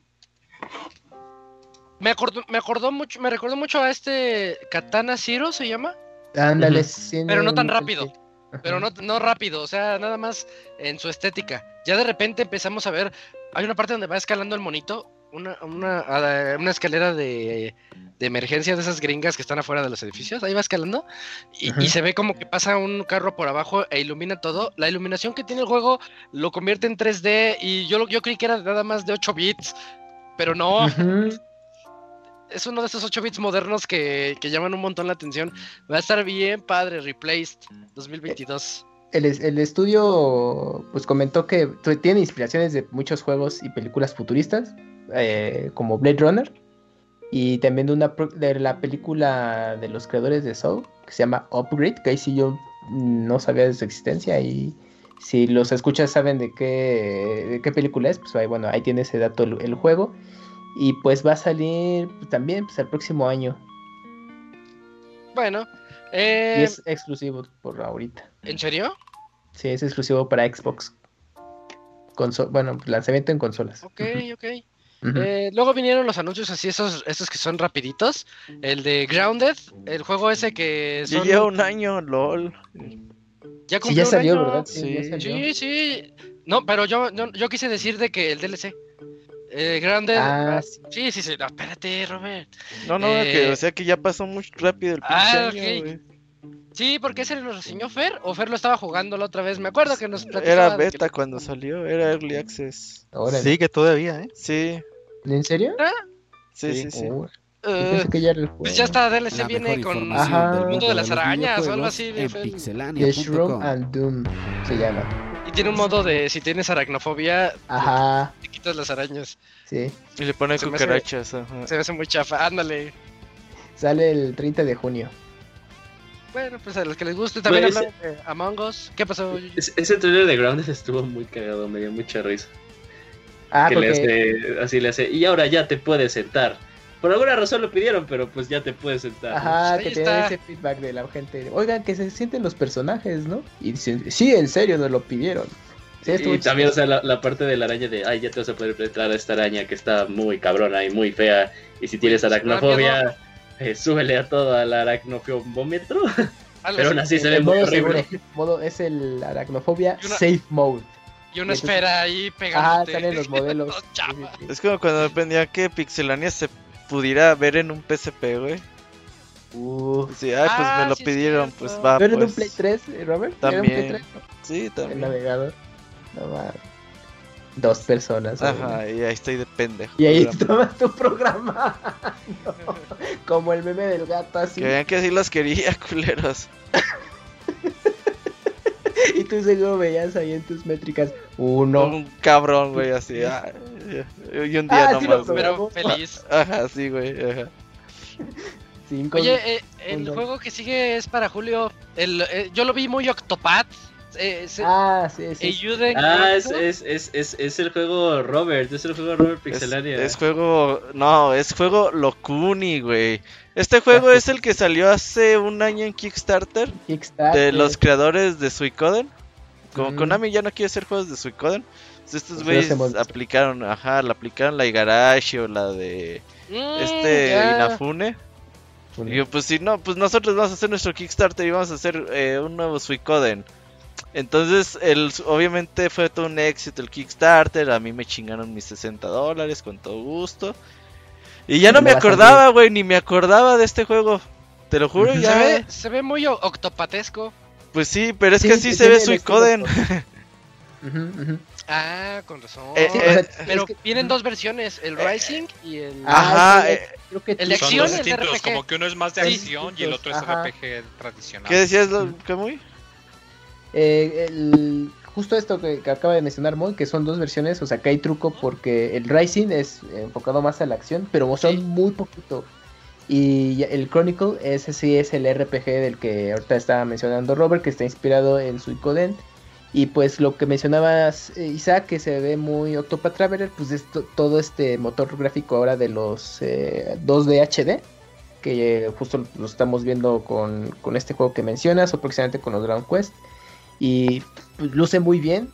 Me recordó mucho a este Katana Zero, ¿se llama? Ándale, Pero no tan rápido. Pero no rápido, o sea, nada más en su estética. Ya de repente empezamos a ver, hay una parte donde va escalando el monito, una escalera de emergencia de esas gringas que están afuera de los edificios, ahí va escalando, y se ve como que pasa un carro por abajo e ilumina todo. La iluminación que tiene el juego lo convierte en 3D, y yo creí que era nada más de 8 bits, pero no. Es uno de esos 8 bits modernos que llaman un montón la atención. Va a estar bien padre, Replaced 2022. El estudio pues comentó que tiene inspiraciones de muchos juegos y películas futuristas, como Blade Runner, y también de la película de los creadores de Saw, que se llama Upgrade, que ahí sí yo no sabía de su existencia, y si los escuchas saben de qué película es, pues ahí tiene ese dato el juego. Y pues va a salir también el próximo año. Bueno. Y es exclusivo por ahorita. ¿En serio? Sí, es exclusivo para Xbox. Lanzamiento en consolas. Ok. Luego vinieron los anuncios así, estos que son rapiditos. El de Grounded, el juego ese que Ya lleva un año, lol. Ya cumplió ya salió, un año. ¿verdad? Sí. No, pero yo quise decir de que el DLC. Grounded. Sí. No, espérate, Robert. No, o sea que ya pasó muy rápido el pinche año, güey. Sí, porque ese lo reseñó Fer, o Fer lo estaba jugando la otra vez. Me acuerdo que nos platicaba. Era beta cuando salió, era Early Access. Órale. Sí, que todavía, ¿eh? Sí. ¿En serio? Sí. Yo pensé que ya era el juego. Pues ya está, DLC viene con el mundo de las arañas o algo así. The Shroom and Doom se llama. Y tiene un modo de si tienes aracnofobia, te quitas las arañas. Sí. Y le pone cucarachas. Se me hace muy chafa, ándale. Sale el 30 de junio. Bueno, pues a los que les guste también hablar de Among Us. ¿Qué pasó? Ese trailer de Grounded estuvo muy cagado, me dio mucha risa. Así le hace, y ahora ya te puedes sentar. Por alguna razón lo pidieron, pero pues ya te puedes sentar. Ajá, que tiene ese feedback de la gente. Oigan, que se sienten los personajes, ¿no? Y dicen, sí, en serio, nos lo pidieron. Sí, y también, o sea, la parte de la araña de, ya te vas a poder entrar a esta araña que está muy cabrona y muy fea. Y si tienes aracnofobia, súbele a todo al aracnofobómetro. Pero aún así se ve muy horrible. Es el aracnofobia safe mode. Y una esfera ahí pegándote. Salen los modelos. Es como cuando dependía que Pixelania se pudiera ver en un PSP, güey. Sí, pues me lo pidieron, pues va. ¿Pero en un Play 3, Robert? También. Sí, también. El navegador. No más. 2 personas. Ajá, y ahí estoy de pendejo. Y ahí estabas tu programa. Como el meme del gato así. Que vean que así los quería, culeros. Y tú seguro veías ahí en tus métricas 1. Un cabrón, güey, así. Y un día nomás. Pero feliz. Ajá, sí, güey. Ajá. 5. Oye, el juego que sigue es para julio. Yo lo vi muy Octopath. Sí. Es el juego Robert. Es el juego Robert Pixelania. Es juego Locuni, güey. Este juego es el que salió hace un año en Kickstarter. De los creadores de Suicoden. Como Konami ya no quiere hacer juegos de Suicoden. Estos güeyes aplicaron la Igarashi o la de Inafune. Y yo, pues si no, pues nosotros vamos a hacer nuestro Kickstarter y vamos a hacer un nuevo Suicoden. Entonces, obviamente fue todo un éxito el Kickstarter. A mí me chingaron mis $60 con todo gusto. Y ya no me acordaba, güey, ni me acordaba de este juego. Te lo juro, ya. Se ve muy octopatesco. Pues sí, pero es que así se ve Suicoden. Con razón. Pero vienen 2 versiones, el Rising y el... Creo que el de acción son distintos, es como que uno es más de acción y el otro es RPG tradicional. ¿Qué decías, Kamui? Justo esto que acaba de mencionar Moy, que son 2 versiones, o sea que hay truco porque el Rising es enfocado más a la acción, pero son muy poquito. Y el Chronicle, ese sí es el RPG del que ahorita estaba mencionando Robert, que está inspirado en Suicoden. Y pues lo que mencionabas, Isaac, que se ve muy Octopath Traveler, pues es todo este motor gráfico ahora de los 2D HD, que justo lo estamos viendo con este juego que mencionas, o próximamente con los Dragon Quest. Y pues, luce muy bien.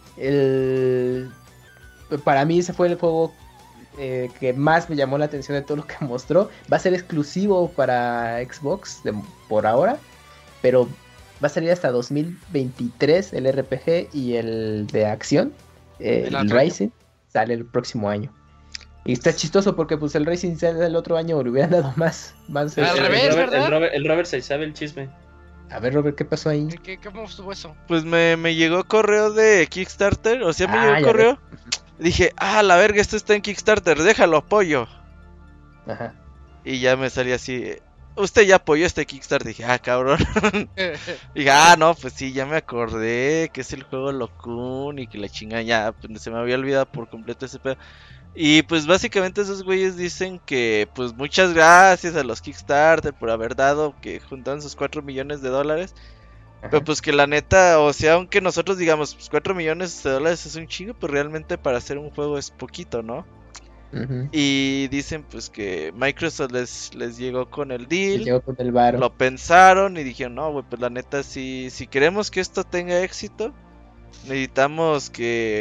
Para mí ese fue el juego que más me llamó la atención de todo lo que mostró. Va a ser exclusivo para Xbox por ahora, pero va a salir hasta 2023 el RPG, y el de acción, el Racing, sale el próximo año. Y está chistoso porque pues el Racing sale el otro año, le hubieran dado más. Al revés, ¿verdad? El Robert se sabe el chisme. A ver, Robert, ¿qué pasó ahí? ¿Cómo estuvo eso? Pues me llegó correo de Kickstarter, o sea, me llegó correo. Dije, la verga, esto está en Kickstarter, déjalo, apoyo. Ajá. Y ya me salía así, usted ya apoyó este Kickstarter. Dije, cabrón. Dije, no, pues sí, ya me acordé que es el juego Locun y que la chingada ya, pues, se me había olvidado por completo ese pedo. Y pues básicamente esos güeyes dicen que pues muchas gracias a los Kickstarter por haber dado, que juntaron sus $4 millones. Ajá. Pero pues que la neta, o sea, aunque nosotros digamos pues $4 millones es un chingo, pues realmente para hacer un juego es poquito, ¿no? Uh-huh. Y dicen pues que Microsoft les llegó con el deal, llegó con el varo. Lo pensaron y dijeron, no, güey, pues la neta si queremos que esto tenga éxito, necesitamos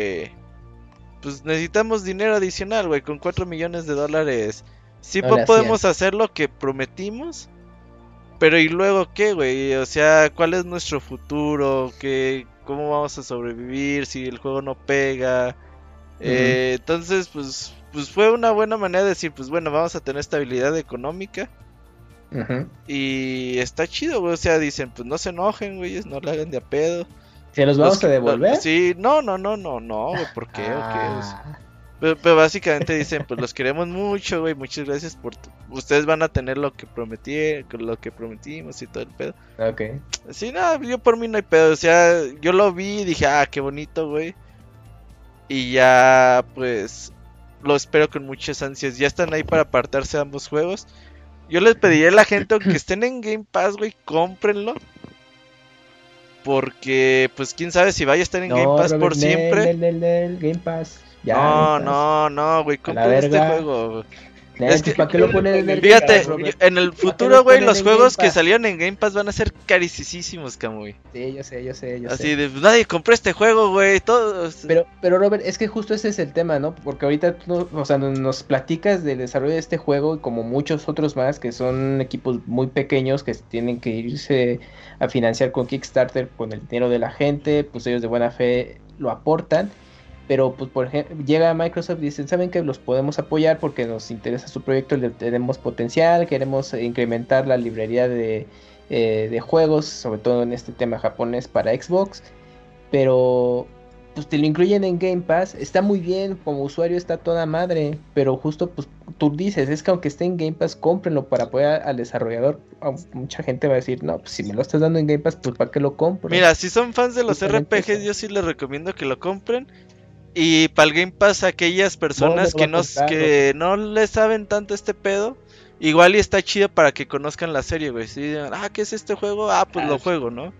dinero adicional, güey. Con $4 millones sí podemos hacer lo que prometimos. Pero ¿y luego qué, güey? O sea, ¿cuál es nuestro futuro? ¿Cómo vamos a sobrevivir si el juego no pega? Uh-huh. Entonces, pues fue una buena manera de decir, pues bueno, vamos a tener estabilidad económica. Uh-huh. Y está chido, güey. O sea, dicen, pues no se enojen, güey, no le hagan de a pedo. ¿Se los vamos a devolver? Sí, no, güey, ¿por qué? Pero básicamente dicen, pues los queremos mucho, güey, muchas gracias por... Ustedes van a tener lo que prometimos y todo el pedo. Ok. Sí, no, yo por mí no hay pedo, o sea, yo lo vi y dije, qué bonito, güey. Y ya, pues, lo espero con muchas ansias. Ya están ahí para apartarse ambos juegos. Yo les pediría a la gente, aunque estén en Game Pass, güey, cómprenlo. Porque, pues, quién sabe si vaya a estar en Game Pass por siempre. Game Pass. Ya, no, güey, compren este juego. Es que, ¿para qué lo ponen en el fíjate, en el futuro, güey, los juegos que salieron en Game Pass van a ser carísimos, Camuy. Sí, yo sé. Así de, nadie compró este juego, güey, todos. Pero Robert, es que justo ese es el tema, ¿no? Porque ahorita tú, o sea, nos platicas del desarrollo de este juego y como muchos otros más que son equipos muy pequeños que tienen que irse a financiar con Kickstarter con el dinero de la gente, pues ellos de buena fe lo aportan. Pero, pues, por ejemplo, llega Microsoft y dicen, ¿saben que los podemos apoyar porque nos interesa su proyecto, le tenemos potencial, queremos incrementar la librería de juegos, sobre todo en este tema japonés para Xbox? Pero, pues, te lo incluyen en Game Pass, está muy bien, como usuario está toda madre, pero justo, pues, tú dices, es que aunque esté en Game Pass, cómprenlo para apoyar al desarrollador. Mucha gente va a decir, no, pues, si me lo estás dando en Game Pass, pues, ¿para qué lo compro? Mira, si son fans de los RPGs, yo sí les recomiendo que lo compren. Y para el Game Pass, aquellas personas que no le saben tanto este pedo, igual y está chido para que conozcan la serie, güey. Si digan, ¿qué es este juego? Pues lo juego, ¿no?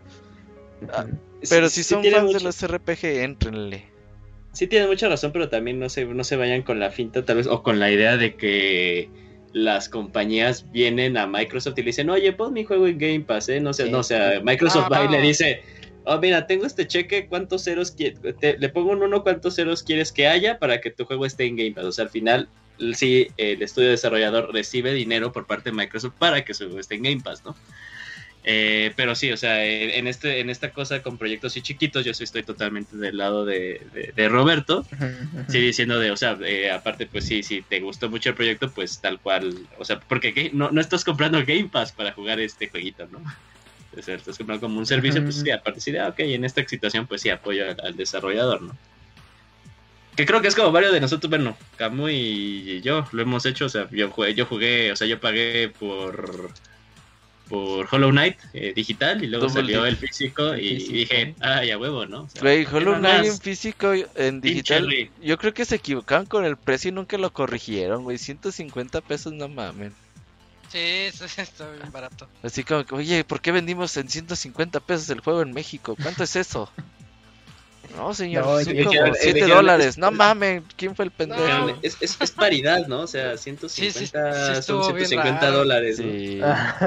Pero si son fans de los RPG, éntrenle. Sí tienen mucha razón, pero también no se vayan con la finta, tal vez, o con la idea de que las compañías vienen a Microsoft y le dicen, oye, pon mi juego en Game Pass, no sé, Microsoft va y le dice... mira, tengo este cheque, ¿cuántos ceros le pongo un 1, ¿cuántos ceros quieres que haya para que tu juego esté en Game Pass? O sea, al final, sí, el estudio desarrollador recibe dinero por parte de Microsoft para que su juego esté en Game Pass, ¿no? Pero sí, o sea, en esta cosa con proyectos así chiquitos, yo sí estoy totalmente del lado de Roberto, sí, diciendo o sea, aparte, pues sí, si te gustó mucho el proyecto, pues tal cual, o sea, porque no estás comprando Game Pass para jugar este jueguito, ¿no? O sea, estás comprando como un servicio, pues sí, aparte sí, en esta situación, pues sí, apoyo al desarrollador, ¿no? Que creo que es como varios de nosotros, bueno, Camu y yo lo hemos hecho, o sea, yo jugué, o sea, yo pagué por Hollow Knight digital y luego salió el físico y dije, ya huevo, ¿no? Güey, Hollow Knight en físico, en digital, yo creo que se equivocaron con el precio y nunca lo corrigieron, güey, 150 pesos, no mames. Sí, eso está bien barato. Así como que, oye, ¿por qué vendimos en 150 pesos el juego en México? ¿Cuánto es eso? No, señor, No, son es como que- $7. No mames, ¿quién fue el pendejo? No. Es paridad, ¿no? O sea, 150 Sí, son estuvo bien 150 raro. dólares, ¿no? Sí.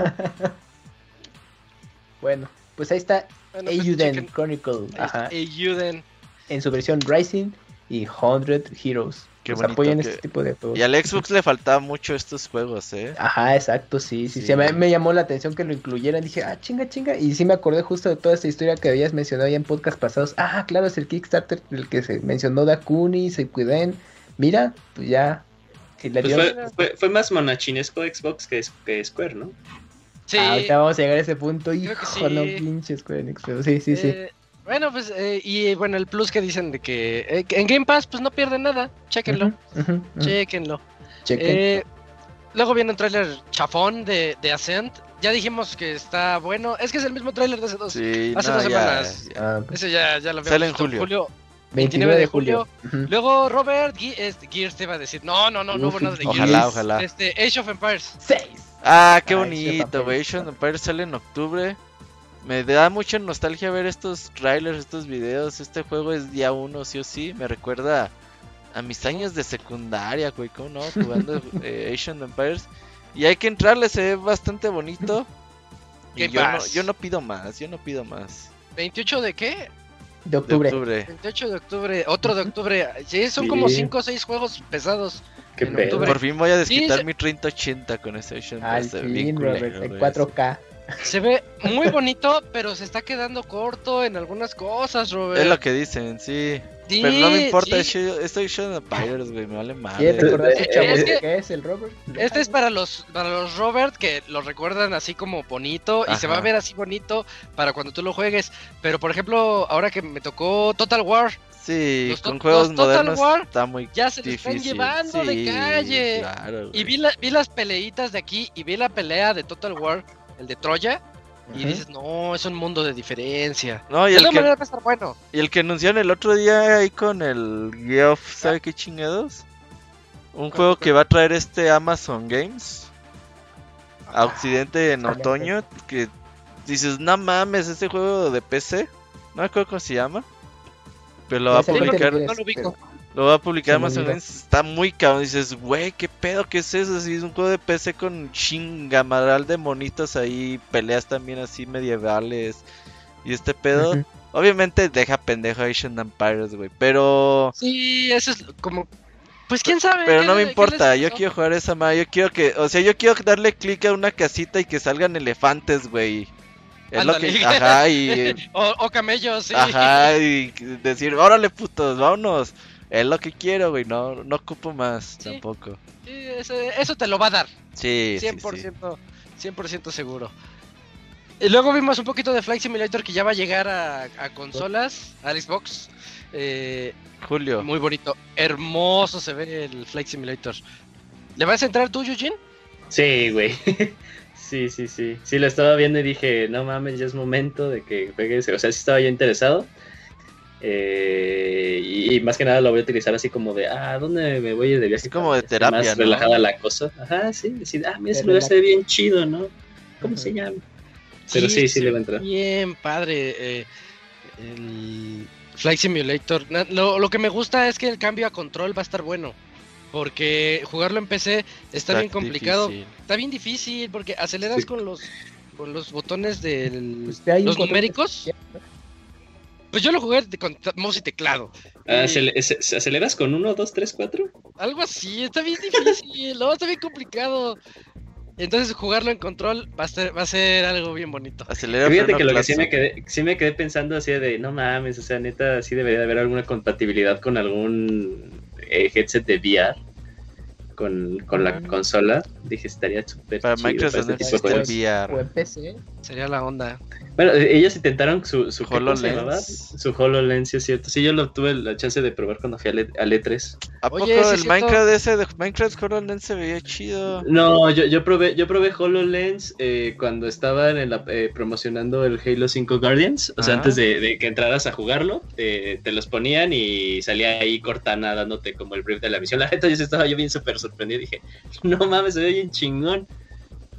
Bueno, pues ahí está Bueno, pues, Eiyuden chequen. Chronicle. Ajá. Eiyuden. En su versión Rising y 100 Heroes. Qué Pues bonito apoyen que- este tipo de juegos. Y al Xbox le faltaba mucho estos juegos, ¿eh? Ajá, exacto, sí. Sí. Me llamó la atención que lo incluyeran. Dije, chinga. Y sí me acordé justo de toda esta historia que habías mencionado ya en podcast pasados. Ah, claro, es el Kickstarter el que se mencionó Dakuni, Seikuden. Mira, pues ya. Si le Pues dieron- fue más monachinesco Xbox que Square, ¿no? Sí. ahorita vamos a llegar a ese punto. Creo Hijo, que sí. no pinches Square Enix, pero sí. Bueno, pues, y bueno, el plus que dicen de que en Game Pass, pues no pierden nada. Chéquenlo, Ujú. chéquenlo. Chequen. Luego viene un tráiler chafón de Ascent. Ya dijimos que está bueno. Es que es el mismo tráiler de hace dos Sí, hace no, dos ya, semanas. ya. Ese ya lo habíamos Sale en visto. julio. 29 de julio. Ujú. Luego Robert Gears te iba a decir. No hubo nada de Ojalá, Gears. ojalá. Age of Empires. 6. Ah, qué Ay, bonito, güey. Age of Empires sale en octubre. Me da mucha nostalgia ver estos trailers, estos videos. Este juego es día 1, sí o sí. Me recuerda a mis años de secundaria, güey. ¿Cómo no? Jugando Age of Empires. Y hay que entrarle, se ve bastante bonito. Y Game yo Pass. no pido más, yo no pido más. ¿28 de qué? De De octubre. octubre. 28 de octubre. Otro de octubre. Sí, son como Sí. 5 o 6 juegos pesados. Qué En pedo. octubre. Por fin voy a desquitar Sí, mi 3080 con ese Age of Al Empires. se ve bien fin, culero, Robert, en güey. 4K. Se ve muy bonito, pero se está quedando corto en algunas cosas, Robert. Es lo que dicen, sí. Sí, Pero no me importa, sí. estoy Age of Empires, güey, me vale madre. ¿Quieres recordar Es ese chavo que- que es el Robert? Este es para los Robert que lo recuerdan así como bonito y se va a Ajá. ver así bonito para cuando tú lo juegues. Pero por ejemplo, ahora que me tocó Total War, Sí, Los con to- juegos los Total modernos War está muy ya se lo difícil. están llevando de Sí, calle. claro, Y güey. vi las peleitas de aquí y vi la pelea de Total War, el de Troya, y Ujú. dices, no, es un mundo de diferencia. No, y De el, todas que, maneras va a estar bueno. y el que anunciaron el otro día ahí con el Geoff, ¿sabe qué chingados? Un juego que va a traer Amazon Games a Occidente en excelente. otoño. Que dices, no mames, ese juego de PC. No me acuerdo cómo se llama. Pero lo va a Ya sé cuál te publicar. refieres, no lo ubico. pero- Lo va a publicar Se me Amazon olvidó. Games. Está muy cabrón. Dices, güey, ¿qué pedo? ¿Qué es eso? Así es un juego de PC con chingamaral de monitos ahí. Peleas también así medievales. Y este pedo. Ujú. Obviamente deja pendejo a Asian Empires, güey. Pero. Sí, eso es como... Pues quién sabe. Pero ¿qué no me le- qué importa. les Yo pasó? quiero jugar esa madre. Yo quiero que. O sea, yo quiero darle clic a una casita y que salgan elefantes, güey. Es lo Ándale. que. Ajá, y. O camellos, sí. Ajá, y decir, órale putos, vámonos. Es lo que quiero, güey, no ocupo más Sí. tampoco. Sí, eso te lo va a dar. Sí, 100%, 100% seguro. Y luego vimos un poquito de Flight Simulator que ya va a llegar a consolas, al Xbox. Julio. Muy bonito, hermoso se ve el Flight Simulator. ¿Le vas a entrar tú, Eugene? Sí, güey. Sí. Sí, lo estaba viendo y dije, no mames, ya es momento de que juegues. O sea, sí estaba yo interesado. Y más que nada lo voy a utilizar así como de, ¿dónde me voy a ir de viaje? Es como de Para que esté terapia, más ¿no? relajada la cosa. Ajá, sí, decir, mira, ese De lugar se ve relax. bien chido, ¿no? ¿Cómo se llama? Pero sí se le va a ve entrar. Bien padre. El Flight Simulator. Lo que me gusta es que el cambio a control va a estar bueno. Porque jugarlo en PC está bien complicado. difícil. Está bien difícil porque aceleras Sí. con los botones del Pues hay un los control numéricos. Pues yo lo jugué con mouse y teclado. Y ¿Aceleras con 1, 2, 3, 4? algo así, está bien difícil, no, está bien complicado. Entonces jugarlo en control va a ser algo bien bonito. Acelera Fíjate freno, que lo que claxon. sí me quedé pensando así de, no mames, o sea, neta, sí debería de haber alguna compatibilidad con algún headset de VR con la consola. Dije, estaría súper Para chido Microsoft no este tipo de existe juegos. el O VR. en PC. Sería la onda. Bueno, ellos intentaron su ¿qué cosa se llamaba? HoloLens. Su HoloLens, sí es cierto. Sí, yo lo tuve la chance de probar cuando fui al E3. ¿A poco Oye, sí es el cierto. Minecraft ese de Minecraft HoloLens se veía chido? No, yo probé HoloLens cuando estaban promocionando el Halo 5 Guardians. O sea, Ah. antes de que entraras a jugarlo, te los ponían y salía ahí Cortana dándote como el brief de la misión. La gente yo estaba yo bien súper sorprendido. Dije, no mames, se ve bien chingón.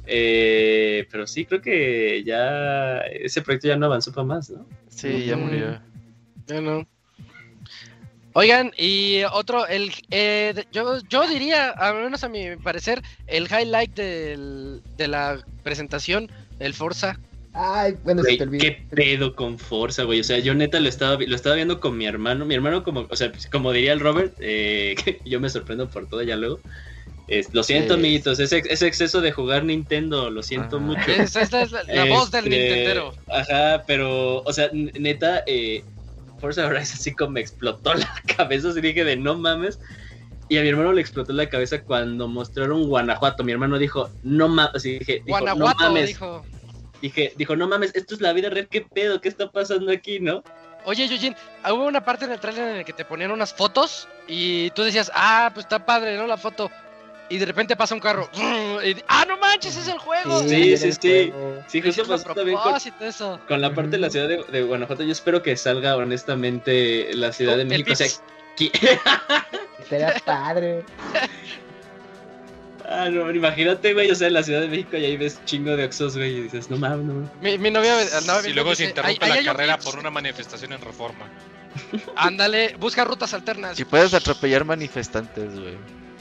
Pero sí, creo que ya ese proyecto ya no avanzó para más, ¿no? Sí, ya murió. Ya no. Oigan, y otro, yo diría, al menos a mi parecer, el highlight de la presentación, el Forza. Ay, bueno, Güey, se te olvidó. ¿qué pedo con Forza, güey? O sea, yo neta lo estaba viendo con mi hermano. Mi hermano, como, o sea, como diría el Robert, que yo me sorprendo por todo ya luego. Lo siento, amiguitos, ese exceso de jugar Nintendo, lo siento mucho. Esta es la voz del Nintendero. Ajá, pero, o sea, neta, Forza Horizon así como me explotó la cabeza, así dije de no mames. Y a mi hermano le explotó la cabeza cuando mostraron Guanajuato. Mi hermano dijo, no mames, así dijo, Guanajuato, no mames. Dijo, No mames, esto es la vida real, ¿qué pedo? ¿Qué está pasando aquí, no? oye, Eugene, hubo una parte en el trailer en el que te ponían unas fotos y tú decías, pues está padre, ¿no? La foto. Y de repente pasa un carro. Y, no manches, es el juego. Sí. Sí, Lo justo pasó también con la parte de la ciudad de Guanajuato. Yo espero que salga honestamente la Ciudad de México. O sea, Será padre. no, imagínate, güey, o sea, en la Ciudad de México y ahí ves chingo de Oxxos, güey, y dices, no mames, no. Mi novia andaba viendo. Y luego se dice, interrumpe "Ahí la hay un carrera Vips". por una manifestación en Reforma. Ándale, busca rutas alternas. Si puedes atropellar manifestantes, güey.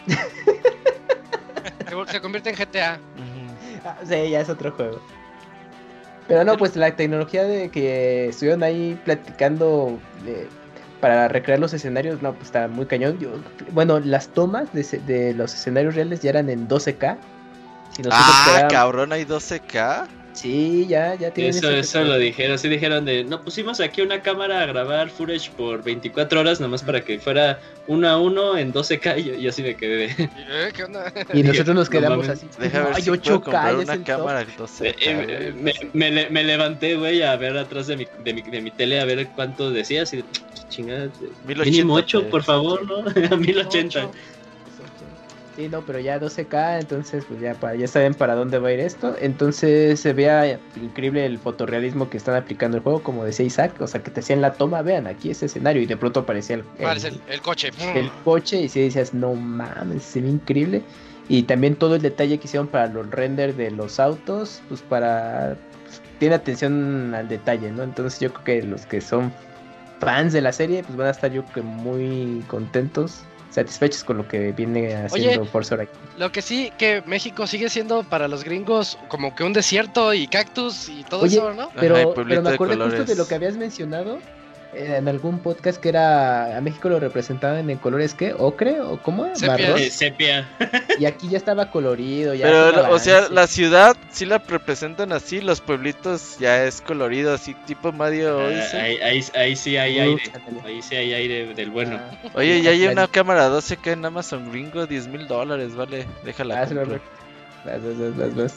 Se convierte en GTA. Sí, ya es otro juego. Pero no, pues la tecnología de que estuvieron ahí platicando para recrear los escenarios, no, pues está muy cañón. Bueno, las tomas de los escenarios reales ya eran en 12K. Si cabrón, hay 12K. Sí, ya tienen eso lo dijeron, sí dijeron no, pusimos aquí una cámara a grabar footage por 24 horas nomás para que fuera 1 a 1 en 12K y yo así me quedé de... ¿Qué onda? Y nosotros nos quedamos mames. así. Deja ver si puedo comprar una cámara 12K. Me levanté, güey, a ver atrás de mi tele a ver cuánto decía, así chingada, 1080, mínimo 8, por favor, ¿no? A 1080. Sí, no, pero ya 12K, entonces pues ya saben para dónde va a ir esto. Entonces se vea increíble el fotorrealismo que están aplicando el juego, como decía Isaac, o sea que te hacían la toma, vean, aquí ese escenario y de pronto aparecía el coche. El coche y si decías, no mames, se ve increíble. Y también todo el detalle que hicieron para los renders de los autos, pues tiene atención al detalle, ¿no? Entonces yo creo que los que son fans de la serie, pues van a estar yo creo que muy contentos, satisfechos con lo que viene haciendo Forza Horizon. Lo que sí, que México sigue siendo para los gringos como que un desierto y cactus y todo eso, ¿no? Pero me acordé justo de lo que habías mencionado en algún podcast, que era a México lo representaban en colores, ¿qué? ¿Ocre? ¿O cómo? Sepia. Y aquí ya estaba colorido. Ya pero, o sea, la ciudad sí la representan así, los pueblitos ya es colorido, así tipo Mario Odyssey. Ahí sí hay aire. Ahí sí hay aire del bueno. Oye, ya hay una cámara 12K en Amazon gringo, $10,000, vale, déjala. Vas.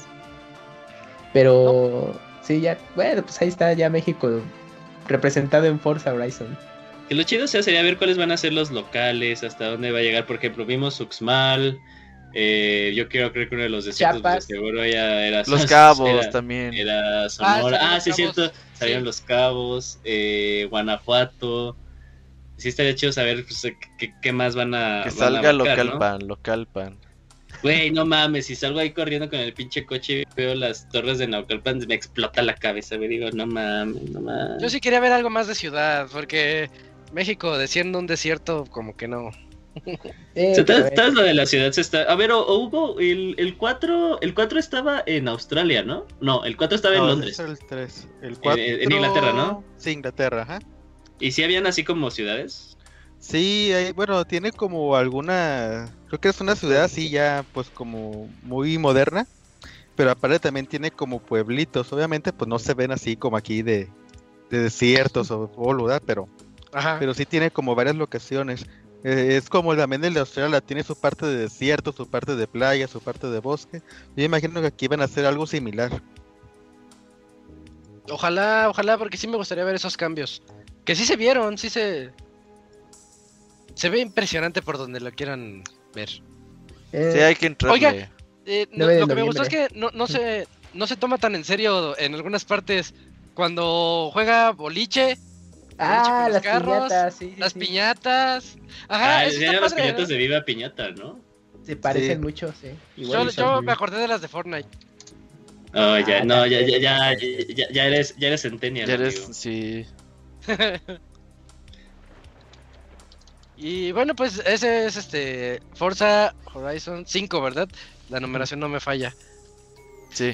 Pero sí, ya, bueno, pues ahí está ya México representado en Forza Horizon. Que lo chido sería ver cuáles van a ser los locales, hasta dónde va a llegar. Por ejemplo, vimos Uxmal. Yo creo que uno de los desiertos de seguro ya era Los Cabos también. Era Sonora. Sí, cierto. Salieron sí. Los Cabos, Guanajuato. Sí, estaría chido saber pues, qué más van a. Que salga abarcar, Localpan. Güey, no mames, si salgo ahí corriendo con el pinche coche y veo las torres de Naucalpan, me explota la cabeza, me digo, no mames. Yo sí quería ver algo más de ciudad, porque México siendo un desierto, como que no. Todo lo de la ciudad se está... A ver, hubo el 4 estaba en Australia, ¿no? No, el 4 estaba en Londres. El 3. El 4... En Inglaterra, ¿no? Sí, Inglaterra, ajá. ¿Y si habían así como ciudades? Sí, bueno, tiene como alguna... Creo que es una ciudad así ya, pues como muy moderna. Pero aparte también tiene como pueblitos. Obviamente, pues no se ven así como aquí de desiertos o ¿verdad? Pero sí tiene como varias locaciones. Es como también el de Australia, tiene su parte de desierto, su parte de playa, su parte de bosque. Yo imagino que aquí van a hacer algo similar. Ojalá, porque sí me gustaría ver esos cambios. Que sí se vieron, se ve impresionante por donde lo quieran ver. Sí, hay que entrarle. Oiga, lo que me gustó es que no se toma tan en serio en algunas partes. Cuando juega boliche con los carros, las piñatas. Ajá, eso está las padre, piñatas ¿no? de Viva Piñata, ¿no? Se parecen mucho, sí. Yo me acordé de las de Fortnite. Oh, ya, no, ya eres centennial, Ya eres, amigo. sí. Y bueno, pues ese es Forza Horizon 5, ¿verdad? La numeración no me falla. Sí.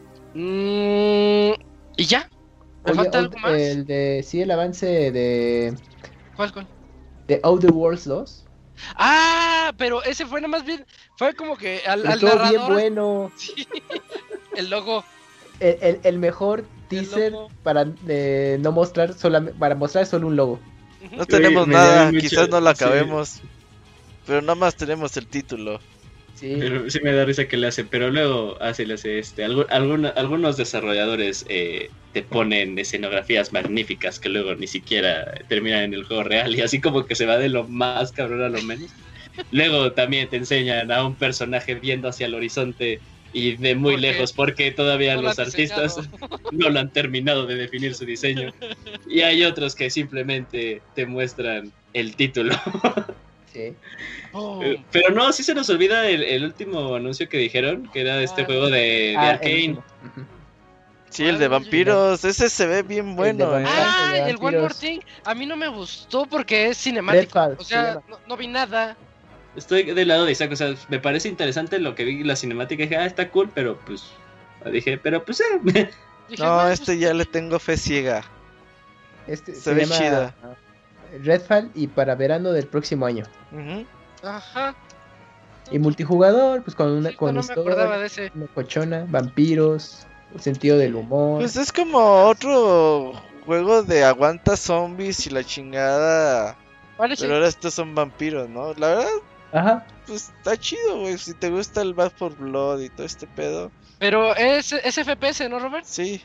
Y ya. ¿Me Oye, falta algo más? el avance de ¿Cuál? Outer Worlds 2. Ah, pero ese fue nada más bien. Fue como que al Estuvo bien narrador. bueno. Sí, el logo. El mejor teaser logo. para no mostrar para mostrar solo un logo. No tenemos me nada, dio mucho- quizás no lo sí. acabemos. Pero nada más tenemos el título. Sí. Pero sí me da risa que le hace, pero luego le hace algunos desarrolladores te ponen escenografías magníficas que luego ni siquiera terminan en el juego real y así como que se va de lo más cabrón a lo menos. Luego también te enseñan a un personaje viendo hacia el horizonte y de muy Porque lejos porque todavía no lo los han artistas diseñado. no lo han terminado de definir su diseño. Y hay otros que simplemente te muestran el título. Sí. ¡Pum! Pero no, sí se nos olvida el último anuncio que dijeron, que era este juego de Ah, el Arcane. último. Ujú. Sí, el de vampiros, ese se ve bien bueno, de Ah, de el One More vampiros. Thing. A mí no me gustó porque es cinemático. Redfall, O sea, se no vi nada. Estoy del lado de Isaac, o sea, me parece interesante lo que vi la cinemática, dije, está cool, pero pues, dije, pero pues, Dije, No, bueno, este ya le tengo fe ciega. Este Se ve chida. Redfall y para verano del próximo año. Ujú. Ajá. Y multijugador, pues con una Sí, con no me acordaba historia, de ese. una cochona, vampiros, el sentido del humor. Pues es como otro juego de aguanta zombies y la chingada. Parece. Pero ahora estos son vampiros, ¿no? La verdad, Ajá. pues está chido, güey. Si te gusta el Bad for Blood y todo este pedo. Pero es FPS, ¿no, Robert? Sí.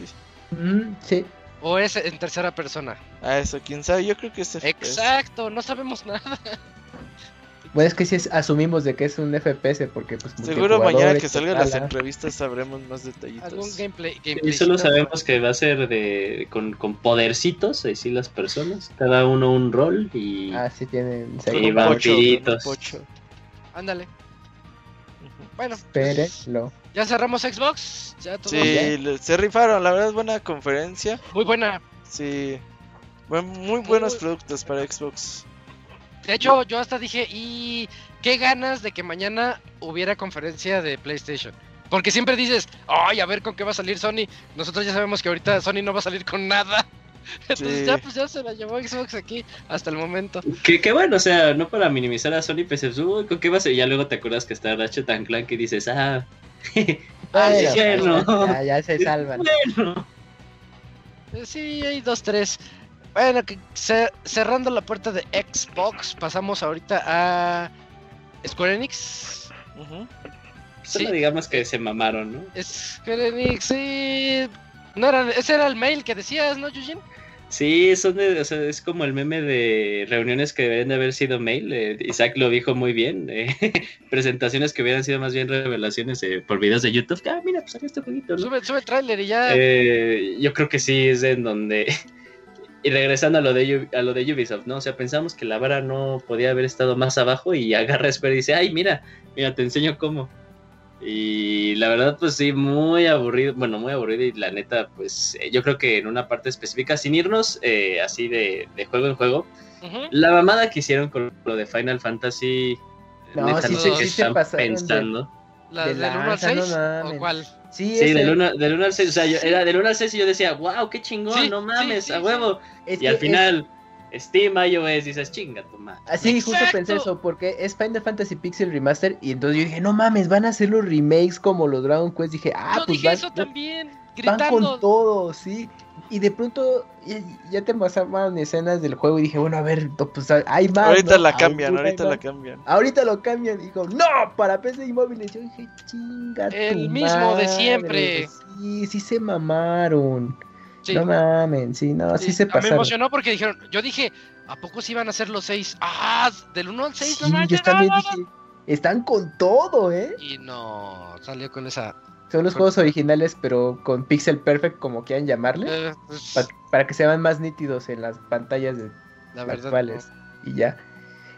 Sí. ¿O es en tercera persona? A eso, quién sabe. Yo creo que es FPS. Exacto, no sabemos nada. Bueno, es que sí asumimos de que es un FPS porque pues Seguro multijugador, mañana que salgan las escala. entrevistas sabremos más Algún detallitos. gameplay. y solo sabemos que va a ser con podercitos, así las personas, cada uno un rol y... Ah, sí tienen. Con Y un vampiritos. pocho. Ándale. Bueno, Espérenlo. ya cerramos Xbox. Ya todo Sí, bien. se rifaron. La verdad es buena conferencia. Muy buena. Sí. Muy buenos Muy- productos para Xbox. De hecho, yo hasta dije, y qué ganas de que mañana hubiera conferencia de PlayStation. Porque siempre dices, ay, a ver con qué va a salir Sony. Nosotros ya sabemos que ahorita Sony no va a salir con nada. Entonces Sí. ya, pues ya se la llevó Xbox aquí hasta el momento. Que bueno, o sea, no para minimizar a Sony, pues uy, ¿con qué va a ser? Y ya luego te acuerdas que está Ratchet and Clank y dices, Ah, bueno. Ya se salvan. bueno. Sí, hay 2, 3. Bueno, que cerrando la puerta de Xbox, pasamos ahorita a Square Enix. Ujú. Solo Sí. digamos que se mamaron, ¿no? Square Enix, sí. No era, ese era el mail que decías, ¿no, Yujin? Sí, o sea, es como el meme de reuniones que deben de haber sido mail. Isaac lo dijo muy bien. Presentaciones que hubieran sido más bien revelaciones por videos de YouTube. Ah, mira, pues salió este jueguito, ¿no? Sube el tráiler y ya. Yo creo que sí es en donde... Y regresando a lo de Ubisoft, ¿no? O sea, pensamos que la vara no podía haber estado más abajo y agarra Square y dice, ay, mira, te enseño cómo. Y la verdad, pues sí, muy aburrido, y la neta, pues yo creo que en una parte específica, sin irnos así de juego en juego, Ujú. la mamada que hicieron con lo de Final Fantasy, No, neta, sí no se- sé qué sí se están pasaron de- pensando. ¿La de del 1 al lanza, 6? no ¿O mames. cuál? Sí, Sí, ese- del 1 al 6, o sea, era del 1 al 6 y yo decía, wow, qué chingón, Sí, no mames, sí, a sí, huevo. es Y al que final, Steam, iOS, dices, chinga tu madre. Así justo Exacto. pensé eso, porque es Final Fantasy Pixel Remaster y entonces yo dije, no mames, van a hacer los remakes como los Dragon Quest. Dije, Yo pues dije van, eso también, van gritando. con todo, sí. Y de pronto ya te mostraban escenas del juego y dije, bueno, a ver, pues hay más. Ahorita ¿no? la Aún cambian, hay ahorita más. la cambian. Ahorita lo cambian. Y digo, no, para PC y móviles. Yo dije, chinga. El tu mismo de madre". siempre. Sí se mamaron. Sí. No mamen, sí, no, sí se Me pasaron. emocionó porque dijeron, yo dije, ¿a poco sí iban a ser los 6? Ah, del 1 al 6, Sí, no manches, yo también no, no, dije, están con todo, ¿eh? no. Y no, salió con esa. Son los juegos originales, pero con Pixel Perfect, como quieran llamarle, Pues, para que se vean más nítidos en las pantallas la verdad. actuales. Y ya.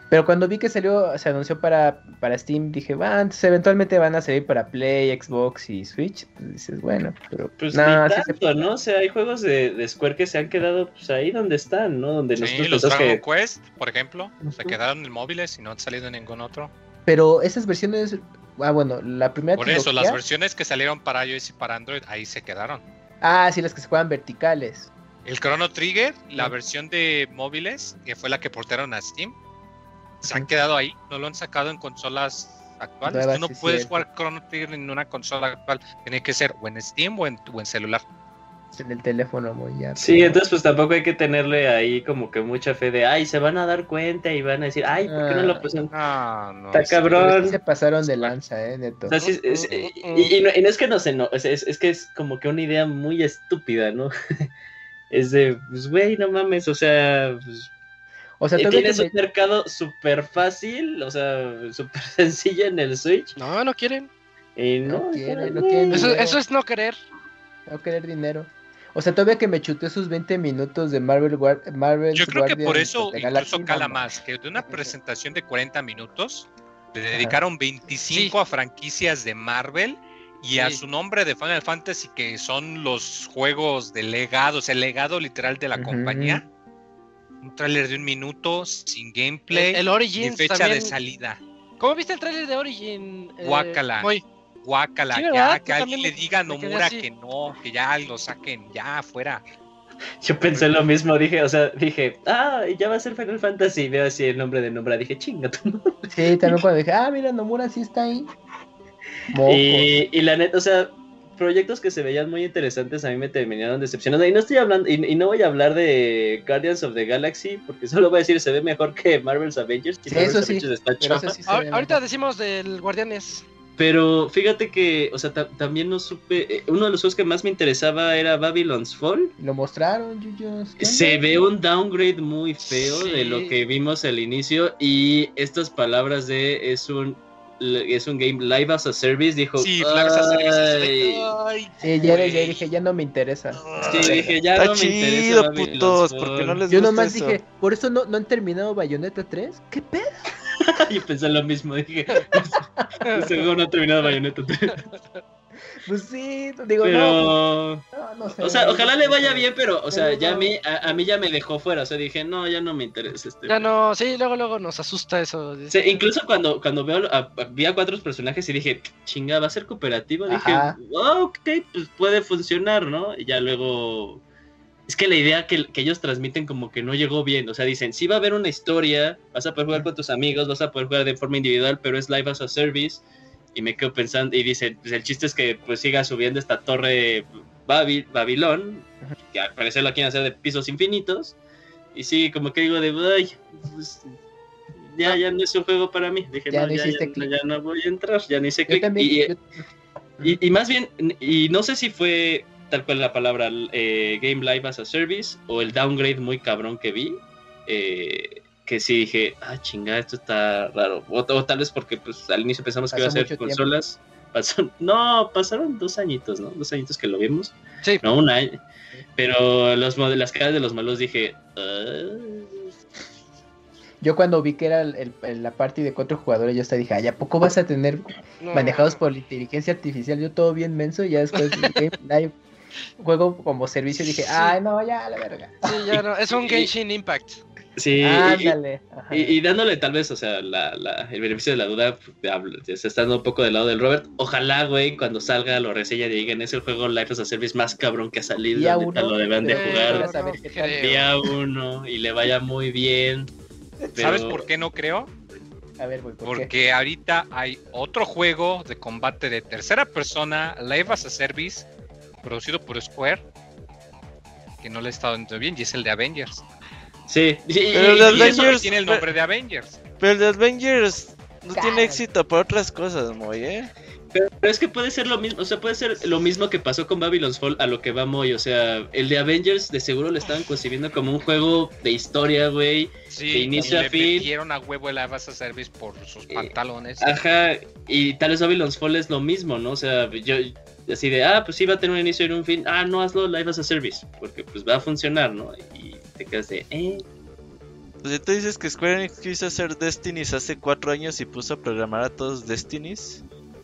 Pero cuando vi que se anunció para Steam, dije, entonces eventualmente van a salir para Play, Xbox y Switch. Pues dices, bueno, pero pues no, ni tanto, ¿no? O sea, hay juegos de Square que se han quedado pues ahí donde están, ¿no? Donde Sí, los Dragon Quest, por ejemplo, se quedaron en móviles y no han salido en ningún otro. Pero esas versiones, bueno, la primera Por eso, las versiones que salieron para iOS y para Android, ahí se quedaron. Sí, las que se juegan verticales. El Chrono Trigger, la versión de móviles, que fue la que portaron a Steam, se han quedado ahí, no lo han sacado en consolas actuales. Tú no puedes jugar Chrono Trigger en una consola actual, tiene que ser o en Steam o en celular. En el teléfono, muy ya. Sí, entonces pues tampoco hay que tenerle ahí como que mucha fe de, se van a dar cuenta y van a decir, ¿por qué no lo pusieron? No, está cabrón. Es que se pasaron de lanza, neto. O sea, y no es que no sé, no, es que es como que una idea muy estúpida, ¿no? Es de, pues güey, no mames, o sea, pues, tienes un mercado súper fácil, o sea, súper sencillo en el Switch. No quieren. Y no quieren eso es no querer. No querer dinero. O sea, todavía que me chuté sus 20 minutos de Marvel. Yo creo que por eso incluso cala más, que de una presentación de 40 minutos, le dedicaron 25 a franquicias de Marvel y a su nombre de Final Fantasy, que son los juegos de legados, el legado literal de la compañía. Un tráiler de 1 minuto, sin gameplay, el Origins ni fecha también. de salida. ¿Cómo viste el tráiler de Origin? Guácala. Guácala, sí, ya, que alguien le diga a Nomura que no, que ya lo saquen, ya, fuera. Yo pensé lo mismo, dije, ya va a ser Final Fantasy, y veo así el nombre de Nomura, dije, chinga tu nombre. Sí, también cuando dije, mira, Nomura sí está ahí. Y la neta, o sea, proyectos que se veían muy interesantes a mí me terminaron decepcionando, y no estoy hablando, y no voy a hablar de Guardians of the Galaxy, porque solo voy a decir, se ve mejor que Marvel's Avengers, y Marvel's Avengers está chafa. Ahorita decimos del Guardianes. Pero fíjate que, o sea, también no supe. Uno de los juegos que más me interesaba era Babylon's Fall. Lo mostraron, Yuyos. Se ve un downgrade muy feo de lo que vimos al inicio. Y estas palabras de es un game live as a service, dijo. Sí, live as a service. Sí, ya dije, ya no me interesa. Sí, dije, ya no me interesa. Putos, porque no les Yo gusta nomás eso. dije, ¿por eso no han terminado Bayonetta 3? ¿Qué pedo? Yo pensé lo mismo, dije, seguro no ha terminado Bayonetta 3. Pues sí, digo, pero... no sé. O sea, ojalá le vaya bien, pero, o sea, ya a mí ya me dejó fuera, o sea, dije, no, ya no me interesa Ya no, sí, luego nos asusta eso. Sí, incluso cuando vi a 4 personajes y dije, chinga, va a ser cooperativo, dije, ok, pues puede funcionar, ¿no? Y ya luego... Es que la idea que ellos transmiten como que no llegó bien, o sea, dicen, sí va a haber una historia, vas a poder jugar con tus amigos, vas a poder jugar de forma individual, pero es live as a service, y me quedo pensando, y dicen, pues el chiste es que pues siga subiendo esta torre Babilón, que al parecer la quieren hacer de pisos infinitos, y sí, como que digo de, pues, ya no es un juego para mí, dije, ya no voy a entrar, ya ni hice clic, y más bien, y no sé si fue... tal cual la palabra Game Live as a Service o el downgrade muy cabrón que vi, que sí dije, chinga, esto está raro, o tal vez porque pues al inicio pensamos que iba a ser consolas, pasaron 2 añitos, ¿no? 2 añitos que lo vimos, sí. No, 1 año, pero las caras de los malos dije, Yo cuando vi que era la party de 4 jugadores, yo hasta dije, ¿a poco vas a tener manejados por la inteligencia artificial? Yo todo bien menso, y ya después Game Live juego como servicio dije, no, ya la verga. Sí, ya no, es un Genshin Impact. Sí, ándale. Y dándole tal vez, o sea, el beneficio de la duda, se está dando un poco del lado del Robert. Ojalá, güey, cuando salga lo reseña y digan, es el juego Life as a Service más cabrón que ha salido, lo deben de jugar. Día 1 y le vaya muy bien. Pero... ¿Sabes por qué no creo? A ver, güey, porque ahorita hay otro juego de combate de tercera persona, Live as a Service, producido por Square, que no le ha estado dando bien, y es el de Avengers. Sí, pero el de Avengers tiene el nombre de Avengers. Pero el de Avengers no tiene éxito por otras cosas, Moy, Pero es que puede ser lo mismo, o sea, puede ser lo mismo que pasó con Babylon's Fall a lo que va Moy, o sea, el de Avengers de seguro lo estaban concibiendo como un juego de historia, güey, de inicio a fin. Le metieron a huevo el Live as a Service por sus pantalones. Ajá, y tal vez Babylon's Fall es lo mismo, ¿no? O sea, yo así de, pues sí va a tener un inicio y un fin, no hazlo Live as a Service, porque pues va a funcionar, ¿no? Y te quedas de, Pues si tú dices que Square Enix quiso hacer Destinies hace 4 años y puso a programar a todos Destinies.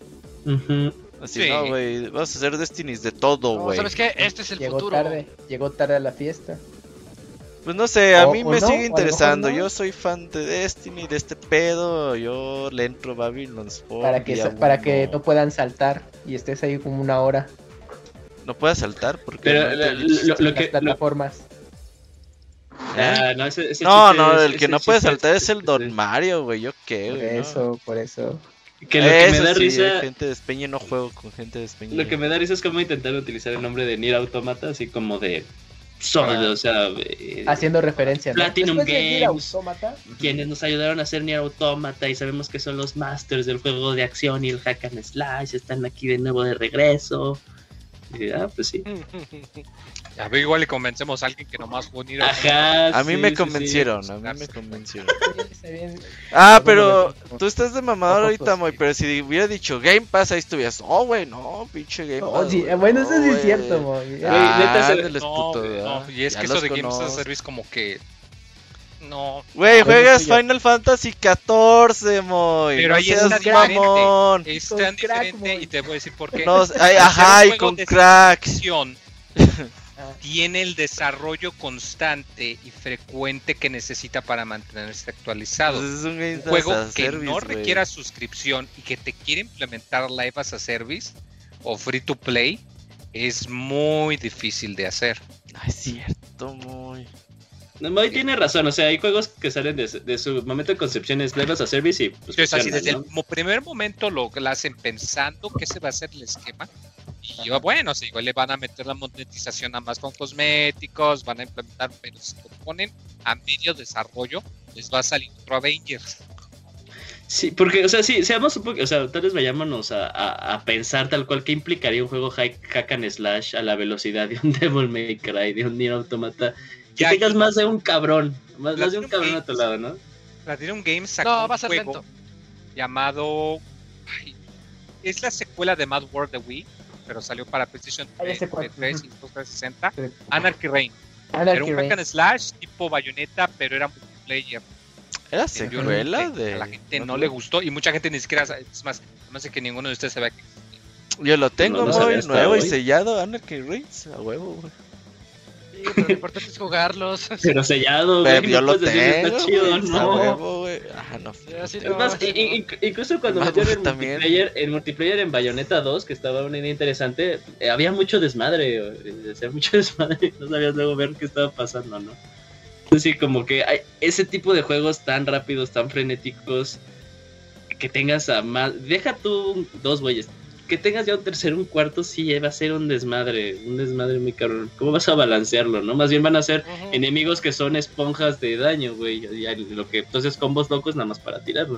Así, Sí. no, güey, vamos a hacer Destinies de todo, No, güey. ¿sabes qué? Este es el futuro. Llegó tarde a la fiesta. Pues no sé, a O- mí o me no, o a sigue lo interesando. mejor no. Yo soy fan de Destiny, de este pedo. Yo le entro Babylon's Fall. Para que no puedan saltar y estés ahí como una hora No pueda saltar porque Pero no lo en las que... plataformas. No, ese no, chiste no, es- el que ese no puede chiste saltar es el sí. Don Mario, güey. Yo qué, Por güey. eso, por eso. Que lo que me Eso da sí, risa... gente de Espeña, no juego con gente de Espeña. Lo que me da risa es como intentar utilizar el nombre de Nier Automata, así como de... o sea... Haciendo referencia, ¿no? Platinum Después de Nier Games. Automata, quienes nos ayudaron a hacer Nier Automata y sabemos que son los masters del juego de acción y el hack and slash, están aquí de nuevo de regreso. Y, pues sí. A ver, igual le convencemos a alguien que nomás jugó Nier Ajá. A mí sí, me sí, convencieron, sí. a mí me convencieron. está bien. Pero tú estás de mamador Ojo, ahorita, pues, Moy. Pero si hubiera dicho Game Pass, ahí estuvieras. Oh, güey, no, pinche Game No, Pass. sí, güey, bueno, no, eso sí es güey. cierto, Moy. neta, se- Ándeles, No, puto, no, y es ya que eso los de Games as a conozco. Service como que... No, Güey, Bueno, juegas eso ya- Final Fantasy 14, Moy. pero no ahí seas está mamón. diferente. Es Con tan crack, diferente boy. y te voy a decir por qué. No, Al ser ajá, un y juego con de crack. acción, Ah, tiene el desarrollo constante y frecuente que necesita para mantenerse actualizado. Pues es un Game Un juego as a que Service, no güey. requiera suscripción y que te quiere implementar Live as a Service o Free to Play es muy difícil de hacer. Ay, es cierto, Moy. No, Moy tiene razón, o sea, hay juegos que salen de su momento de concepción es Live as a Service y pues Entonces, así funcionan, desde ¿no? el primer momento lo hacen pensando que ese va a ser el esquema. Y bueno, sí, igual le van a meter la monetización nada más con cosméticos, van a implementar, pero si lo ponen a medio desarrollo, les va a salir otro Avengers. Sí, porque, o sea, sí, seamos un poco, o sea, tal vez vayámonos a pensar tal cual que implicaría un juego hack and slash a la velocidad de un Devil May Cry, de un Nier Automata, que Ya, tengas más de un cabrón, más de un Platinum cabrón a Games. tu lado, ¿no? Platinum Games sacó No, un va a ser juego lento. llamado... ay, es la secuela de Mad World de Wii, pero salió para PlayStation Ah, ya sé cuál. 3 y Xbox 360. sí. Anarchy Reign. Era Anarchy un Reign. hack and slash tipo Bayonetta, pero era multiplayer. ¿Era Vendió secuela un- de...? A la gente no le gustó y mucha gente ni siquiera sabe. Es más, no sé que ninguno de ustedes sabe que... Yo lo tengo, No Moy, sabía hasta nuevo y hoy. sellado, Anarchy Reigns, a huevo, güey. Sí, pero lo importante es jugarlos. Pero sellado, Pero güey, yo no lo puedes decir, tengo, está chido, güey, a no. huevo, güey. Ah, no. Así Es no, más, así no. incluso cuando Mad metieron World también. el multiplayer en Bayonetta 2, que estaba una idea interesante, había mucho desmadre, hacía mucho desmadre, no sabías luego ver qué estaba pasando, ¿no? Entonces sí, como que hay ese tipo de juegos tan rápidos, tan frenéticos, que tengas a más, deja tú dos güeyes, que tengas ya un tercero, un cuarto, sí va a ser un desmadre muy cabrón. ¿Cómo vas a balancearlo, no? Más bien van a ser Ujú. enemigos que son esponjas de daño, güey. Lo que entonces combos locos nada más para tirarlo.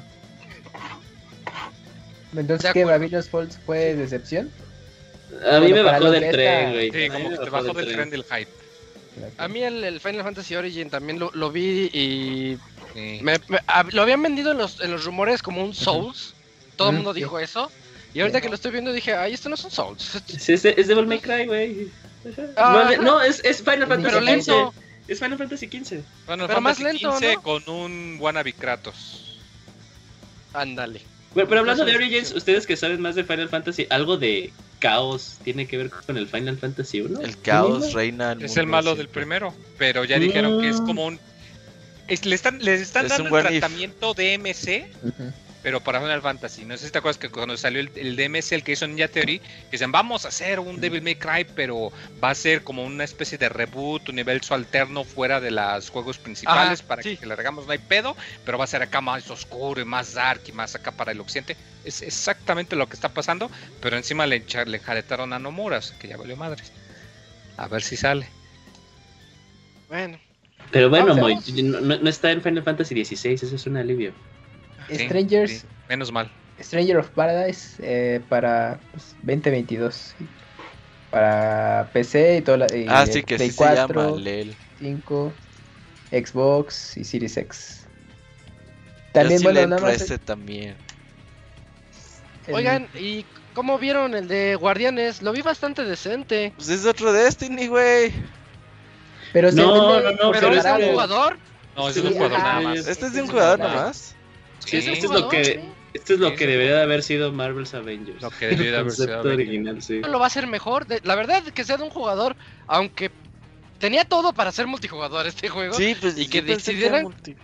Entonces, De ¿qué? acuerdo. ¿Babylon's Falls fue decepción? A mí Bueno, me para bajó los del de tren, esta- güey. Sí, A mí como me que te bajó del tren del hype. A mí el Final Fantasy Origin también lo vi y Sí. lo habían vendido en los rumores como un Souls. Todo el mundo Sí. dijo eso. Y ahorita Sí. que lo estoy viendo dije, ay, esto no es un Souls. Sí, es Devil May Cry, güey. Ah, Más bien- no, es Final Fantasy pero XV. lento. Es Final Fantasy XV. Bueno, Pero más Fantasy lento, 15 ¿no? con un wannabe Kratos. Ándale. Bueno, pero hablando de Eso es- Origins, ustedes que saben más de Final Fantasy, ¿algo de caos tiene que ver con el Final Fantasy 1? El caos reina el Es el mundo malo del siempre. primero, pero ya dijeron que es como un... les están Es dando un el what if. tratamiento DMC, Ujú. pero para Final Fantasy. No sé si te acuerdas que cuando salió el DMC, el que hizo Ninja Theory, que dicen, vamos a hacer un Devil May Cry, pero va a ser como una especie de reboot, universo alterno fuera de los juegos principales, Ajá, para sí. que le regamos, no hay pedo, pero va a ser acá más oscuro y más dark y más acá para el occidente. Es exactamente lo que está pasando, pero encima le enjaretaron a Nomura, o sea, que ya valió madres. A ver si sale. Bueno. Pero bueno, Vamos, Moy, no está en Final Fantasy XVI, eso es un alivio. Sí, Strangers, sí, menos mal. Stranger of Paradise para pues, 2022. Para PC y todo y Ah, sí, que Play sí 4, se llama Lel. 5, Xbox y Series X. Yo También, sí bueno, le nada entro a más. ese también. Oigan, ¿y cómo vieron el de Guardianes? Lo vi bastante decente. Pues es otro Destiny, güey. Pero se No, vende no, no, por Pero es de un separado. jugador. No, es de un jugador nada más. ¿Este es de un jugador nomás? Sí, Sí. esto es lo que debería de haber sido Marvel's Avengers. Lo que debió de haber sido concepto original, sí. Lo va a hacer mejor. La verdad que sea de un jugador, aunque tenía todo para ser multijugador este juego. Sí, pues y que yo pensé decidieran. era multi.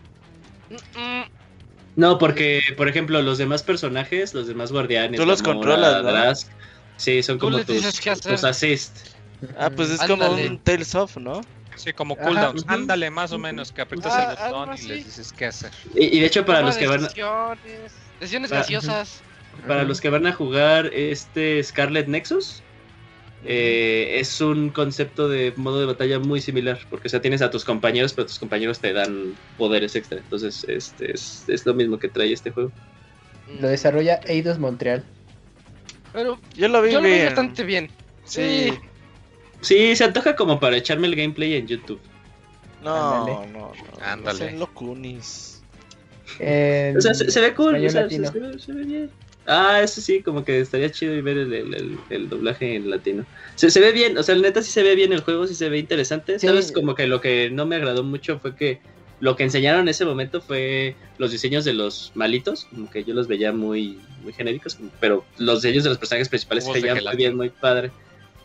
No, porque, por ejemplo, los demás personajes, los demás guardianes, Tú los Gamora, controlas, ¿no? Drask, sí, son Tú como les dices qué hacer. tus assist. Ah, pues es como Ándale. un Tales of, ¿no? Sí, como Ajá, cooldowns. ujú. Ándale, más o menos, que aprietas Ah, el algo botón y así. les dices qué hacer. Y de hecho, para Toma los que van, decisiones Ah, graciosas. para los que van a jugar este Scarlet Nexus, es un concepto de modo de batalla muy similar, porque o sea, tienes a tus compañeros, pero tus compañeros te dan poderes extra. Entonces, es lo mismo que trae este juego. Lo desarrolla Eidos Montreal. Pero Yo lo vi yo lo vi bien. bastante bien. Sí. Sí, se antoja como para echarme el gameplay en YouTube. Ándale. No. Ándale. Hacen locunis. O sea, se ve cool, español o sea, latino. se ve bien. Ah, eso sí, como que estaría chido y ver el doblaje en latino. Se ve bien, o sea, neta sí se ve bien el juego, sí se ve interesante. Sí. Sabes, como que lo que no me agradó mucho fue que lo que enseñaron en ese momento fue los diseños de los malitos, como que yo los veía muy genéricos, pero los diseños de los personajes principales se Huevos de veían muy gelatina. bien, muy padre.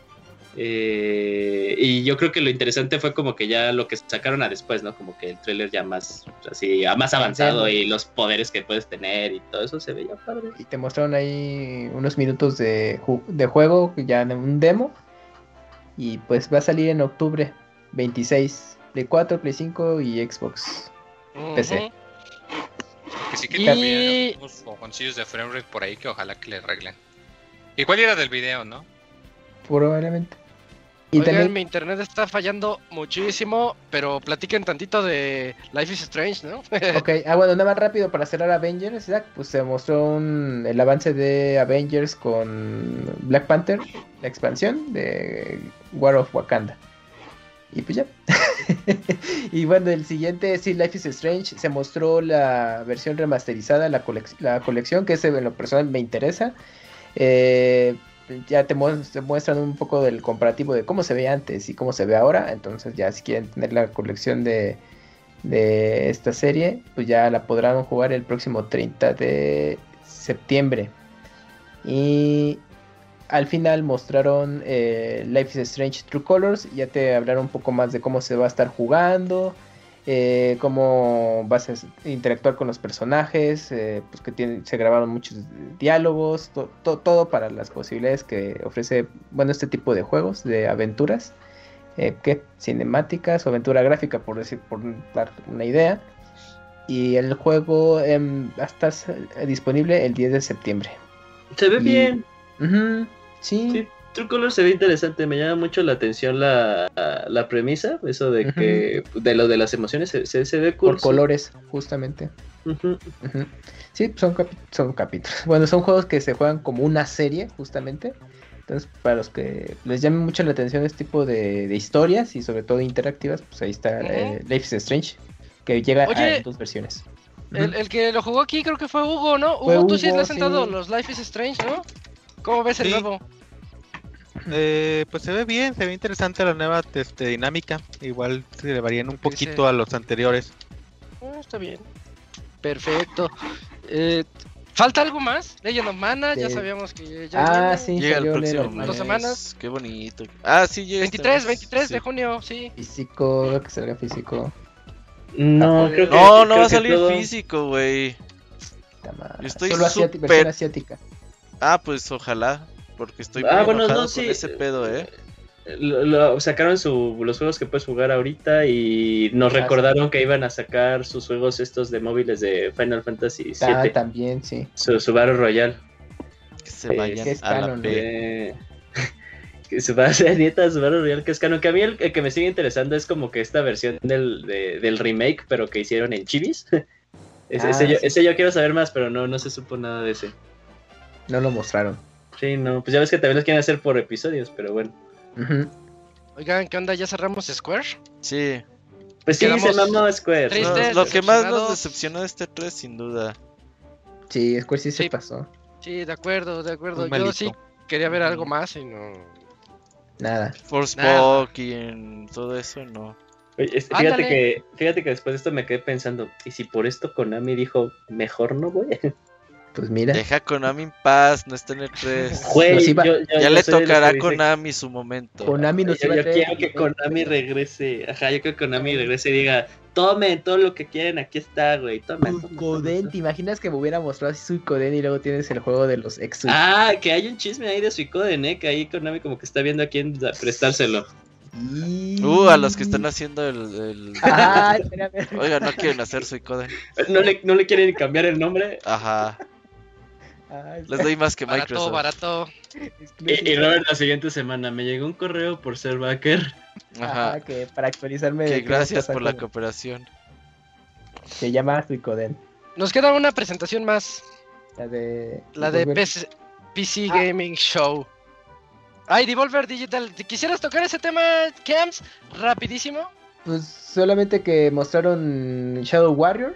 Y yo creo que lo interesante fue como que ya lo que sacaron a después, ¿no? Como que el tráiler ya más así, más avanzado y los poderes que puedes tener y todo eso se veía padre. Y te mostraron ahí unos minutos de juego, ya en un demo. Y pues va a salir en octubre 26. Play 4, Play 5 y Xbox. PC. Que sí que Y- también unos fogoncillos de framerate por ahí que ojalá que le arreglen. Igual era del video, ¿no? Probablemente. Y Oigan, también mi internet está fallando muchísimo, pero platiquen tantito de Life is Strange, ¿no? Ok, bueno, nada más rápido para cerrar Avengers, Zach, pues se mostró el avance de Avengers con Black Panther, la expansión de War of Wakanda. Y pues ya. Y bueno, el siguiente, sí, Life is Strange, se mostró la versión remasterizada, la colección, que ese en lo personal me interesa. Ya te muestran un poco del comparativo de cómo se ve antes y cómo se ve ahora. Entonces ya si quieren tener la colección de esta serie, pues ya la podrán jugar el próximo 30 de septiembre. Y al final mostraron Life is Strange True Colors. Ya te hablaron un poco más de cómo se va a estar jugando, cómo vas a interactuar con los personajes, pues que se grabaron muchos diálogos, todo para las posibilidades que ofrece, bueno, este tipo de juegos, de aventuras, que cinemáticas o aventura gráfica, por dar una idea. Y el juego va a estar disponible el 10 de septiembre. Se ve bien. Uh-huh, sí. Sí, True Color se ve interesante, me llama mucho la atención la premisa, eso de que de lo de las emociones se ve cool. Por colores, justamente. Uh-huh. Uh-huh. Sí, son capítulos. Bueno, son juegos que se juegan como una serie, justamente. Entonces, para los que les llame mucho la atención este tipo de historias y sobre todo interactivas, pues ahí está Life is Strange, que llega Oye, a 2 versiones. El que lo jugó aquí creo que fue Hugo, ¿no? Fue Hugo, tú sí Hugo, le has sentado sí. los Life is Strange, ¿no? ¿Cómo ves el Sí. nuevo? Pues se ve bien, se ve interesante la nueva dinámica. Igual se le varían un poquito Dice- a los anteriores. Está bien. Perfecto. ¿Falta algo más? Legend of Mana, ya Sí. sabíamos que ya viene. Sí, Llega el salió próximo Legend of Mana. Dos semanas. Qué bonito. Ah, sí, llega 23 sí. de junio, sí. Físico, que salga físico. No, creo que No, no creo va a que salir todo- físico, güey. Puta madre. Yo estoy Solo súper- versión asiática. Ah, pues ojalá. Porque estoy Ah, muy bueno, enojado no, con sí. ese pedo, Sacaron los juegos que puedes jugar ahorita y nos Ah, recordaron que iban a sacar sus juegos estos de móviles de Final Fantasy VII, También, sí. su Battle Royale. Que se vayan que es a la canon, P. Que se va a hacer nieta su Battle Royale, que es canon. Que a mí el que me sigue interesando es como que esta versión del remake, pero que hicieron en Chivis. Ese yo quiero saber más, pero no se supo nada de ese. No lo mostraron. Sí, no, pues ya ves que también los quieren hacer por episodios, pero bueno. Ujú. Oigan, ¿qué onda? ¿Ya cerramos Square? Sí. Pues sí, Quedamos se mamó Square. tristes. ¿no? Lo que más decepcionados. nos decepcionó de este 3, sin duda. Sí, Square sí se Sí. pasó. Sí, de acuerdo. Muy Yo malito. sí quería ver algo más y no. Nada. Forspoken, todo eso, no. Oye, Ándale. fíjate que después de esto me quedé pensando, ¿y si por esto Konami dijo, mejor no voy? Pues mira, Deja a Konami en paz, no está en el 3. Nos Güey, iba- Ya le soy de los tocará a que dice, Konami su momento. Konami nos iba a yo traer quiero que el video Konami completo. regrese. Ajá, yo quiero que Konami regrese y diga, tomen todo lo que quieren, aquí está, güey. Tomen. Suicoden, ¿te imaginas que me hubiera mostrado así Suicoden y luego tienes el juego de los ex Ah, que hay un chisme ahí de Suicoden, que ahí Konami como que está viendo a quién prestárselo. A los que están haciendo el... Ah, espérame. Oiga, no quieren hacer Suicoden. No le quieren cambiar el nombre. Ajá. Ah, Les doy más que Barato, Microsoft. barato. Y luego la siguiente semana me llegó un correo por ser backer. Ajá. Ajá, que para actualizarme Que de qué va a gracias pasar por la con- cooperación. Se llama Suicoden. Nos queda una presentación más. La de La de PC Gaming Show. Ay, Devolver Digital. ¿Quisieras tocar ese tema, Camps? Rapidísimo. Pues solamente que mostraron Shadow Warrior.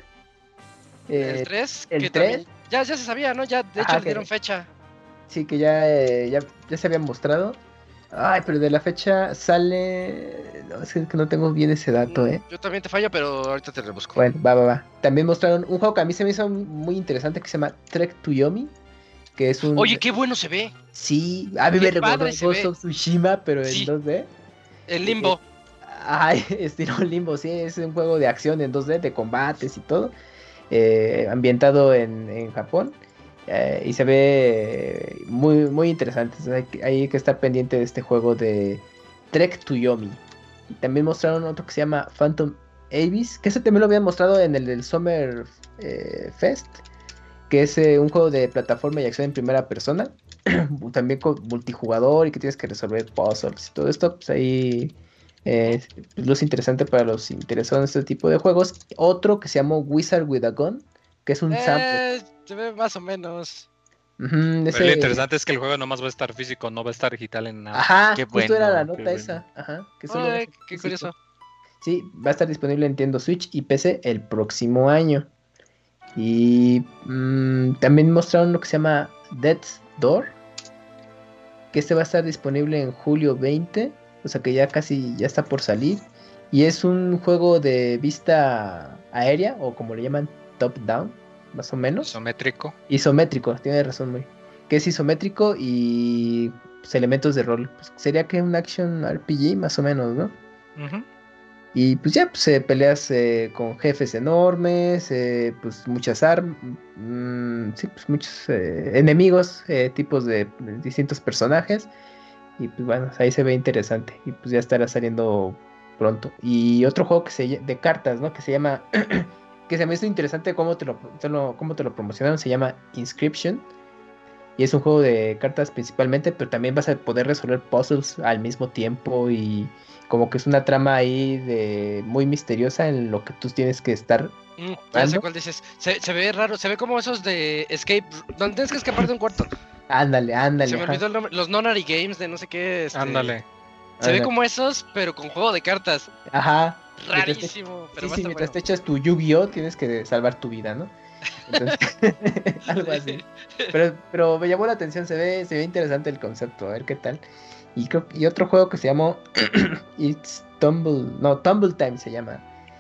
El 3. el que 3. también- ya se sabía, ¿no? Ya, de Ajá, hecho, le que- dieron fecha. Sí, que ya se habían mostrado. Ay, pero de la fecha sale. No, es que no tengo bien ese dato, Yo también te fallo, pero ahorita te rebusco. Bueno, va. También mostraron un juego que a mí se me hizo muy interesante que se llama Trek to Yomi. Que es un. Oye, qué bueno se ve. Sí, a mí qué me recordó padre se Ghost ve. of Tsushima, pero Sí. en 2D. El Limbo. Ay, estilo Limbo, sí, es un juego de acción en 2D, de combates y todo. Ambientado en Japón. Y se ve muy interesante. O sea, hay que estar pendiente de este juego de Trek to Yomi. Y también mostraron otro que se llama Phantom Abyss, que ese también lo habían mostrado en el del Summer Fest, que es un juego de plataforma y acción en primera persona, también con multijugador y que tienes que resolver puzzles y todo esto, pues ahí luz interesante para los interesados en este tipo de juegos. Otro que se llama Wizard with a Gun, que es un sample. Se ve más o menos. Ujú, Pero ese- lo interesante es que el juego nomás va a estar físico, no va a estar digital en nada. Ajá, Qué justo era bueno, la qué nota bueno. esa. Ajá, que solo Ay, es qué físico. curioso. Sí, va a estar disponible en Nintendo Switch y PC el próximo año. Y también mostraron lo que se llama Death's Door, que este va a estar disponible en julio 20, o sea que ya casi ya está por salir. Y es un juego de vista aérea, o como le llaman, top down, más o menos. Isométrico. Isométrico, tiene razón, muy. Que es isométrico y pues, elementos de rol. Pues, sería que un action RPG, más o menos, ¿no? Ujú. Y pues ya, pues peleas con jefes enormes, pues muchas armas, sí, pues muchos enemigos, tipos de distintos personajes. Y pues bueno, ahí se ve interesante. Y pues ya estará saliendo pronto. Y otro juego de cartas, ¿no? Que se llama, que se me hizo interesante cómo te lo promocionaron, se llama Inscription. Y es un juego de cartas principalmente, pero también vas a poder resolver puzzles al mismo tiempo y como que es una trama ahí de muy misteriosa en lo que tú tienes que estar. Ya sé ¿Cuándo? cuál dices. Se ve raro, se ve como esos de Escape, donde tienes que escapar de un cuarto. Ándale, Se me ajá. olvidó el nombre. Los Nonary Games de no sé qué. Ándale. Se ve Ándale. como esos, pero con juego de cartas. Ajá. Rarísimo, pero Sí, va a sí, estar mientras bueno. te echas tu Yu-Gi-Oh tienes que salvar tu vida, ¿no? Entonces, algo así. Pero me llamó la atención, se ve interesante el concepto, a ver qué tal. Y otro juego que se llamó It's Tumble Time se llama.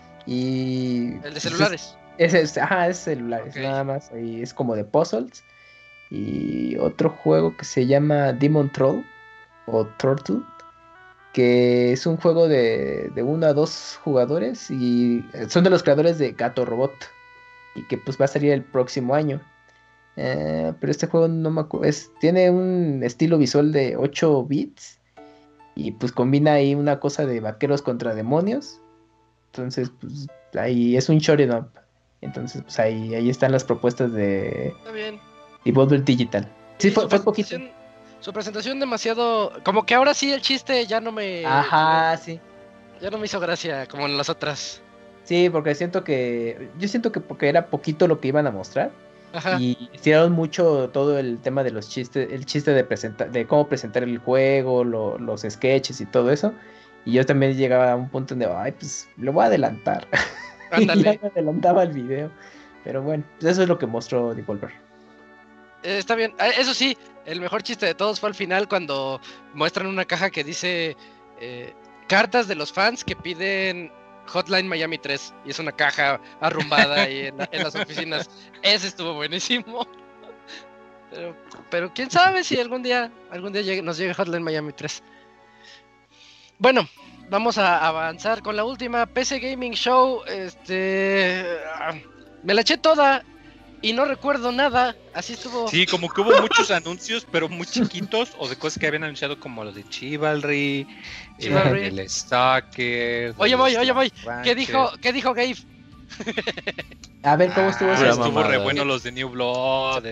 Y El de celulares. Ajá, es celulares, Ok. nada más. Y es como de puzzles. Y otro juego que se llama Demon Troll o Turtle, que es un juego de 1 a 2 jugadores y son de los creadores de Gato Robot y que pues va a salir el próximo año. Pero este juego no me acuerdo, tiene un estilo visual de 8 bits y pues combina ahí una cosa de vaqueros contra demonios. Entonces pues ahí es un shoot'em up. Entonces pues ahí están las propuestas de Está bien. Devolver Digital. Sí, Y fue poquito. Su presentación demasiado. Como que ahora sí el chiste ya no me. Ajá, sí. Ya no me hizo gracia como en las otras. Sí, porque yo siento que porque era poquito lo que iban a mostrar Ajá. y estiraron mucho todo el tema de los chistes, el chiste de cómo presentar el juego, los sketches y todo eso. Y yo también llegaba a un punto donde, ay, pues lo voy a adelantar. Y ya Ándale. me adelantaba el video. Pero bueno, pues eso es lo que mostró Devolver. Está bien. Eso sí, el mejor chiste de todos fue al final cuando muestran una caja que dice cartas de los fans que piden Hotline Miami 3 y es una caja arrumbada ahí en las oficinas. Ese estuvo buenísimo. Pero quién sabe si algún día nos llegue Hotline Miami 3. Bueno, vamos a avanzar con la última PC Gaming Show. Me la eché toda y no recuerdo nada. Así estuvo. Sí, como que hubo muchos anuncios, pero muy chiquitos, o de cosas que habían anunciado como los de Chivalry, el Stalker. Oye, voy. ¿Qué dijo Gabe? A ver, ¿cómo estuvo eso? Estuvo re bueno los de New Blood.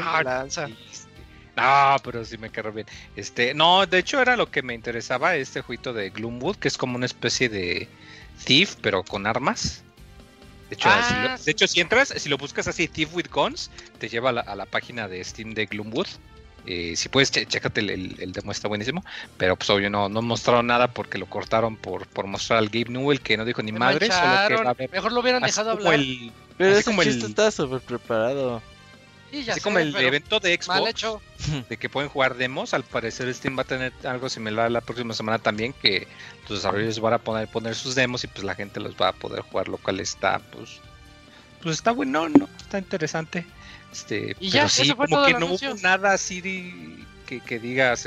No, pero sí me quedó bien. No, de hecho era lo que me interesaba, este jueguito de Gloomwood, que es como una especie de Thief, pero con armas. De hecho, si entras, si lo buscas así, Thief with Guns, te lleva a la página de Steam de Gloomwood. Si puedes, chécate el demo, está buenísimo. Pero pues obvio no mostraron nada porque lo cortaron por mostrar al Gabe Newell, que no dijo ni madre, solo que va a ver. Mejor lo hubieran dejado hablar. Pero ese chiste está súper preparado. Sí, así como el evento de Xbox, mal hecho. De que pueden jugar demos, al parecer Steam va a tener algo similar la próxima semana también, que los desarrolladores van a poner sus demos y pues la gente los va a poder jugar, lo cual está pues está bueno, no, está interesante. Y pero ya, sí, eso fue como todo que el no anuncio. hubo nada así que digas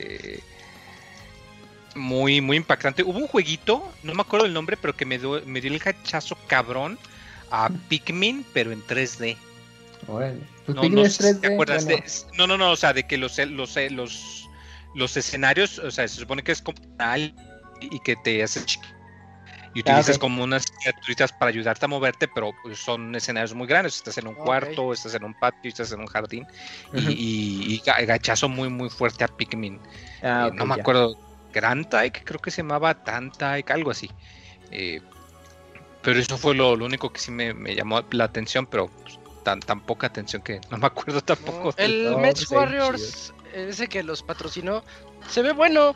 muy muy impactante. Hubo un jueguito, no me acuerdo el nombre, pero que me dio el hachazo cabrón a Pikmin, pero en 3D. Órale. Pues No, Pikmin no es sé si 3D, te acuerdas bueno. no, o sea, de que los escenarios, o sea, se supone que es como y que te haces chiquito y utilizas como unas criaturitas para ayudarte a moverte, pero pues, son escenarios muy grandes. Estás en un cuarto, estás en un patio, estás en un jardín. Y gachazo muy muy fuerte a Pikmin. No me acuerdo, Grantike, creo que se llamaba Tantike, algo así. Pero eso fue lo único que sí me llamó la atención, pero pues, tan poca atención que no me acuerdo tampoco. El Match Warriors, ese que los patrocinó, se ve bueno.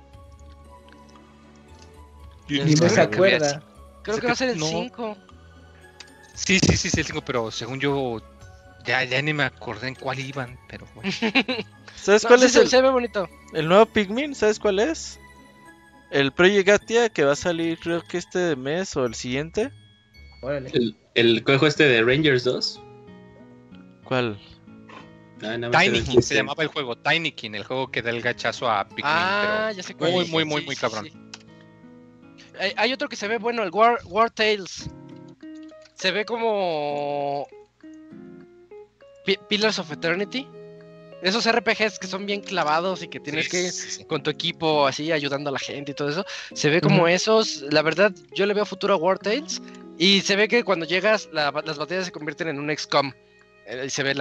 Ni me se acuerda. Creo que va a ser el 5. Sí, el 5, pero según yo ya ni me acordé en cuál iban, pero bueno. ¿Sabes cuál es se ve bonito. El nuevo Pikmin? ¿Sabes cuál es? El Project Gatia, que va a salir creo que este mes o el siguiente. Órale. El juego de Rangers 2. ¿Cuál? Tinykin se llamaba el juego, Tinykin, el juego que da el gachazo a Pikmin, pero ya sé cuál es. muy cabrón. Sí. Hay otro que se ve bueno, el War Tales. Se ve como Pillars of Eternity. Esos RPGs que son bien clavados y que tienes que con tu equipo así ayudando a la gente y todo eso. Se ve como esos. La verdad, yo le veo futuro a War Tales. Y se ve que cuando llegas, las batallas se convierten en un XCOM. Y se ve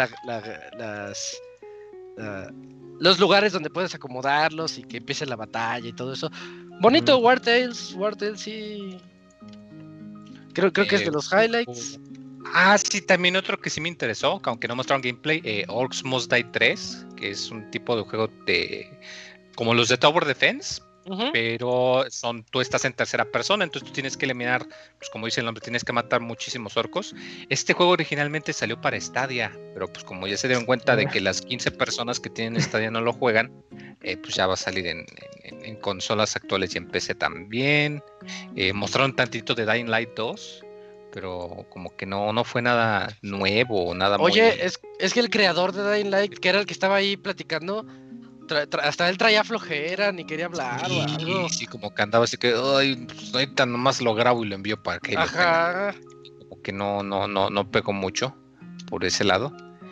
los lugares donde puedes acomodarlos y que empiece la batalla y todo eso. Bonito War Tales, sí. Creo que es de los highlights. Sí, también otro que sí me interesó, aunque no mostraron gameplay, Orcs Must Die 3, que es un tipo de juego como los de Tower Defense, pero tú estás en tercera persona, entonces tú tienes que eliminar, pues como dice el nombre, tienes que matar muchísimos orcos. Este juego originalmente salió para Stadia, pero pues como ya se dieron cuenta de que las 15 personas que tienen Stadia no lo juegan, pues ya va a salir en consolas actuales y en PC también. Mostraron tantito de Dying Light 2, pero como que no fue nada nuevo, nada muy... Oye, es que el creador de Dying Light, que era el que estaba ahí platicando, hasta él traía flojera, ni quería hablar o algo. Sí, como que andaba así que, pues ahorita nomás lo grabo y lo envío para que como que no pegó mucho por ese lado.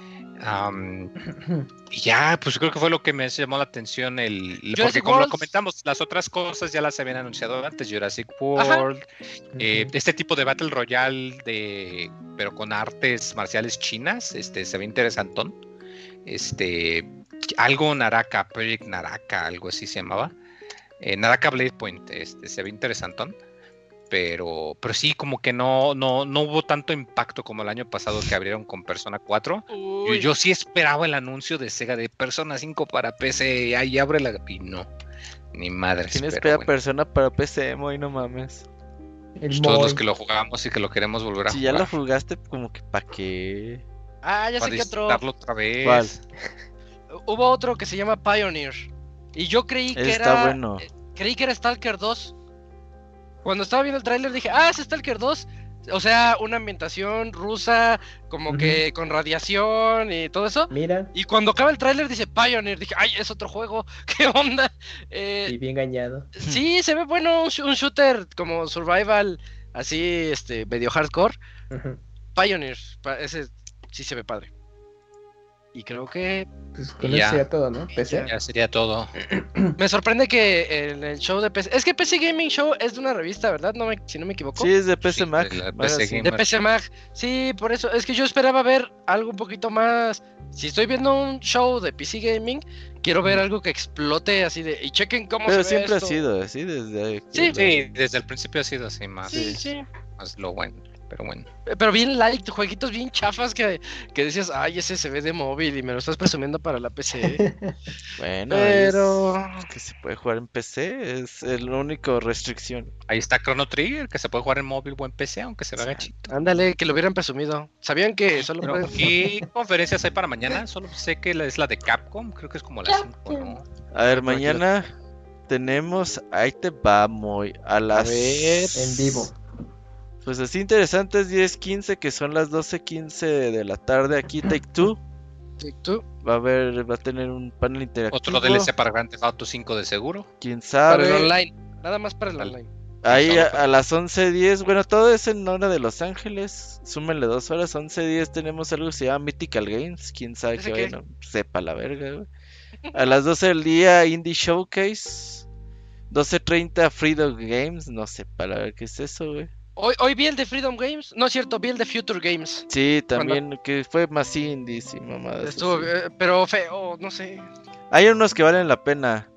Y ya, pues creo que fue lo que me llamó la atención, porque como lo comentamos, las otras cosas ya las habían anunciado antes, Jurassic World, este tipo de Battle Royale pero con artes marciales chinas, se ve interesantón. Algo Naraka, Project Naraka, algo así se llamaba. Naraka Blade Point, se ve interesantón. Pero sí, como que no hubo tanto impacto como el año pasado que abrieron con Persona 4. Yo sí esperaba el anuncio de Sega de Persona 5 para PC. Ahí abre y no, ni madres. ¿Quién espera Persona para PC, Moy? No mames. Pues todos los que lo jugamos y que lo queremos volver a jugar. Si ya lo jugaste, como que ¿para qué? Ya sé que otro. Otra vez. ¿Cuál? Hubo otro que se llama Pioneer. Y yo creí que Está bueno. Creí que era Stalker 2. cuando estaba viendo el tráiler dije, es Stalker 2. O sea, una ambientación rusa, como que con radiación y todo eso. Mira. Y cuando acaba el tráiler dice Pioneer, dije, ¡ay, es otro juego! ¿Qué onda? Y bien engañado. Sí, se ve bueno, un shooter como survival, así, medio hardcore. Pioneer, ese sí se ve padre. Y creo que... Pues con eso sería todo, ¿no? PC. Ya sería todo. Me sorprende que en el show de PC... Es que PC Gaming Show es de una revista, ¿verdad? Si no me equivoco. Sí, es de PC Mag. De PC Mag. Sí, por eso. Es que yo esperaba ver algo un poquito más... Si estoy viendo un show de PC Gaming, quiero ver algo que explote así de... Y chequen cómo Pero se ve siempre esto. ha sido así desde... Sí, desde el principio ha sido así más. Sí. Más lo bueno. Pero bueno. Pero bien light, jueguitos bien chafas que decías, ay, ese se ve de móvil y me lo estás presumiendo para la PC. Bueno, pero... es que se puede jugar en PC, es la única restricción. Ahí está Chrono Trigger, que se puede jugar en móvil o en PC, aunque se vea gachito. Ándale, que lo hubieran presumido. ¿Sabían que solo pueden... ¿Qué conferencias hay para mañana? Solo sé que es la de Capcom, creo que es como las 5, ¿no? A ver, mañana tenemos, ahí te va, muy a las... En vivo. Pues así interesantes, 10:15, que son las 12:15 de la tarde aquí, Take-Two. Va a tener un panel interactivo. Otro DLC para Grand Theft Auto 5 de seguro. ¿Quién sabe? Para el online, nada más para el online. Ahí a las 11:10, bueno, todo es en hora de Los Ángeles. Súmenle 2 horas, 11:10 tenemos algo que se llama Mythical Games. Quién sabe qué vayan, sepa la verga, güey. A las 12 del día, Indie Showcase. 12:30, Freedom Games. No sé, para ver qué es eso, güey. Hoy vi el de Freedom Games, no es cierto, vi el de Future Games. Sí, también, que fue más indie, sí, mamadas. Estuvo, pero feo, no sé. Hay unos que valen la pena.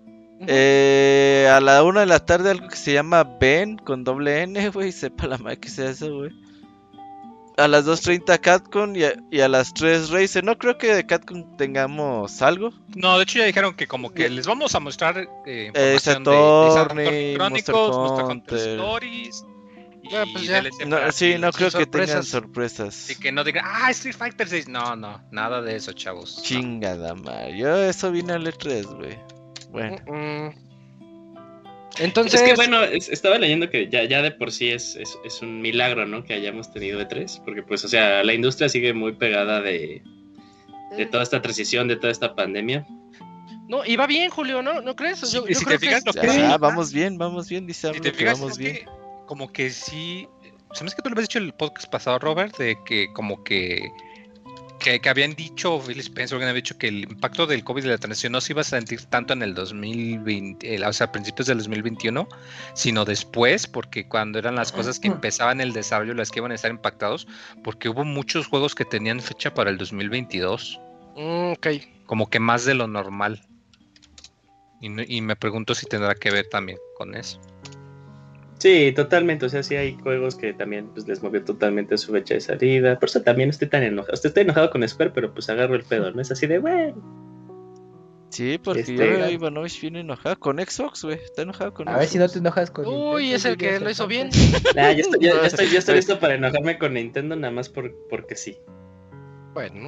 A la 1 de la tarde algo que se llama Ben con doble N, güey, sepa la madre que sea eso, güey. A las 2:30 Capcom y a las 3 Razer. No creo que de Capcom tengamos algo. No, de hecho ya dijeron que como que les vamos a mostrar información Saturn, de Chronicles, Monster Hunter Stories y pues ya. DLC No, sí, no creo que tengan sorpresas. sorpresas. Y que no digan, Street Fighter 6. No, nada de eso, chavos. Chingada madre. Yo eso vine al E3, güey. Bueno. Entonces... Es que bueno, estaba leyendo que ya de por sí es un milagro, ¿no? Que hayamos tenido E3, porque pues, o sea, la industria sigue muy pegada de toda esta transición, de toda esta pandemia. No, y va bien, Julio, ¿no crees? Yo si creo te fijas, que... lo que sí, vamos bien, dice si te que fijas, vamos bien. Como que sí... ¿Sabes que tú lo habías dicho en el podcast pasado, Robert? De que como que habían dicho, Phil Spencer había dicho que el impacto del COVID de la transición no se iba a sentir tanto en el 2020, o sea, a principios del 2021, sino después, porque cuando eran las cosas que empezaban el desarrollo las que iban a estar impactados, porque hubo muchos juegos que tenían fecha para el 2022. Ok. Como que más de lo normal. Y me pregunto si tendrá que ver también con eso. Sí, totalmente, o sea, sí hay juegos que también pues, les movió totalmente su fecha de salida. Por eso también estoy tan enojado. Estoy enojado con Square, pero pues agarro el pedo, ¿no? Es así de, güey. Sí, porque ya veo Ivanovich viene enojado con Xbox, güey. Está enojado con Xbox. A ver si no te enojas con Uy, es el que lo hizo bien. Nah, yo estoy listo para enojarme con Nintendo nada más porque sí. Bueno.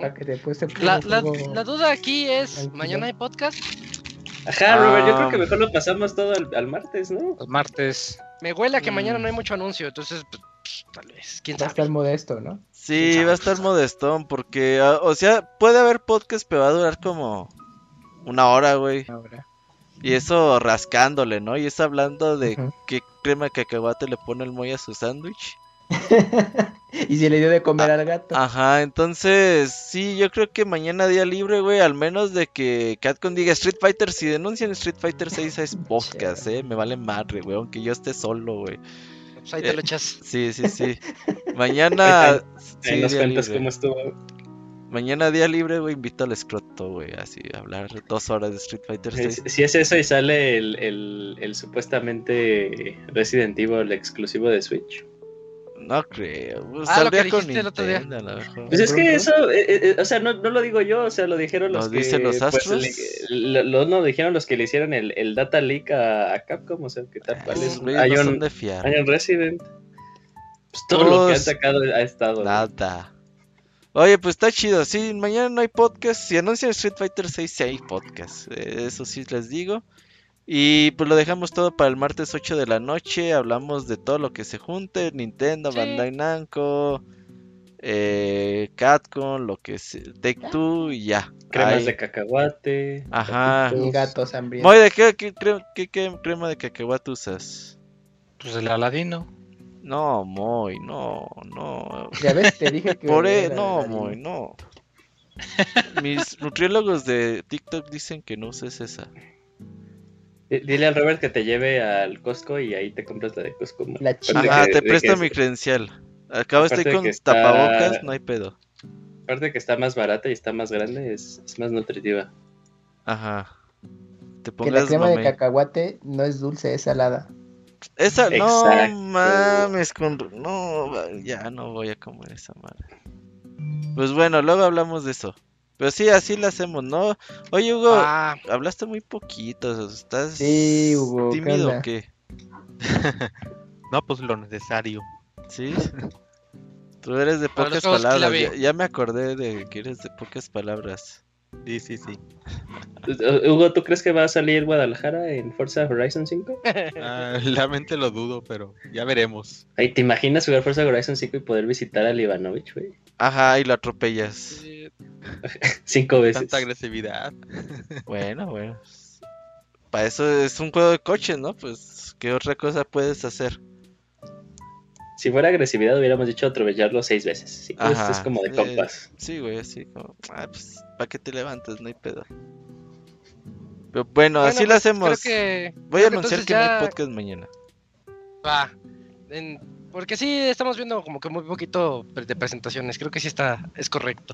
La duda aquí es, tranquilo. ¿Mañana hay podcast? Ajá, Robert, yo creo que mejor lo pasamos todo al martes, ¿no? El martes. Me huele a que mañana no hay mucho anuncio, entonces, pues, tal vez, quién sabe. Va a estar modesto, ¿no? Sí, va a estar modestón, porque, o sea, puede haber podcast, pero va a durar como 1 hora, güey. Y eso rascándole, ¿no? Y es hablando de qué crema de cacahuate le pone el Moy a su sándwich. Y si le dio de comer al gato. Ajá, entonces, sí, yo creo que mañana día libre, güey, al menos de que Capcom diga Street Fighter, si denuncian Street Fighter 6 es podcast, me vale madre, güey, aunque yo esté solo, güey. Pues ahí te lo echas. Sí. Mañana... sí, nos cuentas cómo estuvo. Mañana día libre, güey, invito al escroto, güey, así, a hablar 2 horas de Street Fighter 6. Si es eso y sale el supuestamente Resident Evil exclusivo de Switch. No creo. Lo que dijiste el otro día. Pues es que eso, o sea, no lo digo yo, o sea, lo dijeron los que... dicen los astros? Pues, lo dijeron los que le hicieron el data leak a Capcom, o sea, que tal cual es... Hay un Resident. Pues todo lo que han sacado ha estado. Nada. Oye, pues está chido, sí, mañana no hay podcast. Si anuncian Street Fighter 6, sí hay podcast. Eso sí les digo. Y pues lo dejamos todo para el martes 8 de la noche. Hablamos de todo lo que se junte: Nintendo, Sí. Bandai Namco, Capcom, lo que se... Take-Two y ya. Cremas Ahí. de cacahuate. Ajá. taquitos. Y gatos hambrientos. Moy, ¿de qué crema de cacahuate usas? Pues el Aladino. No, Moy, no. Ya ves, te dije que... No, Moy, no. Mis nutriólogos de TikTok dicen que no uses esa. Dile al Robert que te lleve al Costco y ahí te compras la de Costco. Man. La chica. Ajá, que- te de presto que- mi credencial. Acabo aparte estoy con que está- tapabocas, no hay pedo. Aparte que está más barata y está más grande, es más nutritiva. Ajá. Te Que la pongas crema de mamey. cacahuate no es dulce, es salada. Esa, no Exacto. mames, no, ya no voy a comer esa madre. Pues bueno, luego hablamos de eso. Pero sí, así la hacemos, ¿no? Oye, Hugo, Ah, hablaste muy poquito, ¿estás Sí, Hugo, ¿qué tímido onda? o qué? No, pues lo necesario. ¿Sí? Tú eres de Para los pocas juegos palabras, clave. ya me acordé de que eres de pocas palabras. Sí. Hugo, ¿tú crees que va a salir Guadalajara en Forza Horizon 5? Realmente lo dudo, pero ya veremos. Ay, ¿te imaginas jugar Forza Horizon 5 y poder visitar a Ivanovich, güey? Ajá, y lo atropellas. sí, 5 veces. Tanta agresividad. Bueno. Para eso es un juego de coches, ¿no? Pues, ¿qué otra cosa puedes hacer? Si fuera agresividad, hubiéramos dicho atropellarlo 6 veces. Sí, Ajá, es como de compas. Sí, güey, así como, pues, ¿para qué te levantas? No hay pedo. Pero bueno, así lo pues, hacemos. Creo que, Voy a creo que anunciar entonces que no ya hay podcast mañana. va. Porque sí, estamos viendo como que muy poquito de presentaciones. Creo que sí es correcto.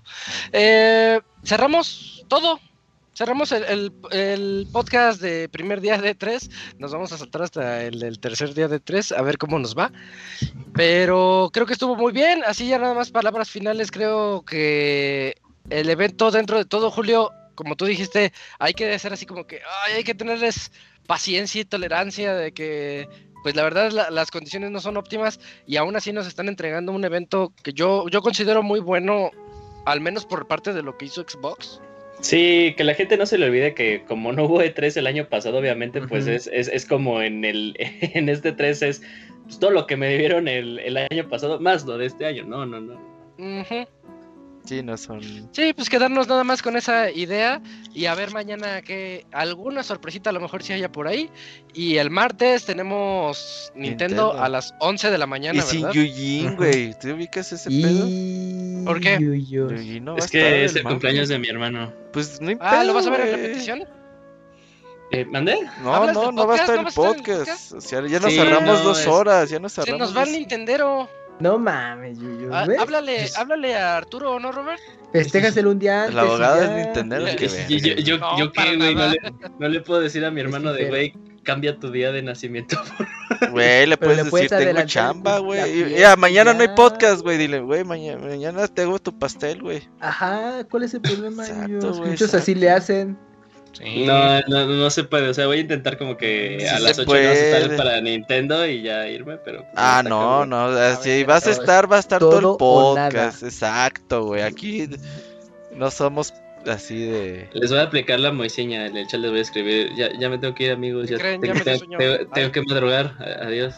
Cerramos todo. Cerramos el podcast de primer día de 3. Nos vamos a saltar hasta el tercer día de 3 a ver cómo nos va. Pero creo que estuvo muy bien. Así ya nada más palabras finales. Creo que el evento dentro de todo, Julio, como tú dijiste, hay que ser así como que hay que tenerles paciencia y tolerancia de que pues la verdad las condiciones no son óptimas y aún así nos están entregando un evento que yo considero muy bueno, al menos por parte de lo que hizo Xbox. Sí, que la gente no se le olvide que como no hubo E3 el año pasado, obviamente, pues Ujú. es como en este 3 es pues, todo lo que me dieron el año pasado, más lo de este año. No. Ujú. Sí, no son... Sí, pues quedarnos nada más con esa idea y a ver mañana que alguna sorpresita a lo mejor sí haya por ahí. Y el martes tenemos Nintendo a las 11 de la mañana, Y sin ¿verdad? Yujin, güey. ¿Te ubicas ese pedo? Y... ¿Por qué? Yujin no va a Es estar que es el martes. cumpleaños de mi hermano. Pues no hay Ah, ¿lo pedo, vas a ver en güey. repetición? ¿Mandé? No, ¿Hablas no, del no va a podcast? estar ¿No el vas a estar en el podcast. podcast? O sea, ya nos Sí, ahorramos no, 2 es- horas, ya nos Se ahorramos nos va el 2. Nintendero. No mames, Yuyu. ¿ves? Háblale a Arturo, ¿no, Robert? Festéjaselo un día antes. El abogado y es ya. Nintendero, que vean. Yo No, qué, para güey, nada. no le puedo decir a mi hermano de, sincero. güey, cambia tu día de nacimiento. Güey, le Pero puedes le decir, puedes tengo adelantar chamba, la güey. fiesta, Ya, mañana no hay ya. podcast, güey. Dile, güey, mañana te hago tu pastel, güey. Ajá, ¿cuál es el problema, Exacto, Yuyu? güey, Muchos así exacto. le hacen. Sí. No se puede. O sea, voy a intentar como que Sí a se las 8 no estar puede. para Nintendo y ya irme, pero. pues, Ah, está no, cabrón. no. Si ver, vas a todo estar, va a estar todo el todo o nada. podcast. Exacto, güey. Aquí no somos así de. Les voy a aplicar la moiseña, en el chat les voy a escribir. Ya me tengo que ir, amigos. ¿Qué Ya, creen? Ya me dio sueño. tengo que madrugar. Adiós.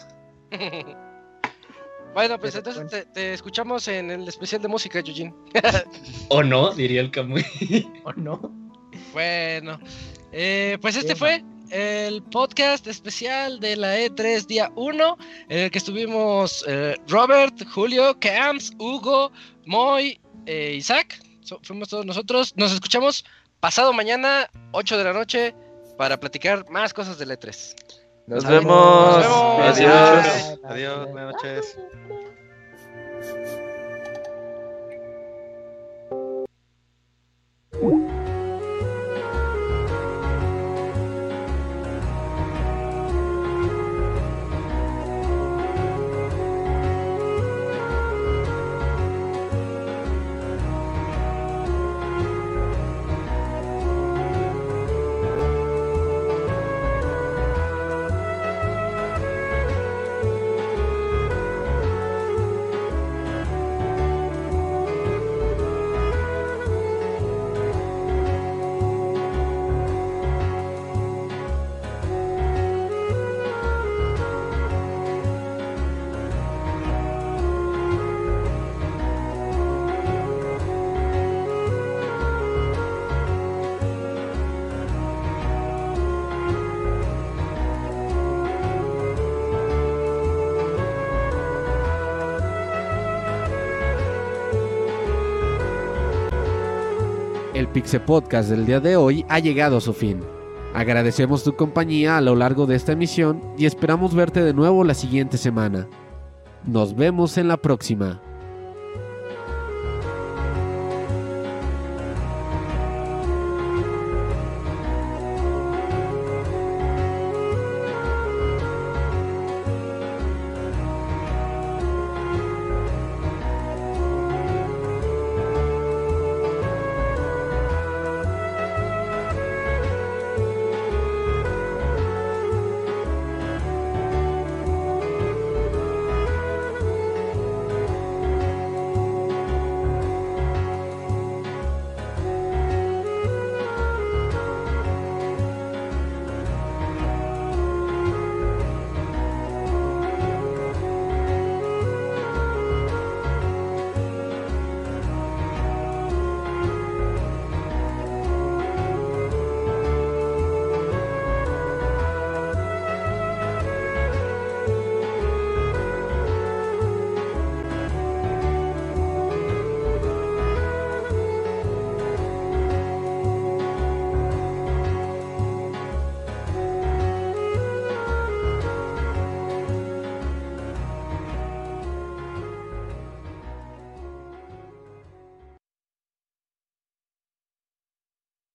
Bueno, pues entonces te escuchamos en el especial de música, Eugene. O no, diría el Camuy. ¿O no? Bueno, pues este Qué fue el podcast especial de la E3 día 1, en el que estuvimos Robert, Julio, Camps, Hugo, Moy, Isaac. Fuimos todos nosotros. Nos escuchamos pasado mañana, 8 de la noche, para platicar más cosas de la E3. Nos vemos. Nos vemos. Adiós. Adiós, buenas noches. El Pixel Podcast del día de hoy ha llegado a su fin. Agradecemos tu compañía a lo largo de esta emisión y esperamos verte de nuevo la siguiente semana. Nos vemos en la próxima.